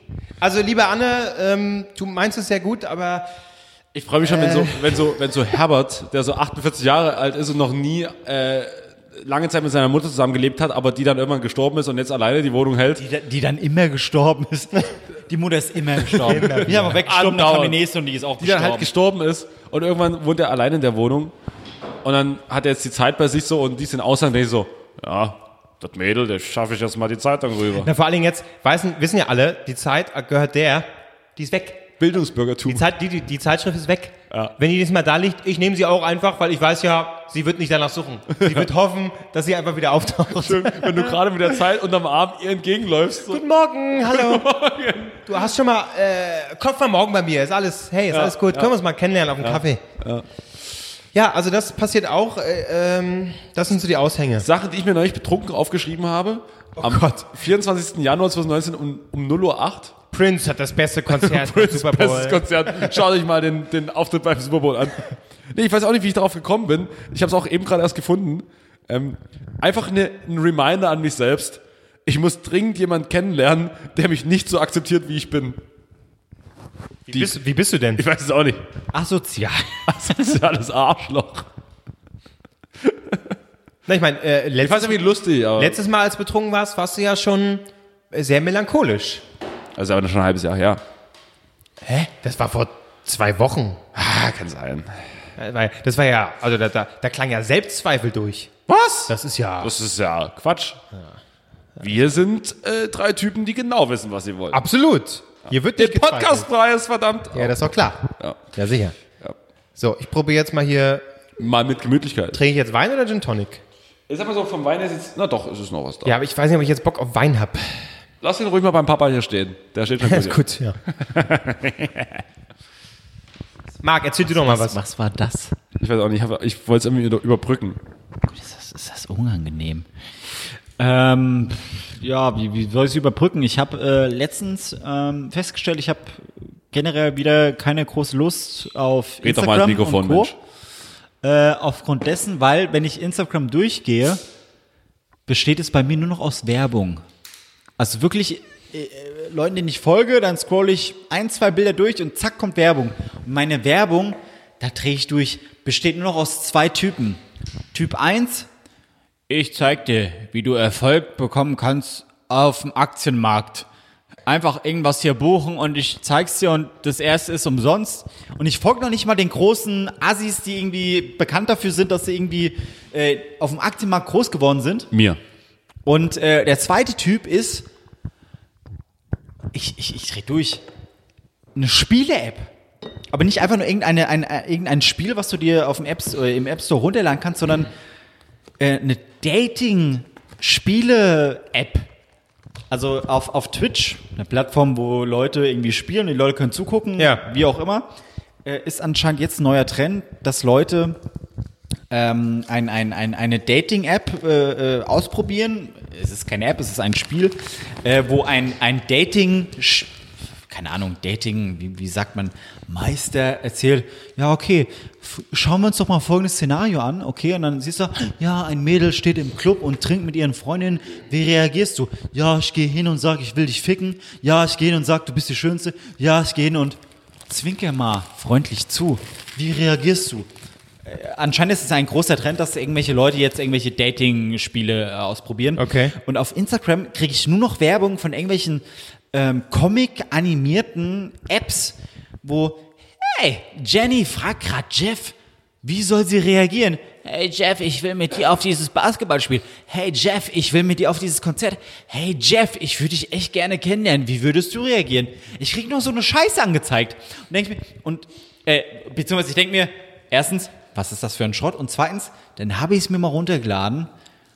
Also, liebe Anne, ähm, du meinst es sehr gut, aber Ich freue mich schon, wenn so, wenn so, wenn so Herbert, der so achtundvierzig Jahre alt ist und noch nie äh, lange Zeit mit seiner Mutter zusammengelebt hat, aber die dann irgendwann gestorben ist und jetzt alleine die Wohnung hält. Die, die dann immer gestorben ist. Die Mutter ist immer gestorben. Die ist aber weggestorben, dann kam die nächste und die ist auch Die dann gestorben. halt gestorben ist und irgendwann wohnt er allein in der Wohnung und dann hat er jetzt die Zeit bei sich so und die ist in Ausland, denke ich so, ja, das Mädel, das schaffe ich jetzt mal die Zeitung rüber. na, vor allen Dingen jetzt, weißen, wissen ja alle, die Zeit gehört der, die ist weg. Bildungsbürgertum. Die, Zeit, die, die, die Zeitschrift ist weg. Ja. Wenn die nicht mehr da liegt, ich nehme sie auch einfach, weil ich weiß ja, sie wird nicht danach suchen. Sie wird hoffen, dass sie einfach wieder auftaucht. Schön, wenn du gerade mit der Zeit unterm Arm ihr entgegenläufst. So. Guten Morgen, hallo. Du hast schon mal, äh, Kopf am Morgen bei mir, ist alles, hey, ist Ja, alles gut, ja. können wir uns mal kennenlernen auf dem Kaffee. Ja. Ja, also das passiert auch, äh, ähm, das sind so die Aushänge. Sache, die ich mir neulich betrunken aufgeschrieben habe. am Gott. vierundzwanzigsten Januar zweitausendneunzehn um, um null Uhr acht. Prince hat das beste Konzert beim Super Bowl. Bestes Konzert. Schaut euch mal den, den Auftritt beim Super Bowl an. Nee, ich weiß auch nicht, wie ich darauf gekommen bin. Ich habe es auch eben gerade erst gefunden. Ähm, einfach eine, ein Reminder an mich selbst. Ich muss dringend jemanden kennenlernen, der mich nicht so akzeptiert, wie ich bin. Wie bist, wie bist du denn? Ich weiß es auch nicht. Asozial. Soziales Arschloch. Na, ich meine, äh, Ich letztes, weiß nicht, wie lustig, aber... letztes Mal, als du betrunken warst, warst du ja schon äh, sehr melancholisch. Also aber schon ein halbes Jahr her. Hä? Das war vor zwei Wochen. Ah, kann sein. Äh, weil- Das war ja, also da, da, da klang ja Selbstzweifel durch. Was? Das ist ja Das ist ja Quatsch. Wir sind äh, drei Typen, die genau wissen, was sie wollen. absolut. Hier wird Den nicht gezweifelt. Podcastpreis, verdammt. Ja, das ist doch klar. Ja. Ja, sicher. Ja. So, ich probiere jetzt mal hier, Mal mit Gemütlichkeit. trinke ich jetzt Wein oder Gin Tonic? Ich sag mal so, vom Wein ist jetzt... Na doch, es ist noch was da. Ja, aber ich weiß nicht, ob ich jetzt Bock auf Wein habe. Lass ihn ruhig mal beim Papa hier stehen. Der steht schon Ja, vor ist dir. gut, ja. Marc, erzähl du doch mal was. Was war das? Ich weiß auch nicht, ich, hab- ich wollte es irgendwie über- überbrücken. Ist das, ist das unangenehm? Ähm, ja, wie, wie soll ich es überbrücken? Ich habe äh, letztens ähm, festgestellt, ich habe generell wieder keine große Lust auf Red doch mal Instagram ins Mikrofon, und Co. Mensch. Äh, aufgrund dessen, weil wenn ich Instagram durchgehe, besteht es bei mir nur noch aus Werbung. Also wirklich äh, Leuten, denen ich folge, dann scroll ich ein, zwei Bilder durch und zack kommt Werbung. Und meine Werbung, da drehe ich durch, besteht nur noch aus zwei Typen. Typ eins, ich zeig dir, wie du Erfolg bekommen kannst auf dem Aktienmarkt. Einfach irgendwas hier buchen und ich zeig's dir und das erste ist umsonst. Und ich folge noch nicht mal den großen Assis, die irgendwie bekannt dafür sind, dass sie irgendwie äh, auf dem Aktienmarkt groß geworden sind. Mir. Und äh, der zweite Typ ist, ich, ich, ich dreh durch, eine Spiele-App. Aber nicht einfach nur irgendeine, ein, äh, irgendein Spiel, was du dir auf dem App, äh, im App Store runterladen kannst, sondern äh, eine Dating-Spiele-App. Also auf, auf Twitch, eine Plattform, wo Leute irgendwie spielen, die Leute können zugucken, Ja. wie auch immer, äh, ist anscheinend jetzt ein neuer Trend, dass Leute ähm, ein, ein, ein, eine Dating-App äh, äh, ausprobieren. Es ist keine App, es ist ein Spiel, äh, wo ein, ein Dating, keine Ahnung, Dating, wie, wie sagt man, Meister erzählt, ja, okay, f- schauen wir uns doch mal folgendes Szenario an, okay, und dann siehst du, ja, ein Mädel steht im Club und trinkt mit ihren Freundinnen, wie reagierst du? Ja, ich gehe hin und sag, ich will dich ficken, ja, ich gehe hin und sag, du bist die Schönste, ja, ich gehe hin und zwinker mal freundlich zu, wie reagierst du? Anscheinend ist es ein großer Trend, dass irgendwelche Leute jetzt irgendwelche Dating-Spiele äh, ausprobieren. Okay. Und auf Instagram kriege ich nur noch Werbung von irgendwelchen ähm, Comic-animierten Apps, wo, hey, Jenny fragt gerade Jeff, wie soll sie reagieren? Hey Jeff, ich will mit dir auf dieses Basketballspiel. Hey Jeff, ich will mit dir auf dieses Konzert. Hey Jeff, ich würde dich echt gerne kennenlernen. Wie würdest du reagieren? Ich krieg noch so eine Scheiße angezeigt. Und denk mir, und, äh, beziehungsweise ich denke mir, erstens, was ist das für ein Schrott? Und zweitens, dann habe ich es mir mal runtergeladen.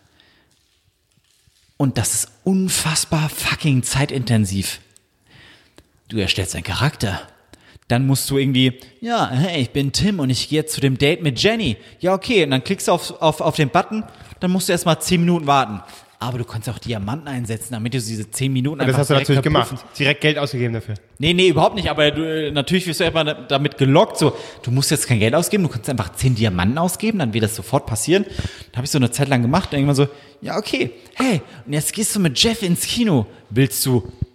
Und das ist unfassbar fucking zeitintensiv. Du erstellst einen Charakter. Dann musst du irgendwie, ja, hey, ich bin Tim und ich gehe jetzt zu dem Date mit Jenny. Ja, okay, und dann klickst du auf, auf, auf den Button, dann musst du erstmal zehn Minuten warten. Aber du kannst auch Diamanten einsetzen, damit du diese zehn Minuten Das einfach hast du direkt natürlich verpuffen. gemacht. Direkt Geld ausgegeben dafür. Nee, nee, überhaupt nicht, aber du, äh, natürlich wirst du einfach da- damit gelockt, so, du musst jetzt kein Geld ausgeben, du kannst einfach zehn Diamanten ausgeben, dann wird das sofort passieren. Dann habe ich so eine Zeit lang gemacht und irgendwann so, ja, okay, hey, und jetzt gehst du mit Jeff ins Kino. Willst du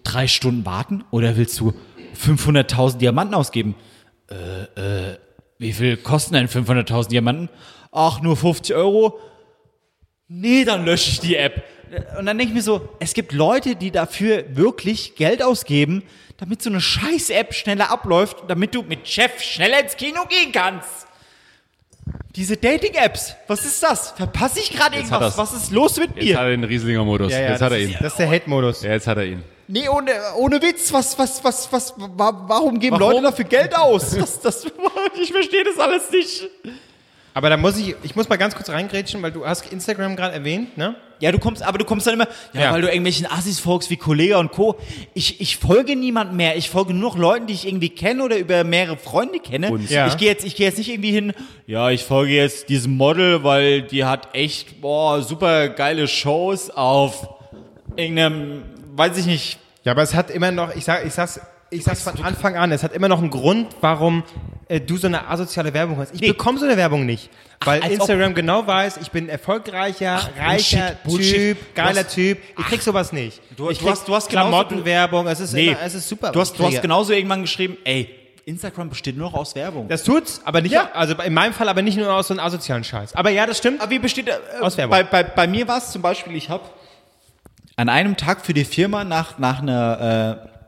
drei Stunden warten oder willst du fünfhunderttausend Diamanten ausgeben? Äh, äh, wie viel kosten denn fünfhunderttausend Diamanten? Ach, nur fünfzig Euro? Nee, dann lösche ich die App. Und dann denke ich mir so, es gibt Leute, die dafür wirklich Geld ausgeben, damit so eine scheiß App schneller abläuft, damit du mit Chef schneller ins Kino gehen kannst. Diese Dating-Apps, was ist das? Verpasse ich gerade irgendwas? er's. Was ist los mit Jetzt mir? hat er den Rieslinger-Modus. Ja, ja, jetzt hat er das ihn. ist- Das ist der Hate-Modus. Ja, jetzt hat er ihn. Nee, ohne, ohne Witz, was, was, was, was, wa- warum geben Warum? Leute dafür Geld aus? Das, das, ich verstehe das alles nicht. Aber da muss ich, ich muss mal ganz kurz reingrätschen, weil du hast Instagram gerade erwähnt, ne? Ja, du kommst, aber du kommst dann immer, ja, Ja. weil du irgendwelchen Assis folgst wie Kollega und Co. Ich, ich folge niemandem mehr. Ich folge nur noch Leuten, die ich irgendwie kenne oder über mehrere Freunde kenne. Und- Ja. Ich gehe jetzt, ich gehe jetzt nicht irgendwie hin, ja, ich folge jetzt diesem Model, weil die hat echt, boah, super geile Shows auf irgendeinem, weiß ich nicht. Ja, aber es hat immer noch, ich sag, ich sag's, ich sag's von Anfang an, es hat immer noch einen Grund, warum äh, du so eine asoziale Werbung hast. Ich Nee. bekomme so eine Werbung nicht, weil als ob- Instagram genau weiß, ich bin ein erfolgreicher, reicher Bullshit, Bullshit. Typ, geiler Du hast- Typ. Ich krieg sowas nicht. Du- ich du hast- du hast genauso- Klamottenwerbung, es ist Nee, immer, es ist super. Du was hast, ich du hast kriege. genauso irgendwann geschrieben, ey, Instagram besteht nur noch aus Werbung. Das tut's, aber nicht, Ja. also in meinem Fall aber nicht nur aus so einem asozialen Scheiß. Aber ja, das stimmt. Aber wie besteht äh, Aus Werbung. bei, bei, bei mir war es zum Beispiel, ich habe An einem Tag für die Firma nach, nach einer, äh,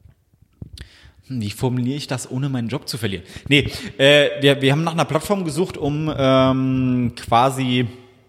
hm, wie formuliere ich das, ohne meinen Job zu verlieren? Nee, äh, wir, wir haben nach einer Plattform gesucht, um ähm, quasi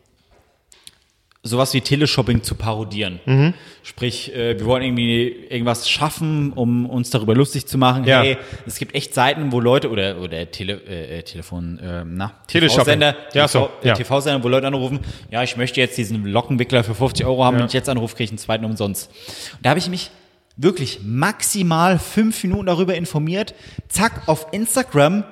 sowas wie Teleshopping zu parodieren. Sprich, äh, wir wollen irgendwie irgendwas schaffen, um uns darüber lustig zu machen. Ja. Hey, es gibt echt Seiten, wo Leute, oder, oder Tele, äh, Telefon, äh, na, Teleshopping. T V-Sender, Ja, so, ja. T V-Sender, wo Leute anrufen, ja, ich möchte jetzt diesen Lockenwickler für fünfzig Euro haben, wenn ich jetzt anrufe, kriege ich einen zweiten umsonst. Und da habe ich mich wirklich maximal fünf Minuten darüber informiert. Zack, auf Instagram,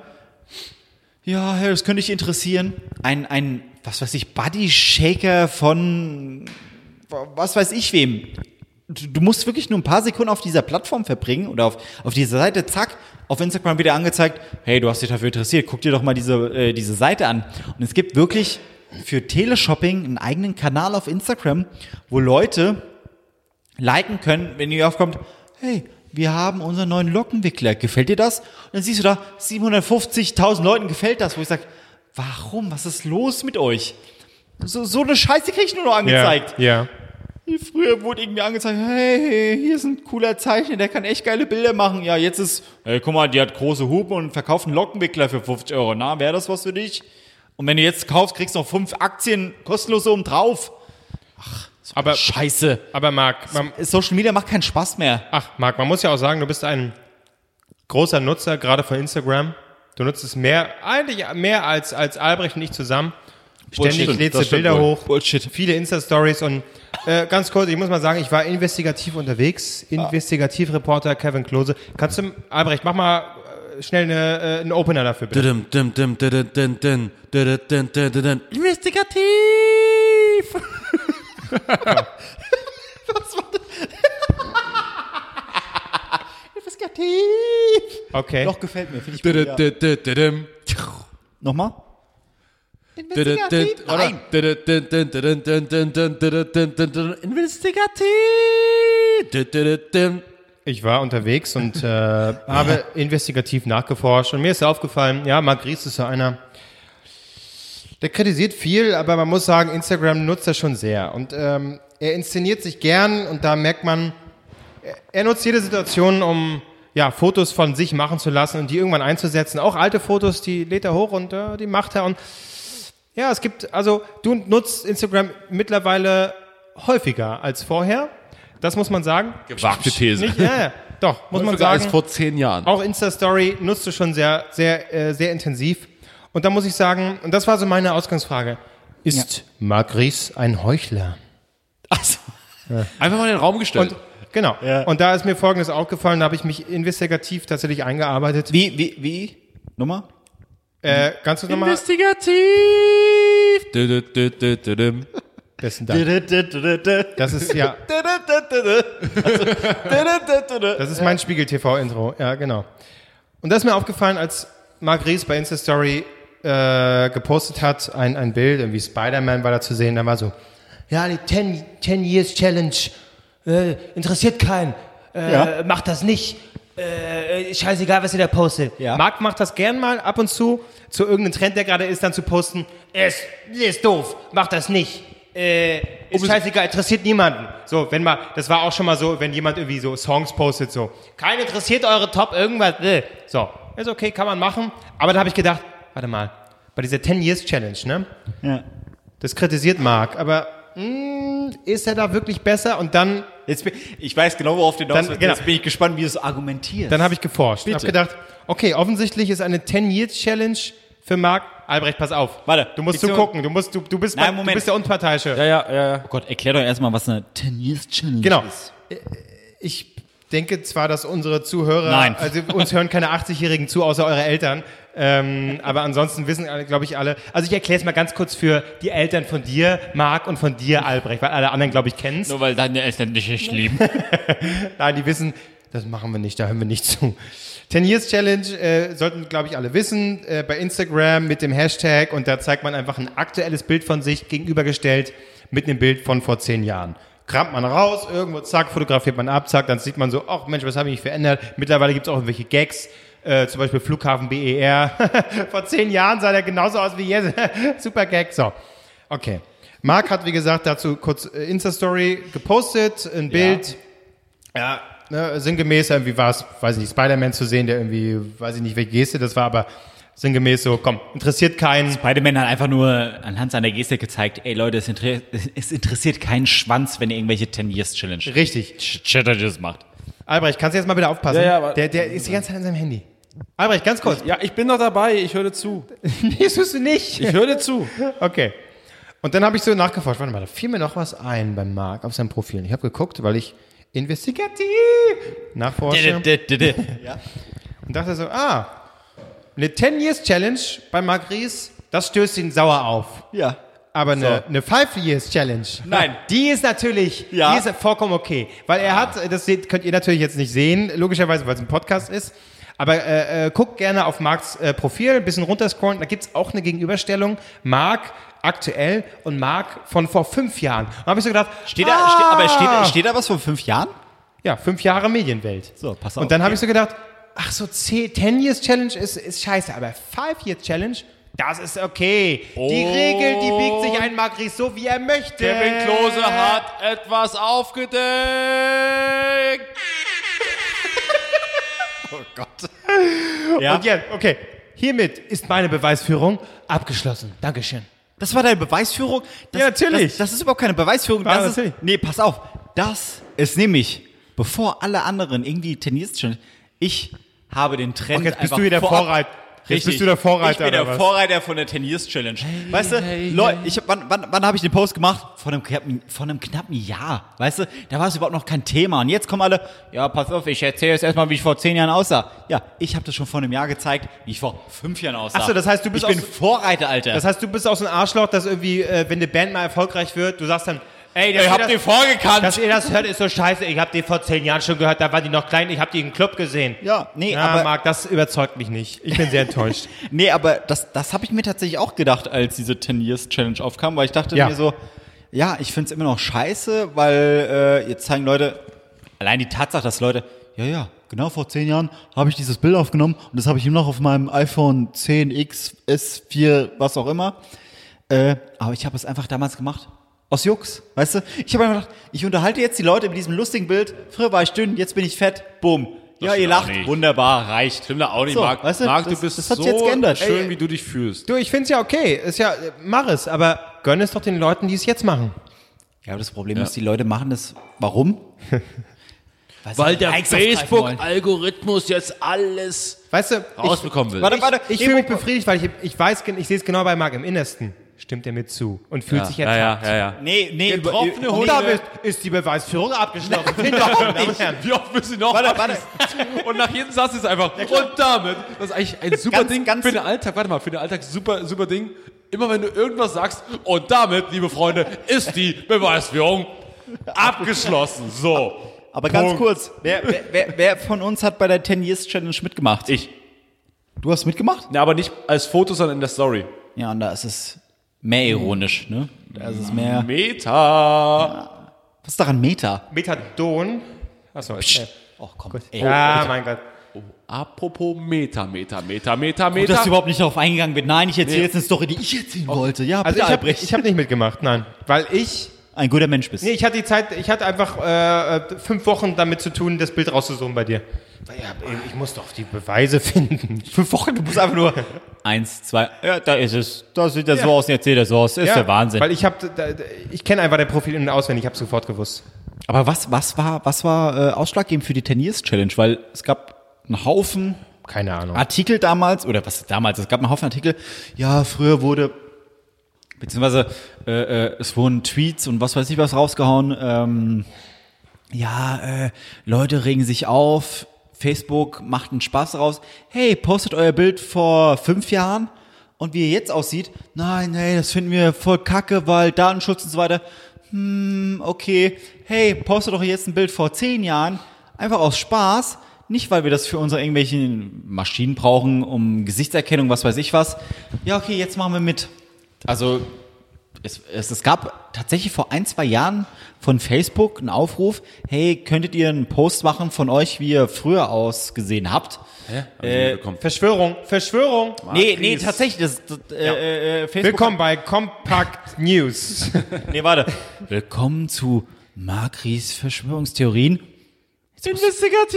ja, hey, das könnte dich interessieren. Ein, ein, was weiß ich, Body Shaker von was weiß ich wem. Du, du musst wirklich nur ein paar Sekunden auf dieser Plattform verbringen oder auf, auf dieser Seite, zack, auf Instagram wieder angezeigt, hey, du hast dich dafür interessiert, guck dir doch mal diese, äh, diese Seite an. Und es gibt wirklich für Teleshopping einen eigenen Kanal auf Instagram, wo Leute liken können, wenn ihr aufkommt, hey, wir haben unseren neuen Lockenwickler, gefällt dir das? Und dann siehst du da, siebenhundertfünfzigtausend Leuten gefällt das, wo ich sage, warum, was ist los mit euch? So, so eine Scheiße krieg ich nur noch angezeigt. Ja. Früher wurde irgendwie angezeigt, hey, hier ist ein cooler Zeichner, der kann echt geile Bilder machen. Ja, jetzt ist, hey, guck mal, die hat große Hupen und verkauft einen Lockenwickler für fünfzig Euro. Na, wäre das was für dich? Und wenn du jetzt kaufst, kriegst du noch fünf Aktien kostenlos oben drauf. Aber, Scheiße. aber Marc, man, Social Media macht keinen Spaß mehr. ach, Marc, man muss ja auch sagen, du bist ein großer Nutzer, gerade von Instagram. Du nutzt es mehr, eigentlich mehr als, als Albrecht und ich zusammen. Ständig Bullshit, lädst das du stimmt Bilder wohl. hoch, Bullshit. viele Insta-Stories und äh, ganz kurz, ich muss mal sagen, ich war investigativ unterwegs. Investigativreporter Kevin Klose. Kannst du, Albrecht, mach mal äh, schnell eine, äh, einen Opener dafür, bitte. Dim, dim, dim, dim, dim, dim, dim, dim, dim, dim, dim, dim. Investigativ! investigativ. Okay. Doch, gefällt mir, finde ich Dim, gut. Ja. dim, dim, dim, dim. Nochmal? Dim, dim, Investigativ? oder? Dim, dim, dim, dim, dim, dim, dim, dim, dim, dim, dim. Investigativ! Dim, dim, dim. Ich war unterwegs und äh, habe investigativ nachgeforscht und mir ist aufgefallen, ja, Marc Ries ist so einer, der kritisiert viel, aber man muss sagen, Instagram nutzt er schon sehr und ähm, er inszeniert sich gern und da merkt man, er, er nutzt jede Situation, um ja, Fotos von sich machen zu lassen und die irgendwann einzusetzen. Auch alte Fotos, die lädt er hoch und äh, die macht er und ja, es gibt, also du nutzt Instagram mittlerweile häufiger als vorher. Das muss man sagen. Gewagte These. Nicht, ja, ja, doch, muss man Häufiger als sagen. vor zehn Jahren. Auch Insta-Story nutzt du schon sehr, sehr, äh, sehr intensiv. Und da muss ich sagen, und das war so meine Ausgangsfrage, ist Marc Ries ein Heuchler? Achso. Einfach mal in den Raum gestellt. Und genau. Und da ist mir Folgendes aufgefallen, da habe ich mich investigativ tatsächlich eingearbeitet. Wie, wie, wie? Nummer? Äh, kannst du nochmal? Investigativ! Dim, dim, dim, dim, dim, dim. Besten Dank. Das ist ja, das ist mein Spiegel-T V-Intro. Ja, genau. Und das ist mir aufgefallen, als Marc Ries bei Insta-Story äh, gepostet hat, ein, ein Bild, irgendwie Spider-Man war da zu sehen, da war so, ja, die ten Years Challenge äh, interessiert keinen. äh, Ja. macht das nicht. Äh, scheißegal, was ihr da postet. Ja. Marc macht das gern mal ab und zu, zu irgendeinem Trend, der gerade ist, dann zu posten. Ist, ist doof, macht das nicht. Äh, ist scheißegal, interessiert niemanden. So, wenn mal, das war auch schon mal so, wenn jemand irgendwie so Songs postet, so, kein interessiert eure Top irgendwas. Äh. So, ist okay, kann man machen. Aber da habe ich gedacht, warte mal, bei dieser ten Years Challenge, ne? Ja. Das kritisiert Marc, aber mh, ist er da wirklich besser? Und dann, Jetzt bin, ich weiß genau, worauf du hinaus Dann- willst. genau. Jetzt bin ich gespannt, wie du es argumentierst. dann habe ich geforscht. Ich Bitte. habe gedacht, okay, offensichtlich ist eine ten Years Challenge für Marc. Albrecht, pass auf. Warte, Du musst Beziehung- zugucken. Du musst, du, du bist, Nein, bei, du Moment. bist der Unparteiische. Ja, ja, ja, ja. Oh Gott, erklär doch erstmal, was eine ten Years Challenge Genau. ist. Ich denke zwar, dass unsere Zuhörer, Nein. also uns hören keine achtzig-Jährigen zu, außer eure Eltern. Ähm, aber ansonsten wissen, glaube ich, alle. Also ich erkläre es mal ganz kurz für die Eltern von dir, Marc, und von dir, Albrecht, weil alle anderen, glaube ich, kennen es. Nur weil deine Eltern dich nicht lieben. Nein, die wissen, das machen wir nicht, da hören wir nicht zu. ten Years Challenge äh, sollten, glaube ich, alle wissen, äh, bei Instagram mit dem Hashtag, und da zeigt man einfach ein aktuelles Bild von sich gegenübergestellt mit einem Bild von vor zehn Jahren. Kramt man raus, irgendwo, zack, fotografiert man ab, zack, dann sieht man so, ach Mensch, was habe ich mich verändert? Mittlerweile gibt es auch irgendwelche Gags, äh, zum Beispiel Flughafen B E R. Vor zehn Jahren sah der genauso aus wie jetzt. Super Gag, so. Okay. Marc hat, wie gesagt, dazu kurz äh, Insta-Story gepostet, ein Bild, ja, ne, sinngemäß, irgendwie war es, weiß ich nicht, Spider-Man zu sehen, der irgendwie, weiß ich nicht, welche Geste das war, aber sinngemäß so, komm, interessiert keinen. Spider-Man hat einfach nur anhand seiner Gestik gezeigt, ey Leute, es, inter es interessiert keinen Schwanz, wenn ihr irgendwelche ten Years Challenge Richtig. Challenges macht. Albrecht, kannst du jetzt mal bitte aufpassen? Ja, ja, aber- der, der ist die ganze Zeit an seinem Handy. Albrecht, ganz kurz. Ja, ich bin noch dabei, ich höre dir zu. Nee, das tust du nicht. Ich höre dir zu. Okay. Und dann habe ich so nachgeforscht. Warte mal, da fiel mir noch was ein beim Marc auf seinem Profil. Ich habe geguckt, weil ich investigativ nachforsche. Und dachte so, ah, eine ten Years Challenge bei Marc Ries, das stößt ihn sauer auf. Ja. Aber eine, eine five Years Challenge, Nein. die ist natürlich, Ja. die ist vollkommen okay. Weil er hat, das seht, könnt ihr natürlich jetzt nicht sehen, logischerweise, weil es ein Podcast ist. Aber äh, äh, guckt gerne auf Marcs äh, Profil, ein bisschen runterscrollen, da gibt's auch eine Gegenüberstellung. Marc aktuell und Marc von vor fünf Jahren. Und da habe ich so gedacht, Steht da, ah, steht, aber steht, steht da was von fünf Jahren? ja, fünf Jahre Medienwelt. So, pass auf. Und dann habe ich so gedacht, ach so, ten Years Challenge ist, ist scheiße, aber five Years Challenge, das ist okay. Die Regel, die biegt sich ein Marc Ries so, wie er möchte. Kevin Klose hat etwas aufgedeckt. Ja. Und jetzt, okay, hiermit ist meine Beweisführung abgeschlossen. Dankeschön. Das war deine Beweisführung? Das, Ja, natürlich. Das, das ist überhaupt keine Beweisführung. Ja, Das ist, natürlich. nee, pass auf. Das ist nämlich, bevor alle anderen irgendwie Tennis schon, ich habe den Trend Ach, jetzt bist einfach du hier der vorab- Vorreiter. Jetzt Richtig. bist du der Vorreiter, Ich bin oder der was? Vorreiter von der ten Years Challenge. Weißt du, Leute, ich, hab- wann, wann, wann habe ich den Post gemacht? Vor einem, knappen, vor einem knappen Jahr. Weißt du, da war es überhaupt noch kein Thema. Und jetzt kommen alle, ja, pass auf, ich erzähle jetzt erstmal, wie ich vor zehn Jahren aussah. Ja, ich habe das schon vor einem Jahr gezeigt, wie ich vor fünf Jahren aussah. Ach so, das heißt, du bist Ich bin auch so- Vorreiter, Alter. Das heißt, du bist auch so ein Arschloch, dass irgendwie, äh, wenn eine Band mal erfolgreich wird, du sagst dann, ey, dass ich ihr hab das- den vorgekannt. Dass ihr das hört, ist so scheiße. Ich hab die vor zehn Jahren schon gehört, da war die noch klein, ich hab die im Club gesehen. Ja, nee, Ja, aber- Marc, das überzeugt mich nicht. Ich bin sehr enttäuscht. Nee, aber das, das habe ich mir tatsächlich auch gedacht, als diese ten Years Challenge aufkam, weil ich dachte Ja. mir so, ja, ich finde es immer noch scheiße, weil äh, jetzt zeigen Leute, allein die Tatsache, dass Leute, ja, ja, genau vor zehn Jahren habe ich dieses Bild aufgenommen und das habe ich immer noch auf meinem iPhone zehn X, S vier, was auch immer. Äh, aber ich habe es einfach damals gemacht. Aus Jux, weißt du? Ich habe einfach gedacht, ich unterhalte jetzt die Leute mit diesem lustigen Bild. Früher war ich dünn, jetzt bin ich fett. Boom. Ja, ihr stimmt auch lacht. nicht. Wunderbar, reicht. Stimmt da auch nicht, So, Marc. weißt du, Marc, das- du bist das hat so sich jetzt geändert. schön, Ey, wie du dich fühlst. Du, ich find's ja okay. Ist ja, äh, mach es, aber gönn es doch den Leuten, die es jetzt machen. Ja, aber das Problem ist, die Leute machen das. Warum? Weil der Likes aufgreifen wollen. Facebook-Algorithmus jetzt alles Weißt du, rausbekommen will. Warte, warte. ich, ich fühle mich befriedigt, weil ich, ich weiß, gen- ich sehe es genau bei Marc im Innersten. Stimmt er mir zu und fühlt sich ja, ertappt. ja, ja, ja. Nee, nee, über, Getroffene über, Und Hunde. damit ist die Beweisführung abgeschlossen. Vielen Dank, meine Damen und Herren. Wie oft müssen sie noch Warte, warte. Und nach jedem Satz ist einfach, und damit, das ist eigentlich ein super Ganz, Ding ganz- für den Alltag, warte mal, für den Alltag super, super Ding. Immer wenn du irgendwas sagst, und damit, liebe Freunde, ist die Beweisführung abgeschlossen. So. Aber ganz Punkt. kurz, wer, wer, wer, wer von uns hat bei der ten Years Challenge mitgemacht? Ich. Du hast mitgemacht? Ja, aber nicht als Foto, sondern in der Story. Ja, und da ist es mehr ironisch, ne? Da ist es mehr. Meta. Was ist daran Meta? Methadon Achso, okay. Oh, komm. Gut. Ey, Ja, mein Gott. Apropos Meter, Meter, Meter, Meter, Gut, Meter. dass überhaupt nicht darauf eingegangen wird. Nein, ich erzähle jetzt eine Story, die ich erzählen wollte. Ja, Also bitte, ich habe Albrecht. ich hab nicht mitgemacht, nein. Weil ich, ein guter Mensch bist. nee, ich hatte die Zeit, ich hatte einfach äh, fünf Wochen damit zu tun, das Bild rauszusuchen bei dir. Weil ja, ich muss doch die Beweise finden. Fünf Wochen, du musst einfach nur... Eins, zwei, ja, da ist es. Da sieht das so aus und jetzt sieht das so aus. Das ist der Wahnsinn. Weil ich habe, ich kenne einfach dein Profil in- und auswendig, ich habe sofort gewusst. Aber was, was war, was war äh, ausschlaggebend für die Ten-Years-Challenge? Weil es gab einen Haufen Keine Ahnung. Artikel damals, oder was damals, es gab einen Haufen Artikel, ja, früher wurde, beziehungsweise äh, äh, es wurden Tweets und was weiß ich was rausgehauen, ähm, ja, äh, Leute regen sich auf, Facebook macht einen Spaß raus, hey, postet euer Bild vor fünf Jahren und wie ihr jetzt aussieht, nein, nee, das finden wir voll kacke, weil Datenschutz und so weiter, hm, okay, hey, postet doch jetzt ein Bild vor zehn Jahren, einfach aus Spaß, nicht, weil wir das für unsere irgendwelchen Maschinen brauchen, um Gesichtserkennung, was weiß ich was. Ja, okay, jetzt machen wir mit. Also, es, es, es gab tatsächlich vor ein, zwei Jahren von Facebook einen Aufruf, hey, könntet ihr einen Post machen von euch, wie ihr früher ausgesehen habt? Hä? Hab ich Äh, nicht bekommen. Verschwörung, Verschwörung. Nee, nee, tatsächlich, das, das äh, äh, Facebook... Willkommen bei Compact News. Nee, warte. Willkommen zu Markris Verschwörungstheorien. Investigativ!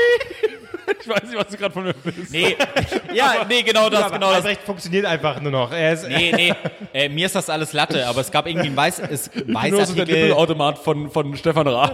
Ich weiß nicht, was du gerade von mir willst. Nee, ja, nee, genau das, Aber genau das. Albrecht funktioniert einfach nur noch. Er ist, Nee, nee, äh, mir ist das alles Latte, aber es gab irgendwie einen Weiß, es, Nur so der Weißartikel, Nippelautomat von, von Stefan Rath.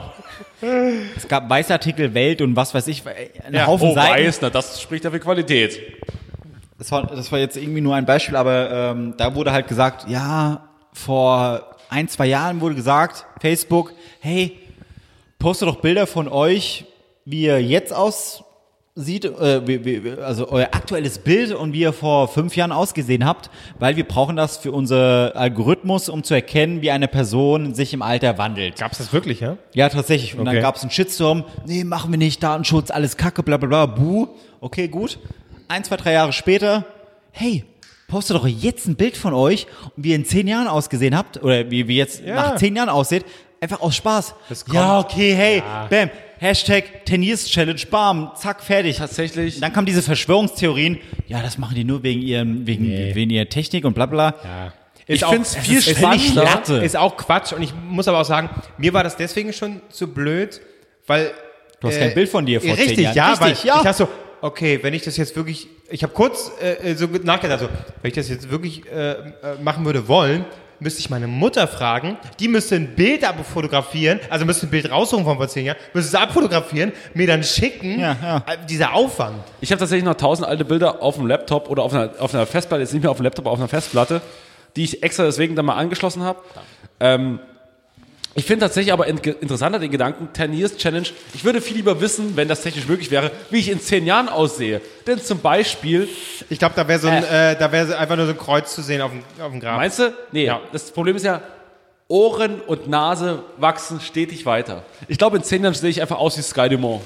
es gab Weißartikel, Welt und was weiß ich, ein Ja, Haufen Oh, Seiten. weiß, na, das spricht ja für Qualität. Das war, das war jetzt irgendwie nur ein Beispiel, aber ähm, da wurde halt gesagt, ja, vor ein, zwei Jahren wurde gesagt, Facebook, hey, postet doch Bilder von euch, wie ihr jetzt aussieht, äh, wie, wie, also euer aktuelles Bild und wie ihr vor fünf Jahren ausgesehen habt, weil wir brauchen das für unser Algorithmus, um zu erkennen, wie eine Person sich im Alter wandelt. Gab's das wirklich, ja? Ja, tatsächlich. Und Okay. dann gab es einen Shitstorm. Nee, machen wir nicht. Datenschutz, alles Kacke, bla bla bla. Buh. Okay, gut. Ein, zwei, drei Jahre später. Hey, postet doch jetzt ein Bild von euch und wie ihr in zehn Jahren ausgesehen habt. Oder wie ihr jetzt Ja. nach zehn Jahren aussieht. Einfach aus Spaß. Das kommt- Ja, okay, hey. Bam. Hashtag Ten Years Challenge. Bam. Zack, fertig. Tatsächlich. Und dann kamen diese Verschwörungstheorien. Ja, das machen die nur wegen ihrem, wegen, Nee. wegen ihrer Technik und bla bla. Ja. Ich auch- find's es viel ist- ist spannender. nicht Latte. Ist auch Quatsch. Und ich muss aber auch sagen, mir war das deswegen schon zu blöd, weil... Du hast kein Bild von dir vor richtig, zehn Jahren. Ja, Richtig, weil ja. ich dachte so, okay, wenn ich das jetzt wirklich... Ich habe kurz äh, so nachgedacht, so, wenn ich das jetzt wirklich äh, äh, machen würde wollen, müsste ich meine Mutter fragen, die müsste ein Bild abfotografieren, also müsste ein Bild raussuchen von vor zehn Jahren, müsste es abfotografieren, mir dann schicken, Ja, ja. Äh, dieser Aufwand. Ich habe tatsächlich noch tausend alte Bilder auf dem Laptop oder auf einer, auf einer Festplatte, jetzt nicht mehr auf dem Laptop, aber auf einer Festplatte, die ich extra deswegen dann mal angeschlossen habe. Ähm, ich finde tatsächlich aber in, interessanter den Gedanken, Ten Years Challenge. Ich würde viel lieber wissen, wenn das technisch möglich wäre, wie ich in zehn Jahren aussehe. Denn zum Beispiel, Ich glaube, da wäre so ein, äh, da wäre einfach nur so ein Kreuz zu sehen auf dem, auf dem Grab. meinst du? Nee, Ja. das Problem ist ja, Ohren und Nase wachsen stetig weiter. Ich glaube, in zehn Jahren sehe ich einfach aus wie Sky Dumont.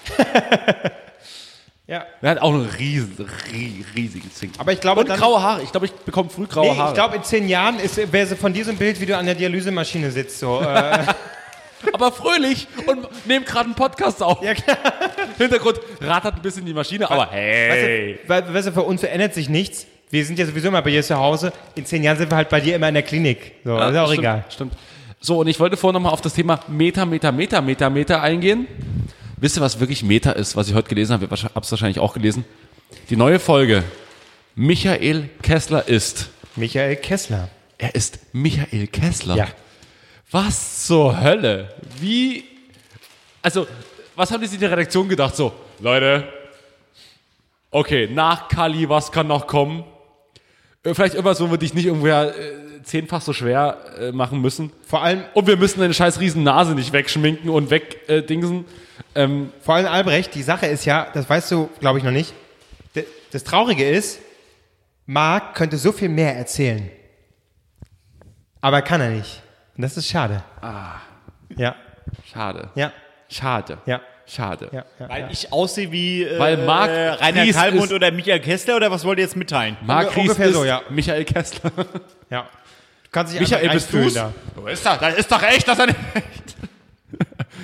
Ja. Er hat auch einen riesen, rie- riesigen Zink. Aber ich glaube, und dann- graue Haare. Ich glaube, ich bekomme früh graue Nee, Haare. ich glaube, in zehn Jahren ist- wäre so von diesem Bild, wie du an der Dialysemaschine sitzt, so. Äh, aber fröhlich und nehmt gerade einen Podcast auf. ja, klar. Hintergrund rattert ein bisschen die Maschine, aber hey. Weißt du, weißt du, für uns verändert sich nichts. Wir sind ja sowieso immer bei dir zu Hause. In zehn Jahren sind wir halt bei dir immer in der Klinik. So, ist auch stimmt, egal. Stimmt. So, und ich wollte vorhin nochmal auf das Thema Meter, Meter, Meter, Meter, Meter eingehen. Wisst ihr, was wirklich Meter ist, was ich heute gelesen habe? Ich habe es wahrscheinlich auch gelesen. Die neue Folge. Michael Kessler ist. Michael Kessler. Er ist Michael Kessler. Ja. Was zur Hölle? Wie? Also, was haben die sich in der Redaktion gedacht? So, Leute, okay, nach Kali, was kann noch kommen? Äh, Vielleicht irgendwas, wo wir dich nicht irgendwer äh, zehnfach so schwer äh, machen müssen. Vor allem, Und wir müssen deine scheiß riesen Nase nicht wegschminken und wegdingsen. Äh, dingsen. ähm, vor allem Albrecht, die Sache ist ja, das weißt du, glaube ich, noch nicht. D- Das Traurige ist, Marc könnte so viel mehr erzählen. Aber kann er nicht. Und das ist schade. Ah. Ja, schade. ja, Schade. ja, Schade. ja. ja, Weil ja. ich aussehe wie äh, Weil Marc äh, Rainer Ries Kallmund ist- oder Michael Kessler oder was wollt ihr jetzt mitteilen? Marc Unge- Ries ungefähr ist so, ja. Michael Kessler. ja. Du kannst dich Michael, einfach bist einfühlen du's? da. Wo ist er? Das ist doch echt, dass er nicht...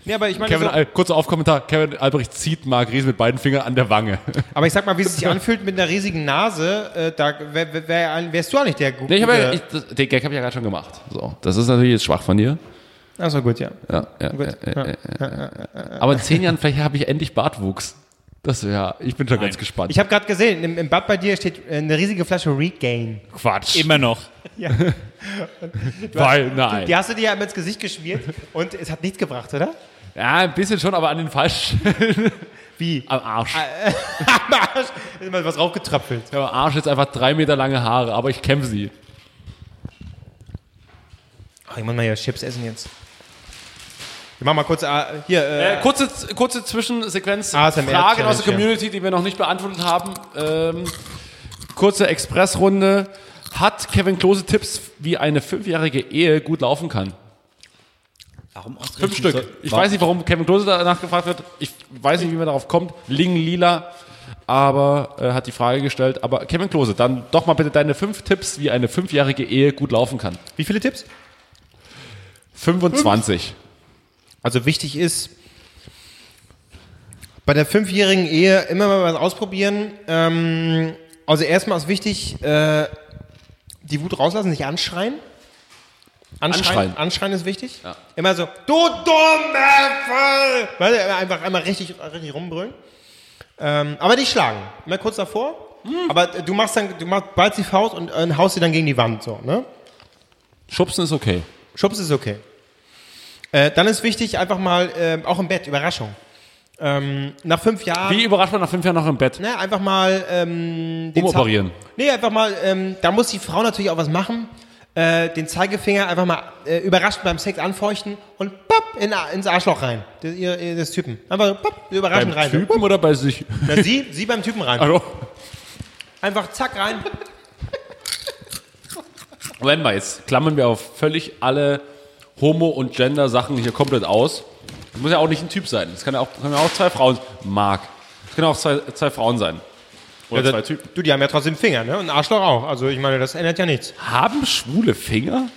Nee, aber ich meine, Kevin, so, Al- kurzer Aufkommentar, Kevin Albrecht zieht Marc Ries mit beiden Fingern an der Wange. aber ich sag mal, wie es sich anfühlt mit einer riesigen Nase, äh, da wär, wär, wär, wärst du auch nicht der gute. Nee, ich hab ja, ich, das, den Gag habe ich ja gerade schon gemacht. So, das ist natürlich jetzt schwach von dir. Achso, gut, ja. Ja, ja, Gut. ja, ja, ja, ja. Aber in zehn Jahren vielleicht habe ich endlich Bartwuchs. Das ja, ich bin schon ganz gespannt. Ich habe gerade gesehen, im, im Bad bei dir steht äh, eine riesige Flasche Regain. Quatsch. Immer noch. Ja. Weil, nein. Die hast du dir ja immer ins Gesicht geschmiert und es hat nichts gebracht, oder? Ja, ein bisschen schon, aber an den falschen. Wie? Am Arsch. Am Arsch ist immer was raufgetröpfelt. Ja, am Arsch jetzt einfach drei Meter lange Haare, aber ich kämpfe sie. Ach, ich muss mal hier Chips essen jetzt. Wir machen mal kurz, äh, hier, äh, Äh, kurze, kurze Zwischensequenz. A S M R Fragen aus der Challenge, Community, die wir noch nicht beantwortet haben. Ähm, kurze Expressrunde. Hat Kevin Klose Tipps, wie eine fünfjährige Ehe gut laufen kann? Warum Fünf Stück. Ich weiß nicht, warum Kevin Klose danach gefragt wird. Ich weiß nicht, wie man darauf kommt. Ling Lila, aber äh, hat die Frage gestellt. Aber Kevin Klose, dann doch mal bitte deine fünf Tipps, wie eine fünfjährige Ehe gut laufen kann. wie viele Tipps? fünfundzwanzig. Also wichtig ist, bei der fünfjährigen Ehe immer mal was ausprobieren. Ähm, also erstmal ist wichtig, äh, die Wut rauslassen, nicht anschreien. Anschreien, Anschreien. anschreien ist wichtig. Ja. Immer so, du dumme Voll! Weißt du, einfach einmal richtig, richtig rumbrüllen. Ähm, aber nicht schlagen. Immer kurz davor. Aber du machst dann, du machst, ballst die Faust und äh, haust sie dann gegen die Wand. So, ne? Schubsen ist okay. Schubs ist okay. Äh, dann ist wichtig, einfach mal, äh, auch im Bett, Überraschung. Ähm, nach fünf Jahren. Wie überrascht man nach fünf Jahren noch im Bett? Ne, einfach mal ähm, den Umoperieren. Ze- Nee, einfach mal, ähm, da muss die Frau natürlich auch was machen. Äh, den Zeigefinger einfach mal äh, überrascht beim Sex anfeuchten und pop, in, ins Arschloch rein. Das, ihr, ihr, des Typen. Einfach pop, überraschend Beim rein. Typen oder bei sich? Na, sie, sie beim Typen rein. Also, Einfach zack rein. wenn wir jetzt klammern wir auf völlig alle Homo- und Gender-Sachen hier komplett aus. Das muss ja auch nicht ein Typ sein. Das kann ja auch, können ja auch zwei Frauen. Marc. Das können auch zwei, zwei Frauen sein. Oder Ja, zwei das- Typen. Du, die haben ja trotzdem Finger, ne? Und ein Arschloch auch. Also ich meine, das ändert ja nichts. Haben schwule Finger?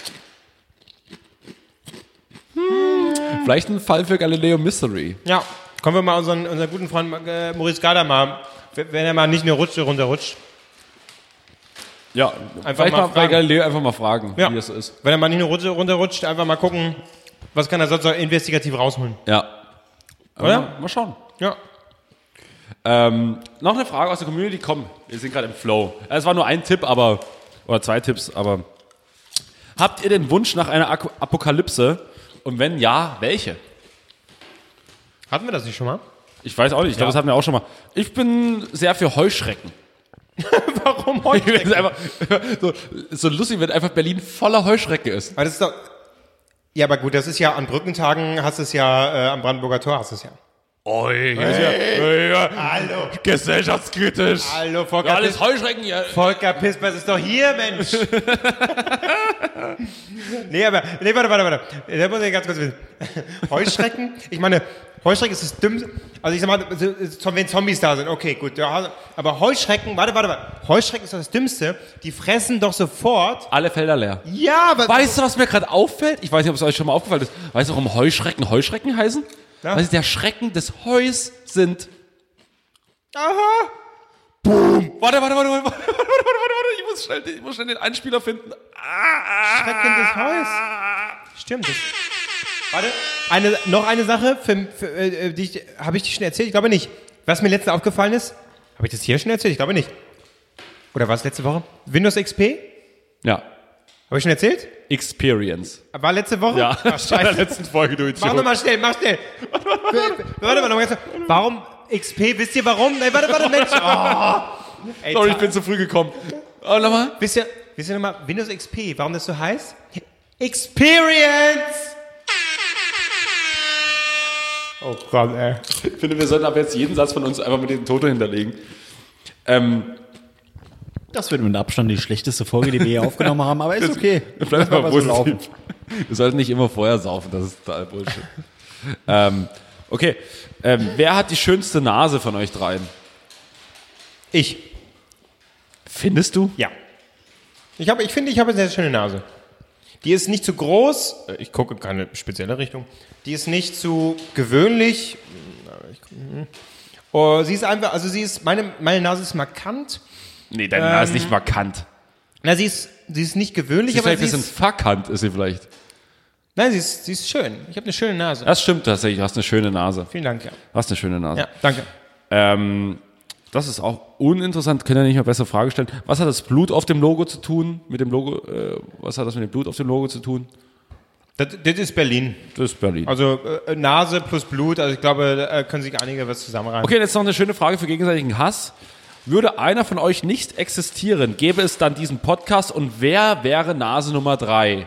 Hm. Vielleicht ein Fall für Galileo Mystery. Ja, kommen wir mal unseren, unseren guten Freund äh, Maurice Garda mal, wenn er mal nicht eine Rutsche runterrutscht, Ja, Einfach vielleicht mal mal bei fragen. Galileo einfach mal fragen, Ja. wie das so ist. wenn er mal nicht eine Rutsche runterrutscht, einfach mal gucken, was kann er sonst noch investigativ rausholen. Ja. Aber Oder? Mal, mal schauen. Ja. Ähm, noch eine Frage aus der Community. Komm, wir sind gerade im Flow. Es war nur ein Tipp, aber oder zwei Tipps, aber habt ihr den Wunsch nach einer Ak- Apokalypse? Und wenn ja, welche? Hatten wir das nicht schon mal? Ich weiß auch nicht. Ich glaube, Ja. das hatten wir auch schon mal. Ich bin sehr für Heuschrecken. Warum Ich heute? finde es einfach so, so lustig, wenn einfach Berlin voller Heuschrecke ist. Aber das ist doch. Ja, aber gut, das ist ja an Brückentagen hast du es ja, äh, am Brandenburger Tor hast du es ja. Oi, hey, ja, Hallo. gesellschaftskritisch. Hallo, Volker, Ja, alles Pis Heuschrecken hier. Volker Pispers ist doch hier, Mensch. nee, aber, nee, warte, warte, warte. Da muss ich ganz kurz wissen. Heuschrecken? Ich meine, Heuschrecken ist das Dümmste. Also ich sag mal, so- so- wenn Zombies da sind, okay, gut. Ja, aber Heuschrecken, warte, warte, warte. Heuschrecken ist doch das Dümmste. Die fressen doch sofort. Alle Felder leer. Ja, aber. Weißt du, was mir gerade auffällt? Ich weiß nicht, ob es euch schon mal aufgefallen ist. Weißt du, warum Heuschrecken Heuschrecken heißen? Ja. Weil sie der Schrecken des Heus sind. Aha. Warte, warte, warte, warte, warte, warte, warte, warte. Ich muss schnell, ich muss schnell den Einspieler finden. Schrecken des Heus. Stimmt. Das. Warte. Eine, noch eine Sache, für, für, äh, die ich, habe ich dir schon erzählt? Ich glaube nicht. Was mir letztens aufgefallen ist, habe ich das hier schon erzählt? Ich glaube nicht. Oder war es letzte Woche? Windows X P? Ja. Habe ich schon erzählt? Experience. War letzte Woche? Ja, Ach, in der scheiße. letzten Folge, du Mach Idiot. nochmal schnell, mach schnell. Warte mal, noch mal ganz kurz. Warum X P? Wisst ihr warum? Nein, warte, warte, Mensch. Oh. Ey, Sorry, ta- ich bin zu früh gekommen. Oh, nochmal. Wisst ihr, wisst ihr nochmal, Windows X P, warum das so heißt? Experience! Oh Gott, ey. Ich finde, wir sollten ab jetzt jeden Satz von uns einfach mit dem Toto hinterlegen. Ähm, Das wird mit Abstand die schlechteste Folge, die wir hier aufgenommen haben, aber ist okay. Bleib mal Lass mal so laufen. positiv. Wir sollten nicht immer vorher saufen, das ist total Bullshit. ähm, okay, ähm, wer hat die schönste Nase von euch dreien? Ich. Findest du? Ja. Ich, hab, ich finde, ich habe eine sehr schöne Nase. Die ist nicht zu groß. Ich gucke in keine spezielle Richtung. Die ist nicht zu gewöhnlich. Oh, sie ist einfach, also sie ist, meine, meine Nase ist markant. Nee, deine Nase ist nicht markant. Na, sie ist, sie ist nicht gewöhnlich, Sie ist aber vielleicht ein sie bisschen ist, verkannt, ist sie vielleicht. nein, sie ist, sie ist schön. Ich habe eine schöne Nase. Das stimmt tatsächlich, du hast eine schöne Nase. Vielen Dank, ja. Du hast eine schöne Nase. Ja, danke. Ähm, das ist auch uninteressant, können ja nicht mal bessere Frage stellen. Was hat das Blut auf dem Logo zu tun? Mit dem Logo, äh, was hat das mit dem Blut auf dem Logo zu tun? Das, das ist Berlin. Das ist Berlin. Also äh, Nase plus Blut, also ich glaube, da können sich einige was zusammenreimen. Okay, jetzt noch eine schöne Frage für gegenseitigen Hass. Würde einer von euch nicht existieren, gäbe es dann diesen Podcast und wer wäre Nase Nummer drei?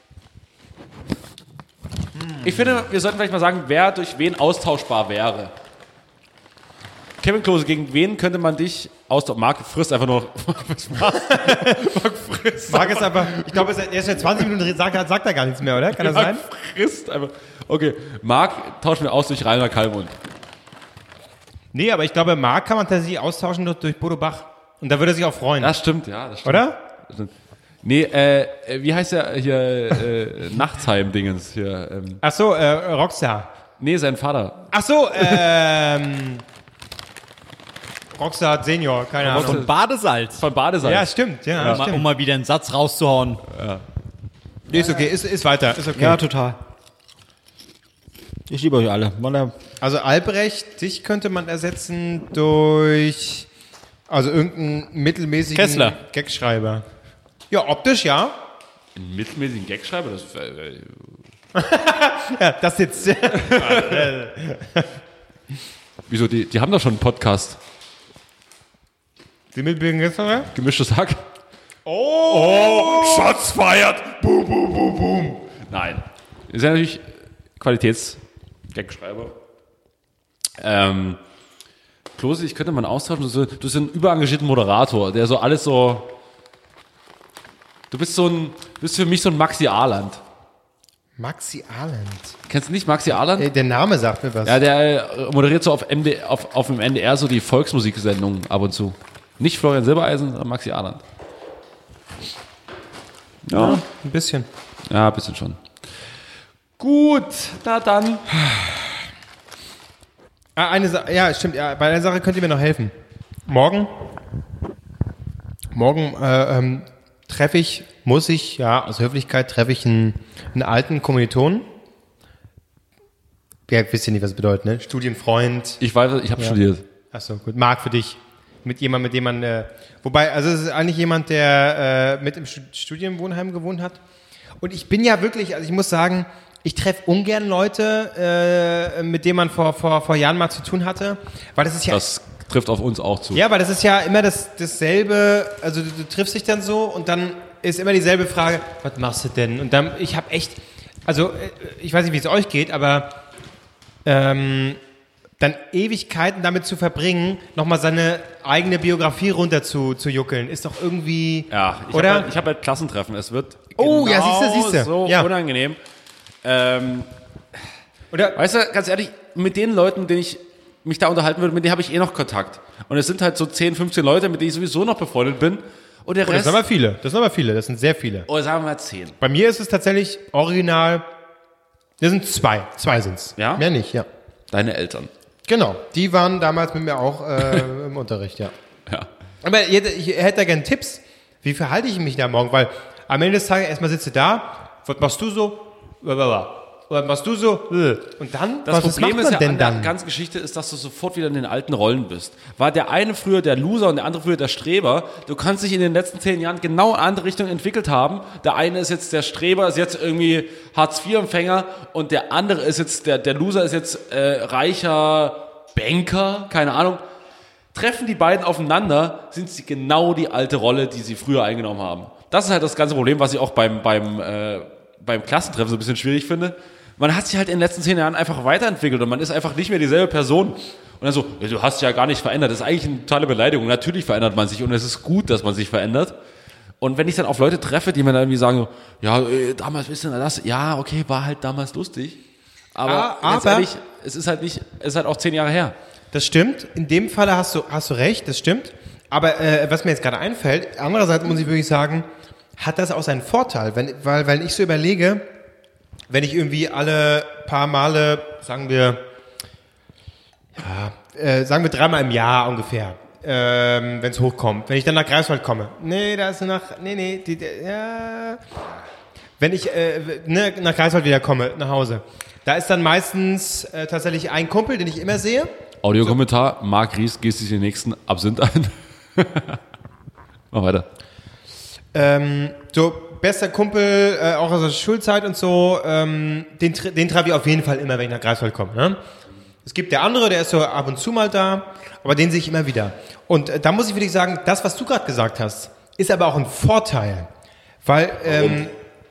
Ich finde, wir sollten vielleicht mal sagen, wer durch wen austauschbar wäre. Kevin Klose, gegen wen könnte man dich austauschen? Marc frisst einfach nur noch. Was machst du? Marc frisst. Marc ist aber, ich glaube, er ist ja zwanzig Minuten, sagt, sagt er gar nichts mehr, oder? Kann das sein? Marc frisst einfach. Okay, Marc tauschen wir aus durch Rainer Kallmund. Nee, aber ich glaube, Marc kann man tatsächlich austauschen durch, durch Bodo Bach. Und da würde er sich auch freuen. Das stimmt, ja, das stimmt. Oder? Das stimmt. Nee, äh, wie heißt der hier, äh, Nachtsheim-Dingens hier? Ähm, Ach so, äh, Rockstar. nee, sein Vater. Ach so, ähm, Rockstar Senior, keine Ahnung. Von Badesalz. Von Badesalz. Ja, stimmt, ja, Um mal- stimmt. Um mal wieder einen Satz rauszuhauen. Nee, ist okay, ist, ist weiter, ist okay. Ja, total. Ich liebe euch alle. Wunderbar. Also Albrecht, dich könnte man ersetzen durch, also irgendeinen mittelmäßigen Kessler. Gagschreiber. Ja, optisch ja. Einen mittelmäßigen Gagschreiber? Das äh, Ja, das jetzt. wieso? Die, die haben doch schon einen Podcast. Die mittelmäßigen Gagschreiber? Gemischtes Hack. Oh! oh Schatz feiert! Boom, boom, boom, boom. Nein. Ist ja natürlich Qualitäts-Gagschreiber. Ähm, Klose, ich könnte man austauschen. Du bist, du bist ein überengagierter Moderator, der so alles so. Du bist so ein, bist für mich so ein Maxi Ahland. Maxi Ahland. Kennst du nicht Maxi Ahland? Ey, der Name sagt mir was. Ja, der äh, moderiert so auf, M D, auf, auf dem N D R so die Volksmusiksendungen ab und zu. Nicht Florian Silbereisen, sondern Maxi Ahland. Ja, Ein bisschen. ja, ein bisschen schon. Gut, na dann. Ah, eine Sache, ja, stimmt, ja, bei einer Sache könnt ihr mir noch helfen. Morgen, morgen äh, ähm, treffe ich, muss ich, ja, aus Höflichkeit treffe ich einen, einen alten Kommilitonen. Ja, wisst ihr nicht, was es bedeutet, ne? Studienfreund. Ich weiß, ich habe studiert. Achso, gut. Marc für dich. Mit jemandem, mit dem man, äh, wobei, also es ist eigentlich jemand, der äh, mit im Stu- Studienwohnheim gewohnt hat. Und ich bin ja wirklich, also ich muss sagen, ich treffe ungern Leute, äh, mit denen man vor, vor, vor Jahren mal zu tun hatte, weil das ist ja, Das trifft auf uns auch zu. ja, weil das ist ja immer das, dasselbe, also du, du triffst dich dann so und dann ist immer dieselbe Frage, was machst du denn? Und dann, ich habe echt, also äh, ich weiß nicht, wie es euch geht, aber ähm, dann Ewigkeiten damit zu verbringen, nochmal seine eigene Biografie runter zu, zu juckeln, ist doch irgendwie, Ja, ich oder? habe halt, ich hab halt Klassentreffen. Es wird Oh, ja, genau siehste, siehste. so Ja. unangenehm. Ähm, Oder weißt du, ganz ehrlich, mit den Leuten, mit denen ich mich da unterhalten würde, mit denen habe ich eh noch Kontakt. Und es sind halt so zehn, fünfzehn Leute, mit denen ich sowieso noch befreundet bin. Und der oh, das Rest, sind aber viele, das sind aber viele, das sind sehr viele. oder sagen wir mal zehn. Bei mir ist es tatsächlich original, das sind zwei, zwei sind's. Ja? Mehr nicht, ja. Deine Eltern. Genau, die waren damals mit mir auch äh, im Unterricht, ja. Ja. Aber ich hätte, ich hätte da gerne Tipps. Wie verhalte ich mich da morgen? Weil am Ende des Tages erstmal sitzt du da, was machst du so? Blablabla. Was machst du so? Und dann, Das was, Problem was macht ist man ja denn an der dann? ganzen Geschichte ist, dass du sofort wieder in den alten Rollen bist. War der eine früher der Loser und der andere früher der Streber. Du kannst dich in den letzten zehn Jahren genau in eine andere Richtung entwickelt haben. Der eine ist jetzt der Streber, ist jetzt irgendwie Hartz vier Empfänger und der andere ist jetzt, der, der Loser ist jetzt äh, reicher Banker, keine Ahnung. Treffen die beiden aufeinander, sind sie genau die alte Rolle, die sie früher eingenommen haben. Das ist halt das ganze Problem, was ich auch beim, beim, äh, beim Klassentreffen so ein bisschen schwierig finde. Man hat sich halt in den letzten zehn Jahren einfach weiterentwickelt und man ist einfach nicht mehr dieselbe Person. Und dann so, ja, du hast dich ja gar nicht verändert. Das ist eigentlich eine totale Beleidigung. Natürlich verändert man sich und es ist gut, dass man sich verändert. Und wenn ich dann auf Leute treffe, die mir dann irgendwie sagen, so, ja, äh, damals wisst ihr das, ja, okay, war halt damals lustig. Aber, Ah, ganz aber- ehrlich, es ist halt nicht, es ist halt auch zehn Jahre her. Das stimmt. In dem Falle hast du, hast du recht, das stimmt. Aber äh, was mir jetzt gerade einfällt, andererseits muss ich wirklich sagen, hat das auch seinen Vorteil, wenn, weil, weil ich so überlege, wenn ich irgendwie alle paar Male, sagen wir, ja, äh, sagen wir dreimal im Jahr ungefähr, ähm, wenn es hochkommt, wenn ich dann nach Greifswald komme, nee, da ist nach, nee, nee, die, die, ja, wenn ich äh, ne, nach Greifswald wieder komme, nach Hause, da ist dann meistens äh, tatsächlich ein Kumpel, den ich immer sehe. Audiokommentar, so. Marc Ries, gehst dich den nächsten Absinth ein. Mach weiter. Ähm, so, bester Kumpel, äh, auch aus der Schulzeit und so, ähm, den, den treffe ich auf jeden Fall immer, wenn ich nach Greifswald komme. Ne? Es gibt der andere, der ist so ab und zu mal da, aber den sehe ich immer wieder. Und äh, da muss ich wirklich sagen, das, was du gerade gesagt hast, ist aber auch ein Vorteil. Weil, ähm,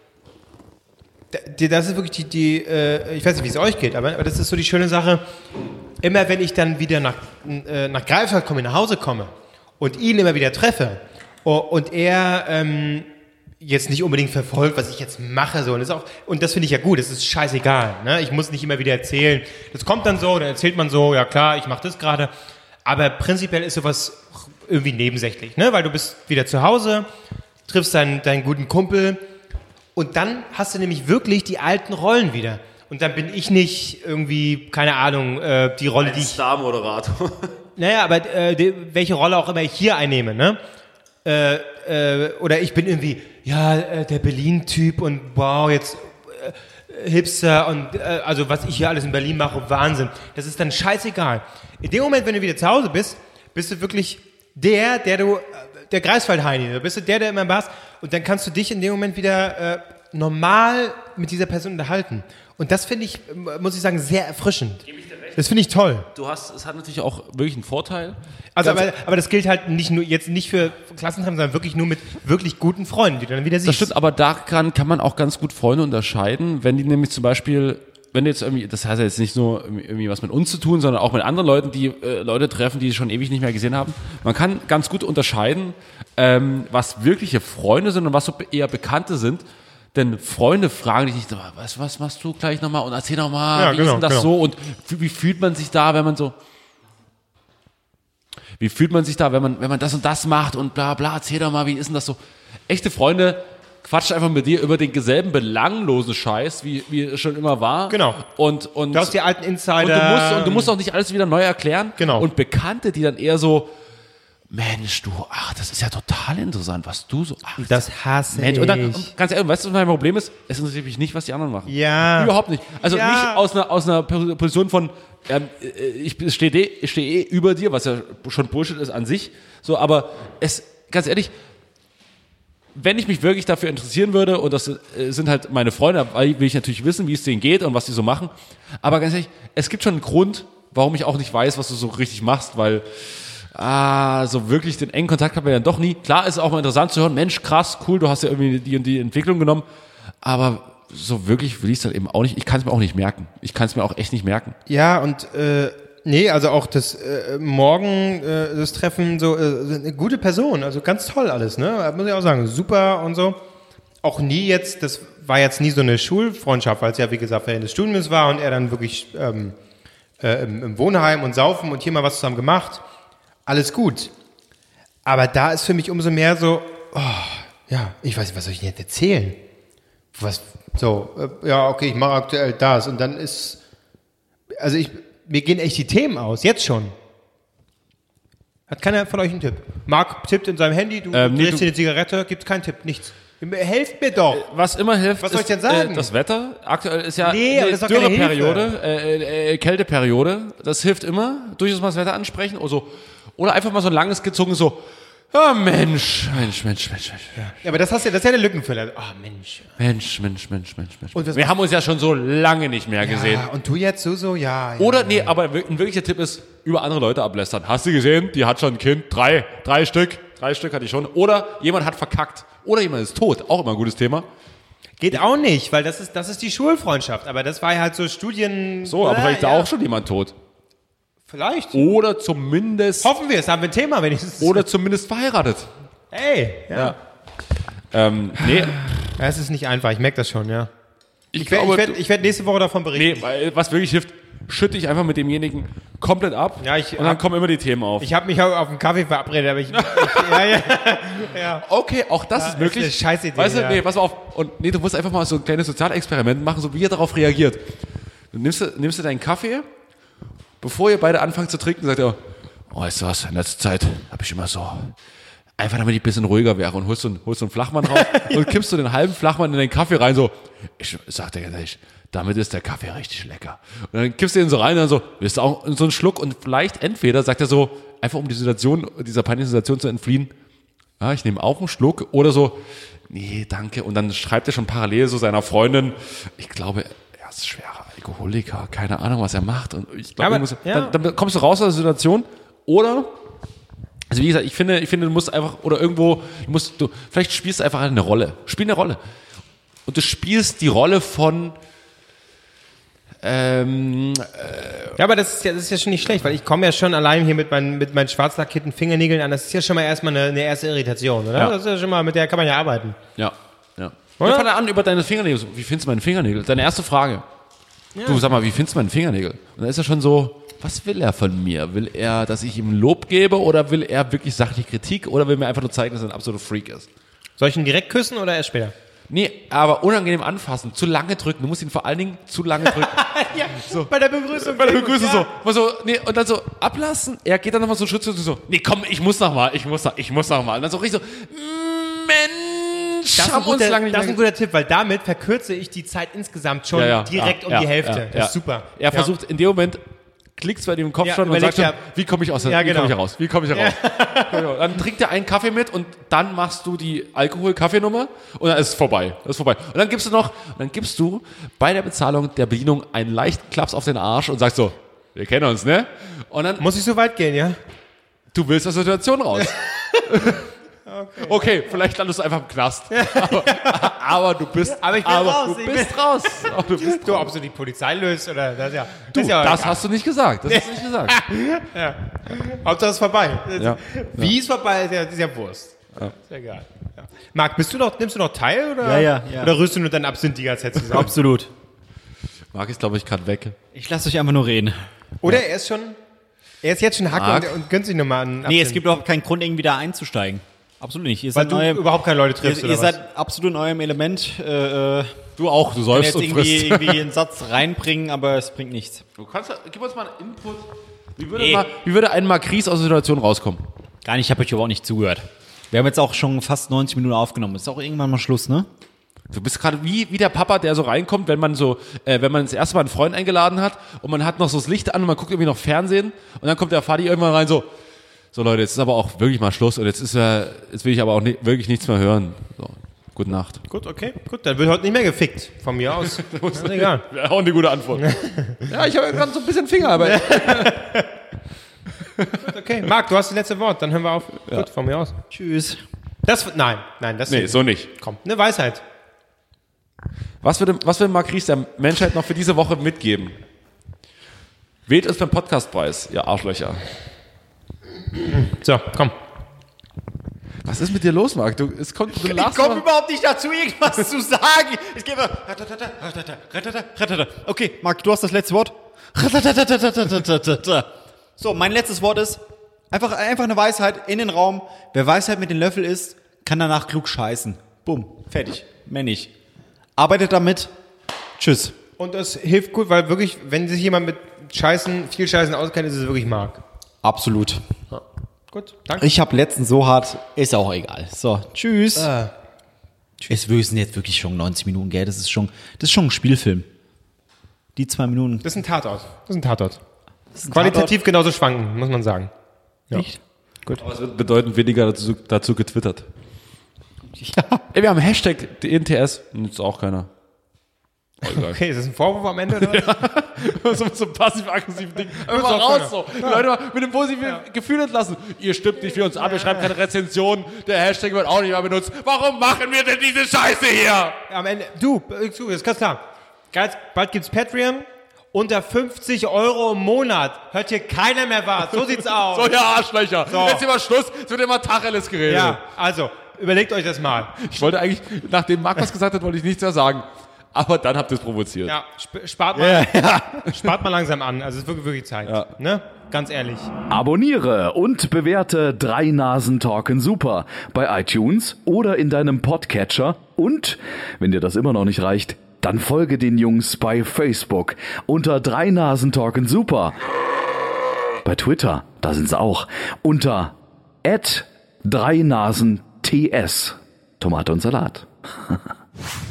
d- das ist wirklich die, die äh, ich weiß nicht, wie es euch geht, aber, aber das ist so die schöne Sache, immer wenn ich dann wieder nach, äh, nach Greifswald komme, nach Hause komme und ihn immer wieder treffe oh, und er ähm, jetzt nicht unbedingt verfolgt, was ich jetzt mache, so, und das, ist auch, und das finde ich ja gut, das ist scheißegal, ne? Ich muss nicht immer wieder erzählen, das kommt dann so, dann erzählt man so, ja klar, ich mache das gerade, aber prinzipiell ist sowas irgendwie nebensächlich, ne? Weil du bist wieder zu Hause, triffst deinen, deinen guten Kumpel und dann hast du nämlich wirklich die alten Rollen wieder. Und dann bin ich nicht irgendwie, keine Ahnung, äh, die Rolle, Ein die ich... Star-Moderator. Naja, aber äh, die, welche Rolle auch immer ich hier einnehme, ne? Äh, äh, oder ich bin irgendwie, ja, äh, der Berlin-Typ und wow, jetzt äh, Hipster und äh, also was ich hier alles in Berlin mache, Wahnsinn. Das ist dann scheißegal. In dem Moment, wenn du wieder zu Hause bist, bist du wirklich der, der du, äh, der Greifswald-Heini, du bist du der, der immer warst und dann kannst du dich in dem Moment wieder äh, normal mit dieser Person unterhalten. Und das finde ich, muss ich sagen, sehr erfrischend. Das finde ich toll. Du hast, es hat natürlich auch wirklich einen Vorteil. Also, aber, aber das gilt halt nicht nur, jetzt nicht für Klassentreffen, sondern wirklich nur mit wirklich guten Freunden, die du dann wieder siehst. Das stimmt, aber daran kann man auch ganz gut Freunde unterscheiden, wenn die nämlich zum Beispiel, wenn du jetzt irgendwie, das heißt ja jetzt nicht nur irgendwie was mit uns zu tun, sondern auch mit anderen Leuten, die äh, Leute treffen, die schon ewig nicht mehr gesehen haben. Man kann ganz gut unterscheiden, ähm, was wirkliche Freunde sind und was so eher Bekannte sind. Denn Freunde fragen dich nicht, was, was machst du gleich nochmal und erzähl nochmal, ja, wie genau, ist denn das genau. so und wie fühlt man sich da, wenn man so, wie fühlt man sich da, wenn man, wenn man das und das macht und bla bla, erzähl doch mal, wie ist denn das so? Echte Freunde quatschen einfach mit dir über den selben belanglosen Scheiß, wie, wie es schon immer war. Genau. Und, und, Du hast die alten Insider. und, du musst, und du musst auch nicht alles wieder neu erklären. Genau. Und Bekannte, die dann eher so, Mensch, du, ach, das ist ja total interessant, was du so, ach, Das hasse Mensch, ich. und dann, und ganz ehrlich, weißt du, was mein Problem ist? Es interessiert mich nicht, was die anderen machen. Ja. Überhaupt nicht. Also Ja. nicht aus einer, aus einer Position von, ähm, ich stehe eh, steh eh über dir, was ja schon Bullshit ist an sich, so, aber es, ganz ehrlich, wenn ich mich wirklich dafür interessieren würde, und das äh, sind halt meine Freunde, weil will ich natürlich wissen, wie es denen geht und was die so machen, aber ganz ehrlich, es gibt schon einen Grund, warum ich auch nicht weiß, was du so richtig machst, weil Ah, so wirklich den engen Kontakt haben wir dann doch nie. Klar ist es auch mal interessant zu hören, Mensch, krass, cool, du hast ja irgendwie die und die Entwicklung genommen, aber so wirklich will ich es dann eben auch nicht, ich kann es mir auch nicht merken. Ich kann es mir auch echt nicht merken. Ja, und äh, nee, also auch das äh, morgen, äh, das Treffen, so äh, eine gute Person, also ganz toll alles, ne? Muss ich auch sagen, super und so. Auch nie jetzt, das war jetzt nie so eine Schulfreundschaft, weil es ja, wie gesagt, während des Studiums war und er dann wirklich ähm, äh, im, im Wohnheim und saufen und hier mal was zusammen gemacht. Alles gut. Aber da ist für mich umso mehr so, oh, ja, ich weiß nicht, was soll ich denn jetzt erzählen? Was, so, äh, ja, okay, ich mache aktuell das und dann ist, also ich, mir gehen echt die Themen aus, jetzt schon. Hat keiner von euch einen Tipp? Marc tippt in seinem Handy, du Ähm, nee, drehst du- dir eine Zigarette, gibt's keinen Tipp, nichts. Helft mir doch. Was immer hilft, Was soll ist ich denn sagen? Äh, das Wetter. Aktuell ist ja Nee, aber eine das ist doch keine Dürreperiode, äh, äh, Kälteperiode. Das hilft immer, durchaus mal das Wetter ansprechen. Oder, so. Oder einfach mal so ein langes gezogen, so, ja Mensch, Mensch, Mensch, Mensch, Mensch, Ja, aber das hast du, das ist ja der Lückenfüller. Ah, Mensch. Mensch, Mensch, Mensch, Mensch, Mensch. Und was- Wir haben uns ja schon so lange nicht mehr gesehen. Ja, und du jetzt so, so, ja. ja. Oder, nee, aber ein wirklicher Tipp ist, über andere Leute ablästern. Hast du gesehen? Die hat schon ein Kind. Drei, drei Stück. Drei Stück hatte ich schon. Oder jemand hat verkackt. Oder jemand ist tot. Auch immer ein gutes Thema. Geht auch nicht, weil das ist, das ist die Schulfreundschaft. Aber das war ja halt so Studien. So, aber äh, vielleicht ist da ja. auch schon jemand tot. Vielleicht. Oder zumindest, Hoffen wir, es haben wir ein Thema wenigstens. oder zumindest verheiratet. Ey, ja. Ja. Ähm, nee, Ja, es ist nicht einfach, ich merke das schon, ja. ich, Ich werde glaube, ich werd, ich werd nächste Woche davon berichten. nee, weil, was wirklich hilft, schütte ich einfach mit demjenigen komplett ab Ja, ich und dann hab- kommen immer die Themen auf. Ich habe mich auch auf einen Kaffee verabredet, aber ich. ich ja, ja, ja. Okay, auch das Ja, ist möglich. ist eine Scheißidee, Weißt du, ja. nee, pass mal auf. Und nee, du musst einfach mal so ein kleines Sozialexperiment machen, so wie er darauf reagiert. Du nimmst, du- nimmst du deinen Kaffee, bevor ihr beide anfangt zu trinken, sagt er, oh, weißt du was, in letzter Zeit habe ich immer so, einfach damit ich ein bisschen ruhiger wäre und holst so einen, holst so einen Flachmann raus und kippst du den halben Flachmann in den Kaffee rein, so, ich sag dir ganz ehrlich, damit ist der Kaffee richtig lecker. Und dann kippst du den so rein und dann so, willst du auch so einen Schluck und vielleicht entweder sagt er so, einfach um die Situation, dieser peinlichen Situation zu entfliehen, ja, ich nehme auch einen Schluck oder so, nee, danke. Und dann schreibt er schon parallel so seiner Freundin, ich glaube, er ist schwerer Alkoholiker, keine Ahnung, was er macht. Und ich glaube, Aber, er muss, ja. dann, dann kommst du raus aus der Situation oder, also wie gesagt, ich finde, ich finde, du musst einfach, oder irgendwo, du musst, du, vielleicht spielst du einfach eine Rolle. Spiel eine Rolle. Und du spielst die Rolle von, ähm, Ja, aber das ist ja, das ist ja schon nicht schlecht, weil ich komme ja schon allein hier mit meinen, mit meinen schwarz lackierten Fingernägeln an. Das ist ja schon mal erstmal eine, eine erste Irritation, oder? Ja. Das ist ja schon mal, mit der kann man ja arbeiten. ja, ja. Oder? Wir fangen an über deine Fingernägel. So, wie findest du meine Fingernägel? Deine erste Frage. Du, sag mal, wie findest du meine Fingernägel? Und dann ist er schon so, was will er von mir? Will er, dass ich ihm Lob gebe oder will er wirklich sachliche Kritik oder will mir einfach nur zeigen, dass er ein absoluter Freak ist? Soll ich ihn direkt küssen oder erst später? Nee, aber unangenehm anfassen, zu lange drücken. Du musst ihn vor allen Dingen zu lange drücken. Ja, so. Bei der Begrüßung. Bei der Begrüßung so, mal so, nee, und dann so ablassen. Er geht dann nochmal so einen Schritt zurück und so, nee, komm, ich muss noch mal, ich muss noch, ich muss noch mal. Und dann so richtig so, Mensch, Das ist, ein haben uns guter, lange nicht das ist mehr ein guter Tipp, weil damit verkürze ich die Zeit insgesamt schon Ja, ja, direkt ja, um ja, die Hälfte. ja, das ja. ist super. Er Ja. versucht in dem Moment, klickt bei dem im Kopf Ja, schon und sagt überlegt schon, ja- wie komme ich aus der, Ja, wie komme genau. ich hier raus? Wie komme ich hier raus? Genau. Dann trinkt er einen Kaffee mit und dann machst du die Alkohol-Kaffeenummer und dann ist es vorbei. Das ist vorbei. Und dann gibst du noch, dann gibst du bei der Bezahlung der Bedienung einen leichten Klaps auf den Arsch und sagst so, wir kennen uns, ne? Und dann, Muss ich so weit gehen, ja? du willst aus der Situation raus. Okay. okay, vielleicht landest du einfach im Knast. Aber, aber du bist, Aber ich bin raus, du ich bist raus. Aber du bist Du, ob du die Polizei löst oder das, ja. Du, ist ja das egal. hast du nicht gesagt. Das hast du nicht gesagt. Hauptsache es ist vorbei. Ja. Wie es vorbei ist, ja, ist ja Wurst. Ist ja egal. Ja. Marc, bist du noch, nimmst du noch teil oder? Ja, ja, ja. Oder rührst du nur deinen Absinth die ganze Zeit zusammen? Absolut. Marc ist, glaube ich, gerade weg. Ich lasse euch einfach nur reden. Oder er ist schon, er ist jetzt schon Hack Marc? und, und gönnt sich nochmal einen Nee, Absinth. es gibt überhaupt keinen Grund, irgendwie da einzusteigen. Absolut nicht. Ihr Weil seid, du neue, überhaupt keine Leute triffst ihr, oder ihr was? seid absolut in eurem Element. Äh, äh, Du auch, du kann säufst jetzt und irgendwie, frisst. irgendwie einen Satz reinbringen, aber es bringt nichts. Du kannst, gib uns mal einen Input. Wie würde, Nee. mal, wie würde ein Macris aus der Situation rauskommen? Gar nicht, ich habe euch überhaupt nicht zugehört. Wir haben jetzt auch schon fast neunzig Minuten aufgenommen. Ist auch irgendwann mal Schluss, ne? Du bist gerade wie, wie der Papa, der so reinkommt, wenn man so, äh, wenn man das erste Mal einen Freund eingeladen hat und man hat noch so das Licht an und man guckt irgendwie noch Fernsehen und dann kommt der Vati irgendwann rein so, so Leute, jetzt ist aber auch wirklich mal Schluss und jetzt ist ja, jetzt will ich aber auch ni- wirklich nichts mehr hören. So, gute Nacht. Gut, okay, gut, dann wird heute nicht mehr gefickt. Von mir aus. Ist egal. Ja, auch eine gute Antwort. Ja, ich habe ja gerade so ein bisschen Fingerarbeit. Okay, Marc, du hast das letzte Wort, dann hören wir auf. Gut, von mir aus. Tschüss. Das, nein, nein, das Nee, so nicht. Komm, eine Weisheit. Was würde, was würde Macris der Menschheit noch für diese Woche mitgeben? Wählt es beim Podcastpreis, ihr Arschlöcher. So, komm. Was ist mit dir los, Marc? Du, es kommt, du Ich lachst komme mal- überhaupt nicht dazu, irgendwas zu sagen. Es geht mal. Okay, Marc, du hast das letzte Wort. So, mein letztes Wort ist einfach, einfach eine Weisheit in den Raum. Wer Weisheit mit den Löffel isst, kann danach klug scheißen. Bumm, fertig. Mehr nicht. Arbeitet damit. Tschüss. Und das hilft gut, weil wirklich, wenn sich jemand mit Scheißen, viel Scheißen auskennt, ist es wirklich Marc. Absolut. Gut, danke. Ich habe letztens so hart, ist auch egal. So, tschüss. Äh. Es sind jetzt wirklich schon neunzig Minuten, gell? Das ist schon, das ist schon ein Spielfilm. Die zwei Minuten. Das ist ein Tatort. Das ist ein Tatort. Das ist ein Qualitativ genauso schwanken, muss man sagen. Ja. Echt? Aber es wird bedeutend weniger dazu, dazu getwittert. Ja. Ey, wir haben Hashtag D N T S, nützt auch keiner. Oh, egal. Okay, ist das ein Vorwurf am Ende, oder? Ja. so, so passiv-aggressiven Ding. Einfach auch raus keiner. so. Die Leute mal mit dem positiven Gefühl entlassen. Ihr stimmt nicht für uns ab, ihr schreibt keine Rezension, der Hashtag wird auch nicht mehr benutzt. Warum machen wir denn diese Scheiße hier? Am Ende, du, äh, du, das ist ganz klar. Ganz, bald gibt's Patreon. Unter fünfzig Euro im Monat hört hier keiner mehr was. So sieht's aus. So, ja, Arschlöcher. So. Jetzt immer Schluss, es wird immer Tacheles geredet. Ja, also, überlegt euch das mal. Ich wollte eigentlich, nachdem Marc was gesagt hat, wollte ich nichts mehr sagen. Aber dann habt ihr es provoziert. Ja, sp- spart, mal, spart mal langsam an. Also es ist wirklich, wirklich Zeit. Ja. Ne? Ganz ehrlich. Abonniere und bewerte Drei Nasen Talken Super bei iTunes oder in deinem Podcatcher. Und, wenn dir das immer noch nicht reicht, dann folge den Jungs bei Facebook unter Drei Nasen Talken Super. Bei Twitter, da sind sie auch, unter at Drei Nasen T S. Tomate und Salat.